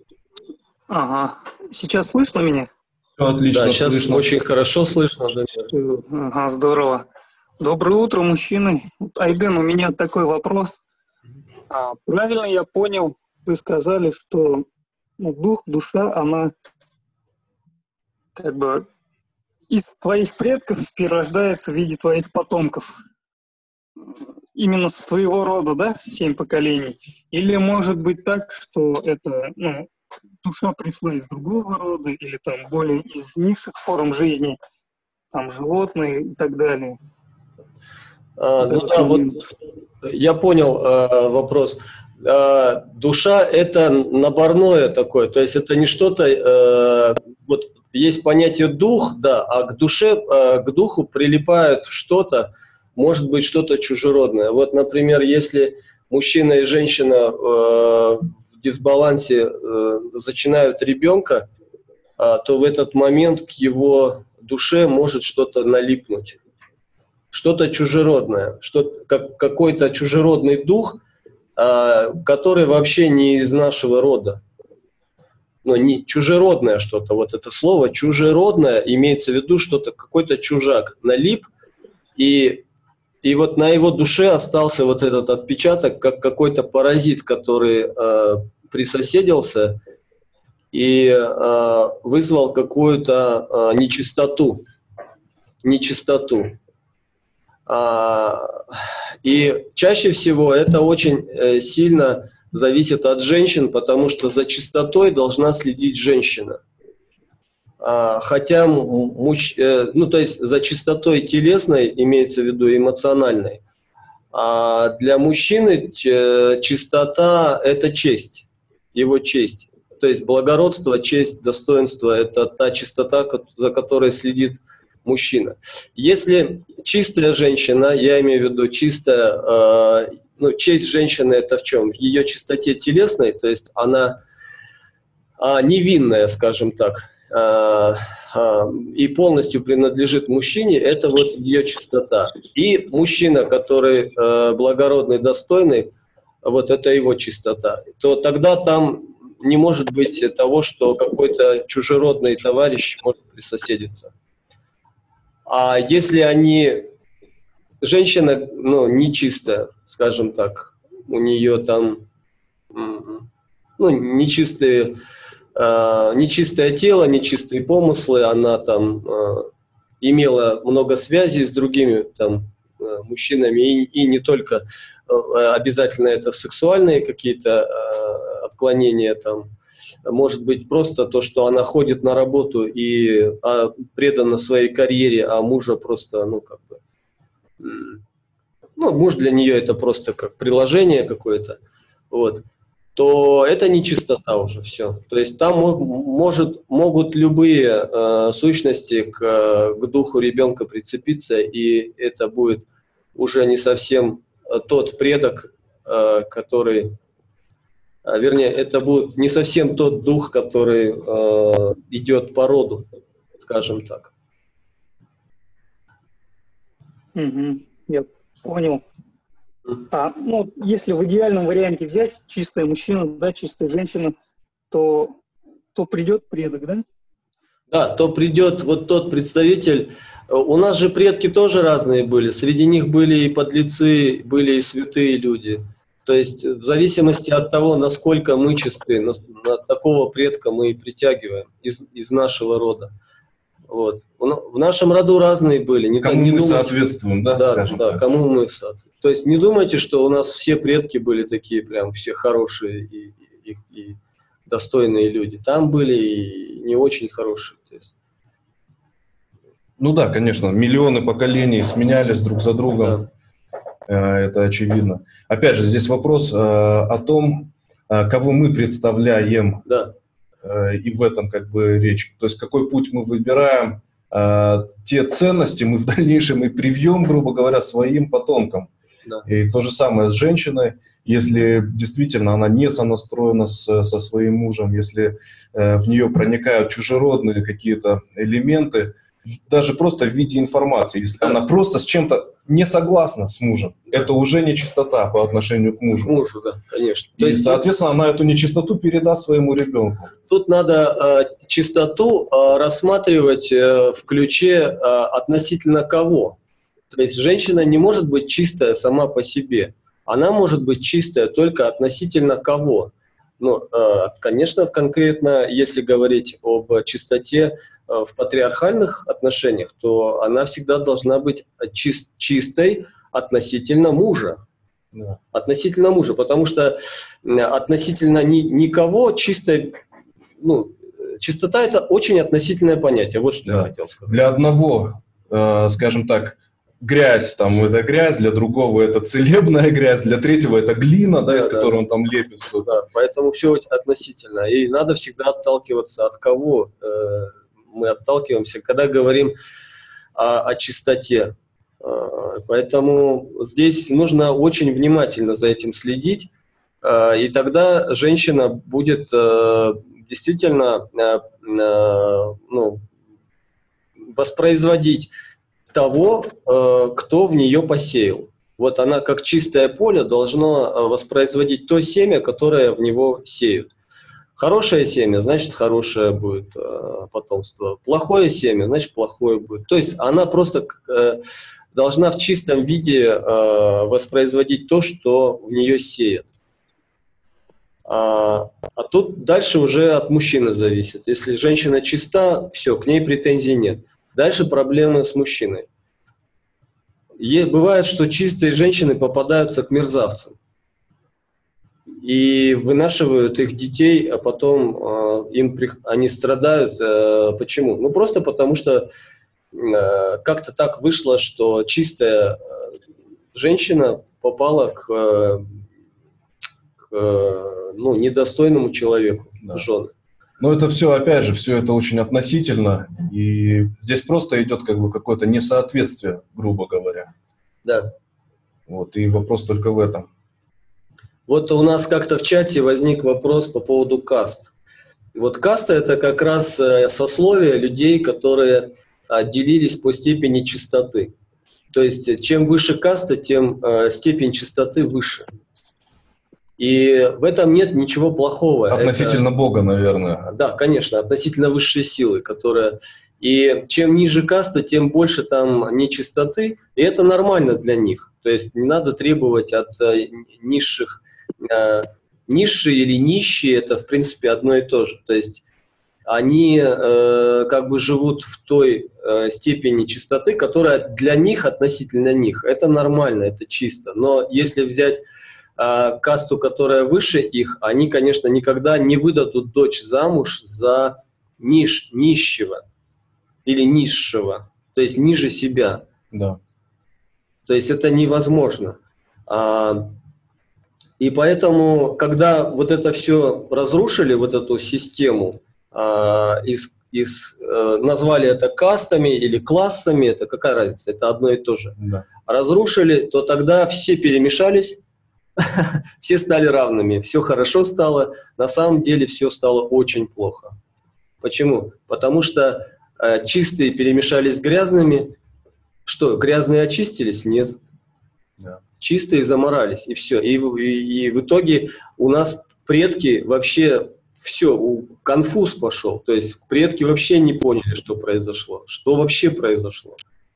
Ага. Сейчас слышно меня? Все отлично, да, сейчас слышно. Очень хорошо слышно, Дамир. Ага, здорово. Доброе утро, мужчины. Айдын, у меня такой вопрос. А, правильно я понял, вы сказали, что ну, дух, душа, она как бы из твоих предков перерождается в виде твоих потомков. Именно с твоего рода, да, семь поколений? Или может быть так, что это, ну, душа пришла из другого рода, или там более из низших форм жизни, там животные и так далее? А, ну да, вот я понял а, вопрос. А, душа – это наборное такое, то есть это не что-то, а, вот есть понятие дух, да, а к душе, а, к духу прилипает что-то, может быть что-то чужеродное. Вот, например, если мужчина и женщина э, в дисбалансе э, зачинают ребенка, э, то в этот момент к его душе может что-то налипнуть. Что-то чужеродное, что, как, какой-то чужеродный дух, э, который вообще не из нашего рода. Но не чужеродное что-то, вот это слово чужеродное имеется в виду что-то, какой-то чужак налип, и И вот на его душе остался вот этот отпечаток, как какой-то паразит, который э, присоседился и э, вызвал какую-то э, нечистоту. Нечистоту. А, и чаще всего это очень э, сильно зависит от женщин, потому что за чистотой должна следить женщина. Хотя, муж, ну, то есть за чистотой телесной имеется в виду эмоциональной, а для мужчины чистота – это честь, его честь. То есть благородство, честь, достоинство – это та чистота, за которой следит мужчина. Если чистая женщина, я имею в виду чистая, э, ну, честь женщины – это в чем? В ее чистоте телесной, то есть она э, невинная, скажем так, э, э, и полностью принадлежит мужчине, это вот ее чистота. И мужчина, который э, благородный, достойный, вот это его чистота, то тогда там не может быть того, что какой-то чужеродный товарищ может присоседиться. А если они, женщина, ну, нечистая, скажем так, у нее там, ну, нечистые, э, нечистое тело, нечистые помыслы, она там э, имела много связей с другими там э, мужчинами, и, и не только э, обязательно это сексуальные какие-то э, отклонения там. Может быть просто то, что она ходит на работу и а, предана своей карьере, а мужа просто, ну, как бы, ну, муж для нее это просто как приложение какое-то, вот, то это не чистота уже, все. То есть там может, могут любые э, сущности к, к духу ребенка прицепиться, и это будет уже не совсем тот предок, э, который... Вернее, это будет не совсем тот дух, который э, идет по роду, скажем так. Угу, я понял. А, ну, если в идеальном варианте взять чистая мужчина, да, чистая женщина, то, то придет предок, да? Да, то придет вот тот представитель. У нас же предки тоже разные были. Среди них были и подлецы, были и святые люди. То есть в зависимости от того, насколько мы чисты, на, на такого предка мы и притягиваем из, из нашего рода. Вот. В нашем роду разные были. Не, кому не мы думайте, соответствуем, да? Да, скажем да, так. кому мы соответствуем. То есть не думайте, что у нас все предки были такие прям все хорошие и, и, и достойные люди. Там были и не очень хорошие. То есть. Ну да, конечно, миллионы поколений сменялись друг за другом. Да. Это очевидно. Опять же, здесь вопрос э, о том, э, кого мы представляем, да. э, и в этом как бы речь. То есть какой путь мы выбираем, э, те ценности мы в дальнейшем и привьем, грубо говоря, своим потомкам. Да. И то же самое с женщиной. Если действительно она не сонастроена с, со своим мужем, если э, в нее проникают чужеродные какие-то элементы, даже просто в виде информации. Если она просто с чем-то не согласна с мужем, это уже не чистота по отношению к мужу. К мужу, да, конечно. И, есть, соответственно, она эту нечистоту передаст своему ребенку. Тут надо э, чистоту э, рассматривать э, в ключе э, относительно кого. То есть женщина не может быть чистая сама по себе. Она может быть чистая только относительно кого. Ну, э, конечно, конкретно, если говорить об чистоте, в патриархальных отношениях, то она всегда должна быть чист, чистой относительно мужа. Да. Относительно мужа, потому что относительно ни, никого чистая, ну, чистота – это очень относительное понятие. Вот что да. я хотел сказать. Для одного, э, скажем так, грязь, там, это грязь, для другого это целебная грязь, для третьего это глина, да, да, из да, которой да. он там лепит что-то. Да, поэтому все относительно. И надо всегда отталкиваться от кого э, мы отталкиваемся, когда говорим о, о чистоте. Поэтому здесь нужно очень внимательно за этим следить, и тогда женщина будет действительно ну, воспроизводить того, кто в нее посеял. Вот она, как чистое поле, должна воспроизводить то семя, которое в него сеют. Хорошее семя, значит, хорошее будет э, потомство. Плохое семя, значит, плохое будет. То есть она просто э, должна в чистом виде э, воспроизводить то, что в нее сеет. А, а тут дальше уже от мужчины зависит. Если женщина чиста, все, к ней претензий нет. Дальше проблемы с мужчиной. И бывает, что чистые женщины попадаются к мерзавцам. И вынашивают их детей, а потом э, им, они страдают. Э, почему? Ну, просто потому что э, как-то так вышло, что чистая женщина попала к, э, э, ну, недостойному человеку, да. жены. Но это все, опять же, все это очень относительно, и здесь просто идет как бы какое-то несоответствие, грубо говоря. Да. Вот, и вопрос только в этом. Вот у нас как-то в чате возник вопрос по поводу каст. Вот каста – это как раз сословие людей, которые делились по степени чистоты. То есть, чем выше каста, тем степень чистоты выше. И в этом нет ничего плохого. Относительно это, Бога, наверное. Да, конечно, относительно высшей силы, которая... И чем ниже каста, тем больше там нечистоты, и это нормально для них. То есть не надо требовать от низших... Низшие или нищие – это, в принципе, одно и то же. То есть они э, как бы живут в той э, степени чистоты, которая для них, относительно них, это нормально, это чисто. Но если взять э, касту, которая выше их, они, конечно, никогда не выдадут дочь замуж за ниш, нищего или низшего, то есть ниже себя. Да. То есть это невозможно. А, и поэтому, когда вот это все разрушили, вот эту систему, а, из, из, а, назвали это кастами или классами, это какая разница, это одно и то же. Да. Разрушили, то тогда все перемешались, все стали равными, все хорошо стало, на самом деле все стало очень плохо. Почему? Потому что а, чистые перемешались с грязными. Что, грязные очистились? Нет. Да. Чистые заморались, и все. И, и, и в итоге у нас предки вообще все, конфуз пошел. То есть предки вообще не поняли, что произошло, что вообще произошло.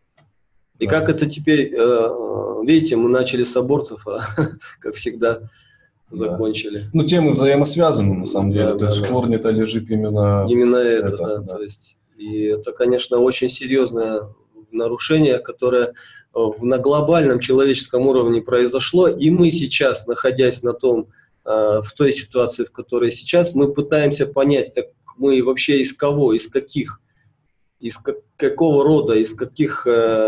И да. Как это теперь, видите, мы начали с абортов, а как всегда закончили. Да. Ну, темы взаимосвязаны, на самом деле. Да, То да, есть да. в корне-то лежит именно... Именно это, это да. да. То есть, и это, конечно, очень серьезное нарушение, которое на глобальном человеческом уровне произошло, и мы сейчас, находясь на том, в той ситуации, в которой сейчас, мы пытаемся понять, так мы вообще из кого, из каких, из как, какого рода, из каких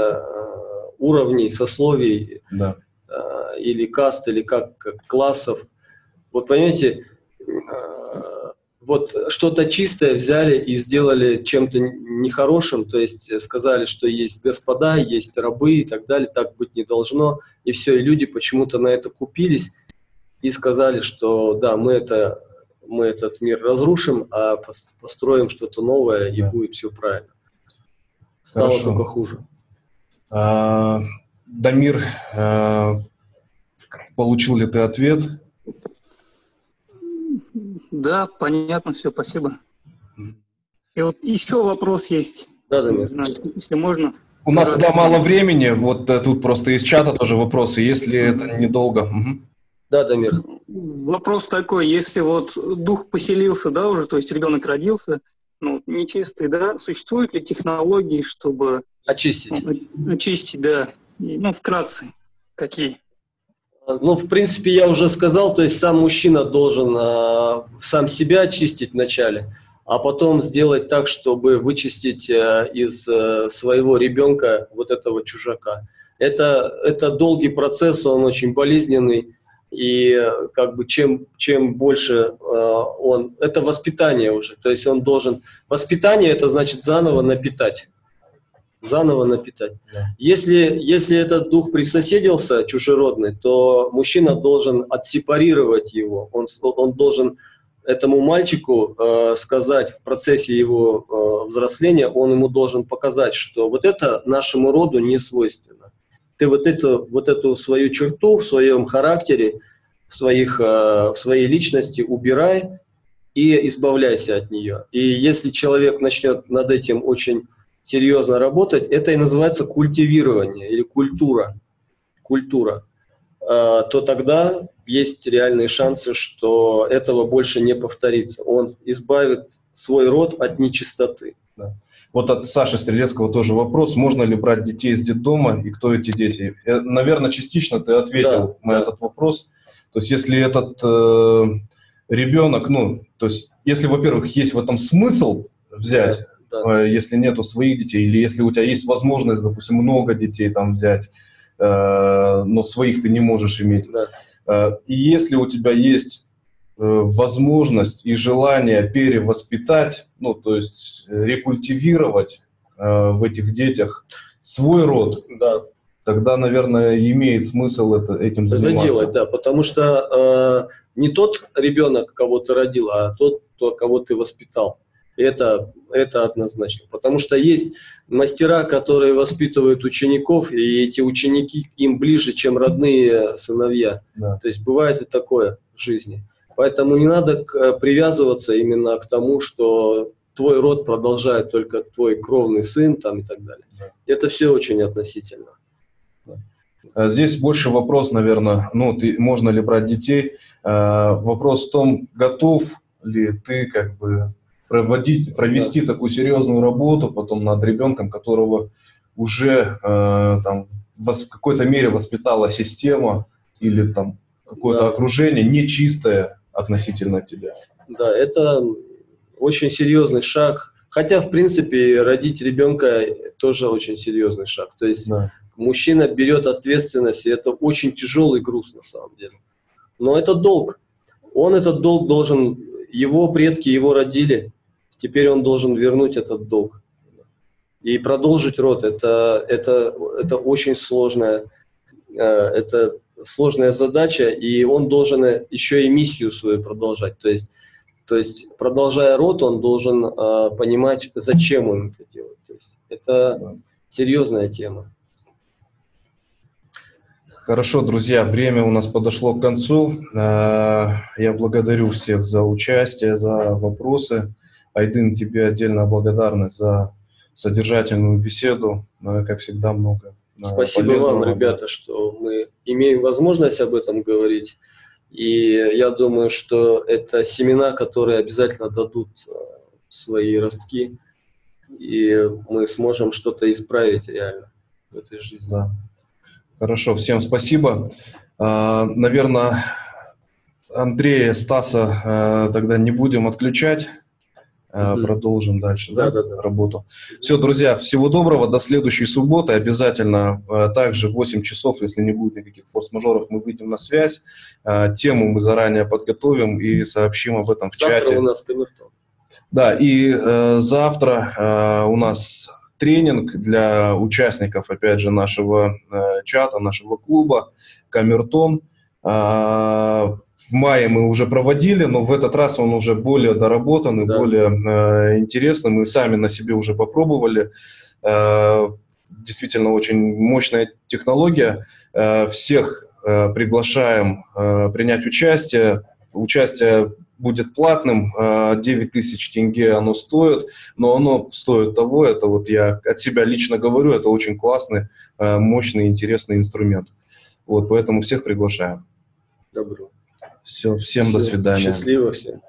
уровней, сословий, да. или каст, или как, как классов. Вот понимаете, вот что-то чистое взяли и сделали чем-то нехорошим, то есть сказали, что есть господа, есть рабы и так далее, так быть не должно, и все, и люди почему-то на это купились и сказали, что да, мы, это, мы этот мир разрушим, а построим что-то новое, и да. будет все правильно. Стало Хорошо. Только хуже. А, Дамир, а, получил ли ты ответ? Да, понятно все, спасибо. И вот еще вопрос есть. Да, да, да. Знаю, если можно. У нас да, мало времени, вот тут просто из чата тоже вопросы, если это недолго. Угу. Да, Дамир. Вопрос такой, если вот дух поселился, да, уже, то есть ребенок родился, ну, нечистый, да, существуют ли технологии, чтобы... Очистить. Ну, очистить, да. Ну, вкратце, какие? Ну, в принципе, я уже сказал, то есть сам мужчина должен э, сам себя очистить вначале, а потом сделать так, чтобы вычистить э, из э, своего ребенка вот этого чужака. Это, это долгий процесс, он очень болезненный, и э, как бы чем, чем больше э, он... Это воспитание уже, то есть он должен... Воспитание – это значит заново напитать. Заново напитать. Да. Если, если этот дух присоседился, чужеродный, то мужчина должен отсепарировать его. Он, он должен этому мальчику э, сказать в процессе его э, взросления, он ему должен показать, что вот это нашему роду не свойственно. Ты вот эту, вот эту свою черту в своем характере, в, своих, э, в своей личности убирай и избавляйся от нее. И если человек начнет над этим очень серьезно работать, это и называется культивирование или культура, культура, то тогда есть реальные шансы, что этого больше не повторится. Он избавит свой род от нечистоты. Да. Вот от Саши Стрелецкого тоже вопрос, можно ли брать детей из детдома и кто эти дети? Наверное, частично ты ответил да, на да. этот вопрос. То есть если этот э, ребенок, ну, то есть если, во-первых, есть в этом смысл взять, да. Да. Если нету своих детей, или если у тебя есть возможность, допустим, много детей там взять, э, но своих ты не можешь иметь, да. И если у тебя есть возможность и желание перевоспитать, ну, то есть рекультивировать в этих детях свой род, да, тогда, наверное, имеет смысл это, этим заниматься. Это делать, да, потому что э, не тот ребенок, кого ты родил, а тот, кто, кого ты воспитал. Это, это однозначно. Потому что есть мастера, которые воспитывают учеников, и эти ученики им ближе, чем родные сыновья. Да. То есть бывает и такое в жизни. Поэтому не надо привязываться именно к тому, что твой род продолжает только твой кровный сын там, и так далее. Да. Это все очень относительно. Здесь больше вопрос, наверное, ну, ты, можно ли брать детей. Вопрос в том, готов ли ты как бы проводить, провести да. такую серьезную работу потом над ребенком, которого уже там, в какой-то мере воспитала система или там какое-то да. окружение нечистое относительно тебя. Да, это очень серьезный шаг. Хотя, в принципе, родить ребенка тоже очень серьезный шаг. То есть да. мужчина берет ответственность, и это очень тяжелый груз на самом деле. Но это долг. Он этот долг должен, его предки его родили, теперь он должен вернуть этот долг. И продолжить род. Это, это, это очень сложная, это сложная задача, и он должен еще и миссию свою продолжать. То есть, то есть продолжая род, он должен э, понимать, зачем он это делает. То есть, это серьезная тема. Хорошо, друзья, время у нас подошло к концу. Я благодарю всех за участие, за вопросы. Айдын, тебе отдельная благодарность за содержательную беседу. Как всегда, много Спасибо вам, ребята, что мы имеем возможность об этом говорить. И я думаю, что это семена, которые обязательно дадут свои ростки, и мы сможем что-то исправить реально в этой жизни. Да. Хорошо, всем спасибо. Наверное, Андрея, Стаса тогда не будем отключать. Mm-hmm. Продолжим дальше да, да, да, работу. Все, друзья, всего доброго. До следующей субботы. Обязательно также в восемь часов, если не будет никаких форс-мажоров, мы выйдем на связь. Тему мы заранее подготовим и сообщим об этом в завтра чате. У нас камертон. Да, и э, завтра э, у нас тренинг для участников, опять же, нашего э, чата, нашего клуба «Камертон». Э, в мае мы уже проводили, но в этот раз он уже более доработанный, да. более э, интересный. Мы сами на себе уже попробовали. Э, действительно, очень мощная технология. Э, всех э, приглашаем э, принять участие. Участие будет платным, девять тысяч тенге оно стоит, но оно стоит того, это вот я от себя лично говорю, это очень классный, мощный, интересный инструмент. Вот, поэтому всех приглашаем. Добро. Все, всем Все, до свидания. Счастливо всем.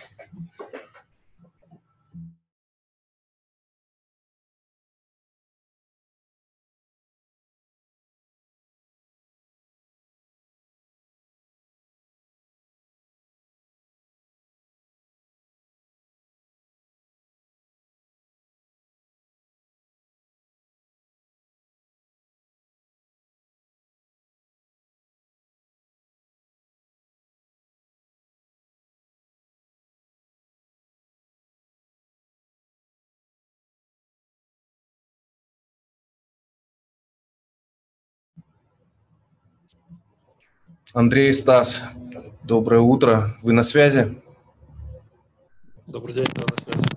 Андрей, Стас, доброе утро. Вы на связи? Добрый день, да, на связи.